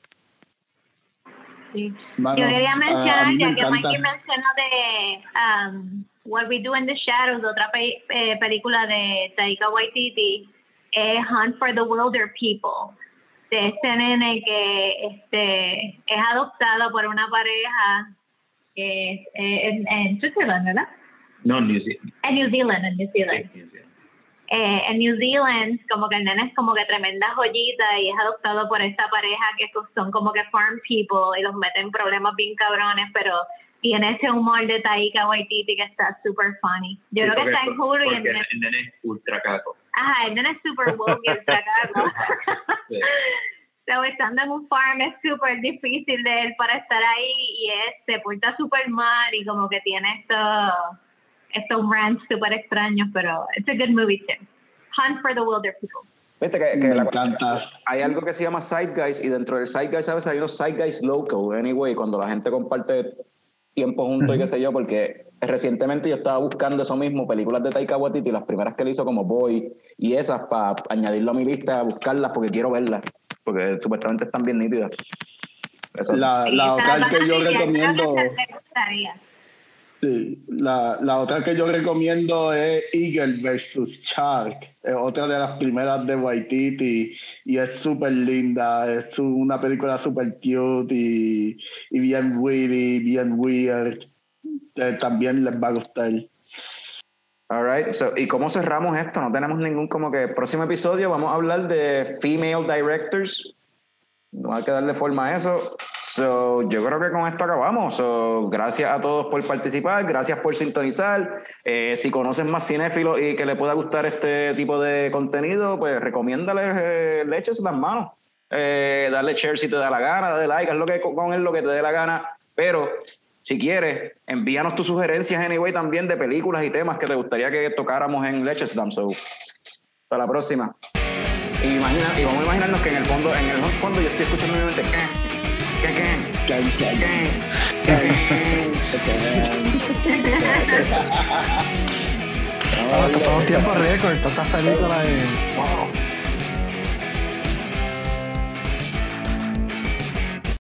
Sí. Mano, Yo quería a- a mencionar, mí me ya que encanta. Mikey mencionó de um, What We Do in the Shadows, otra pe- eh, película de Taika Waititi, es Hunt for the Wilder People, de este nene que este, es adoptado por una pareja que es eh, en, en Switzerland, ¿verdad? No, New Zealand. En New Zealand, en New Zealand. Eh, en New Zealand, como que el nene es como que tremenda joyita y es adoptado por esta pareja que son como que farm people y los meten en problemas bien cabrones, pero tiene ese humor de Taika Waititi que está super funny. Yo Sí, creo que porque- está en Hulu y en porque Netflix. el nene es ultra caco. Ajá, el nene es super woke y ultra caco. Sí. So, estando en un farm es súper difícil de él para estar ahí y es, se porta súper mal y como que tiene estos estos rants súper extraños, pero it's a good movie too. Hunt for the Wilder People. Viste que, que Me la- encanta. hay algo que se llama side guys y dentro del side guys a veces hay unos side guys local, anyway, cuando la gente comparte tiempo juntos y qué sé yo, porque recientemente yo estaba buscando eso mismo, películas de Taika Waititi, las primeras que él hizo como Boy y esas para añadirlo a mi lista, buscarlas porque quiero verlas, porque supuestamente están bien nítidas. Eso. La, la otra que yo recomiendo, Creo que te gustaría. sí, la, la otra que yo recomiendo es Eagle versus Shark. Es otra de las primeras de Waititi y es súper linda. Es una película súper cute y, y bien witty, bien weird. Eh, también les va a gustar. Alright, so, ¿y cómo cerramos esto? No tenemos ningún como que próximo episodio vamos a hablar de female directors. No hay que darle forma a eso. So, yo creo que con esto acabamos. So, gracias a todos por participar, gracias por sintonizar. Eh, si conoces más cinéfilos y que le pueda gustar este tipo de contenido, pues recomiéndales, eh, le eches las manos. Eh, darle share si te da la gana, dale like, haz lo que, con él lo que te dé la gana. Pero si quieres, envíanos tus sugerencias anyway también de películas y temas que te gustaría que tocáramos en Leches Dam. So, hasta la próxima. Y, imagina, y vamos a imaginarnos que en el fondo, en el fondo yo estoy escuchando mi mente ¿qué? ¿Qué, qué? Can, can, ¿Qué? can. Ahora, estos son tiempos récord, todas estas películas de...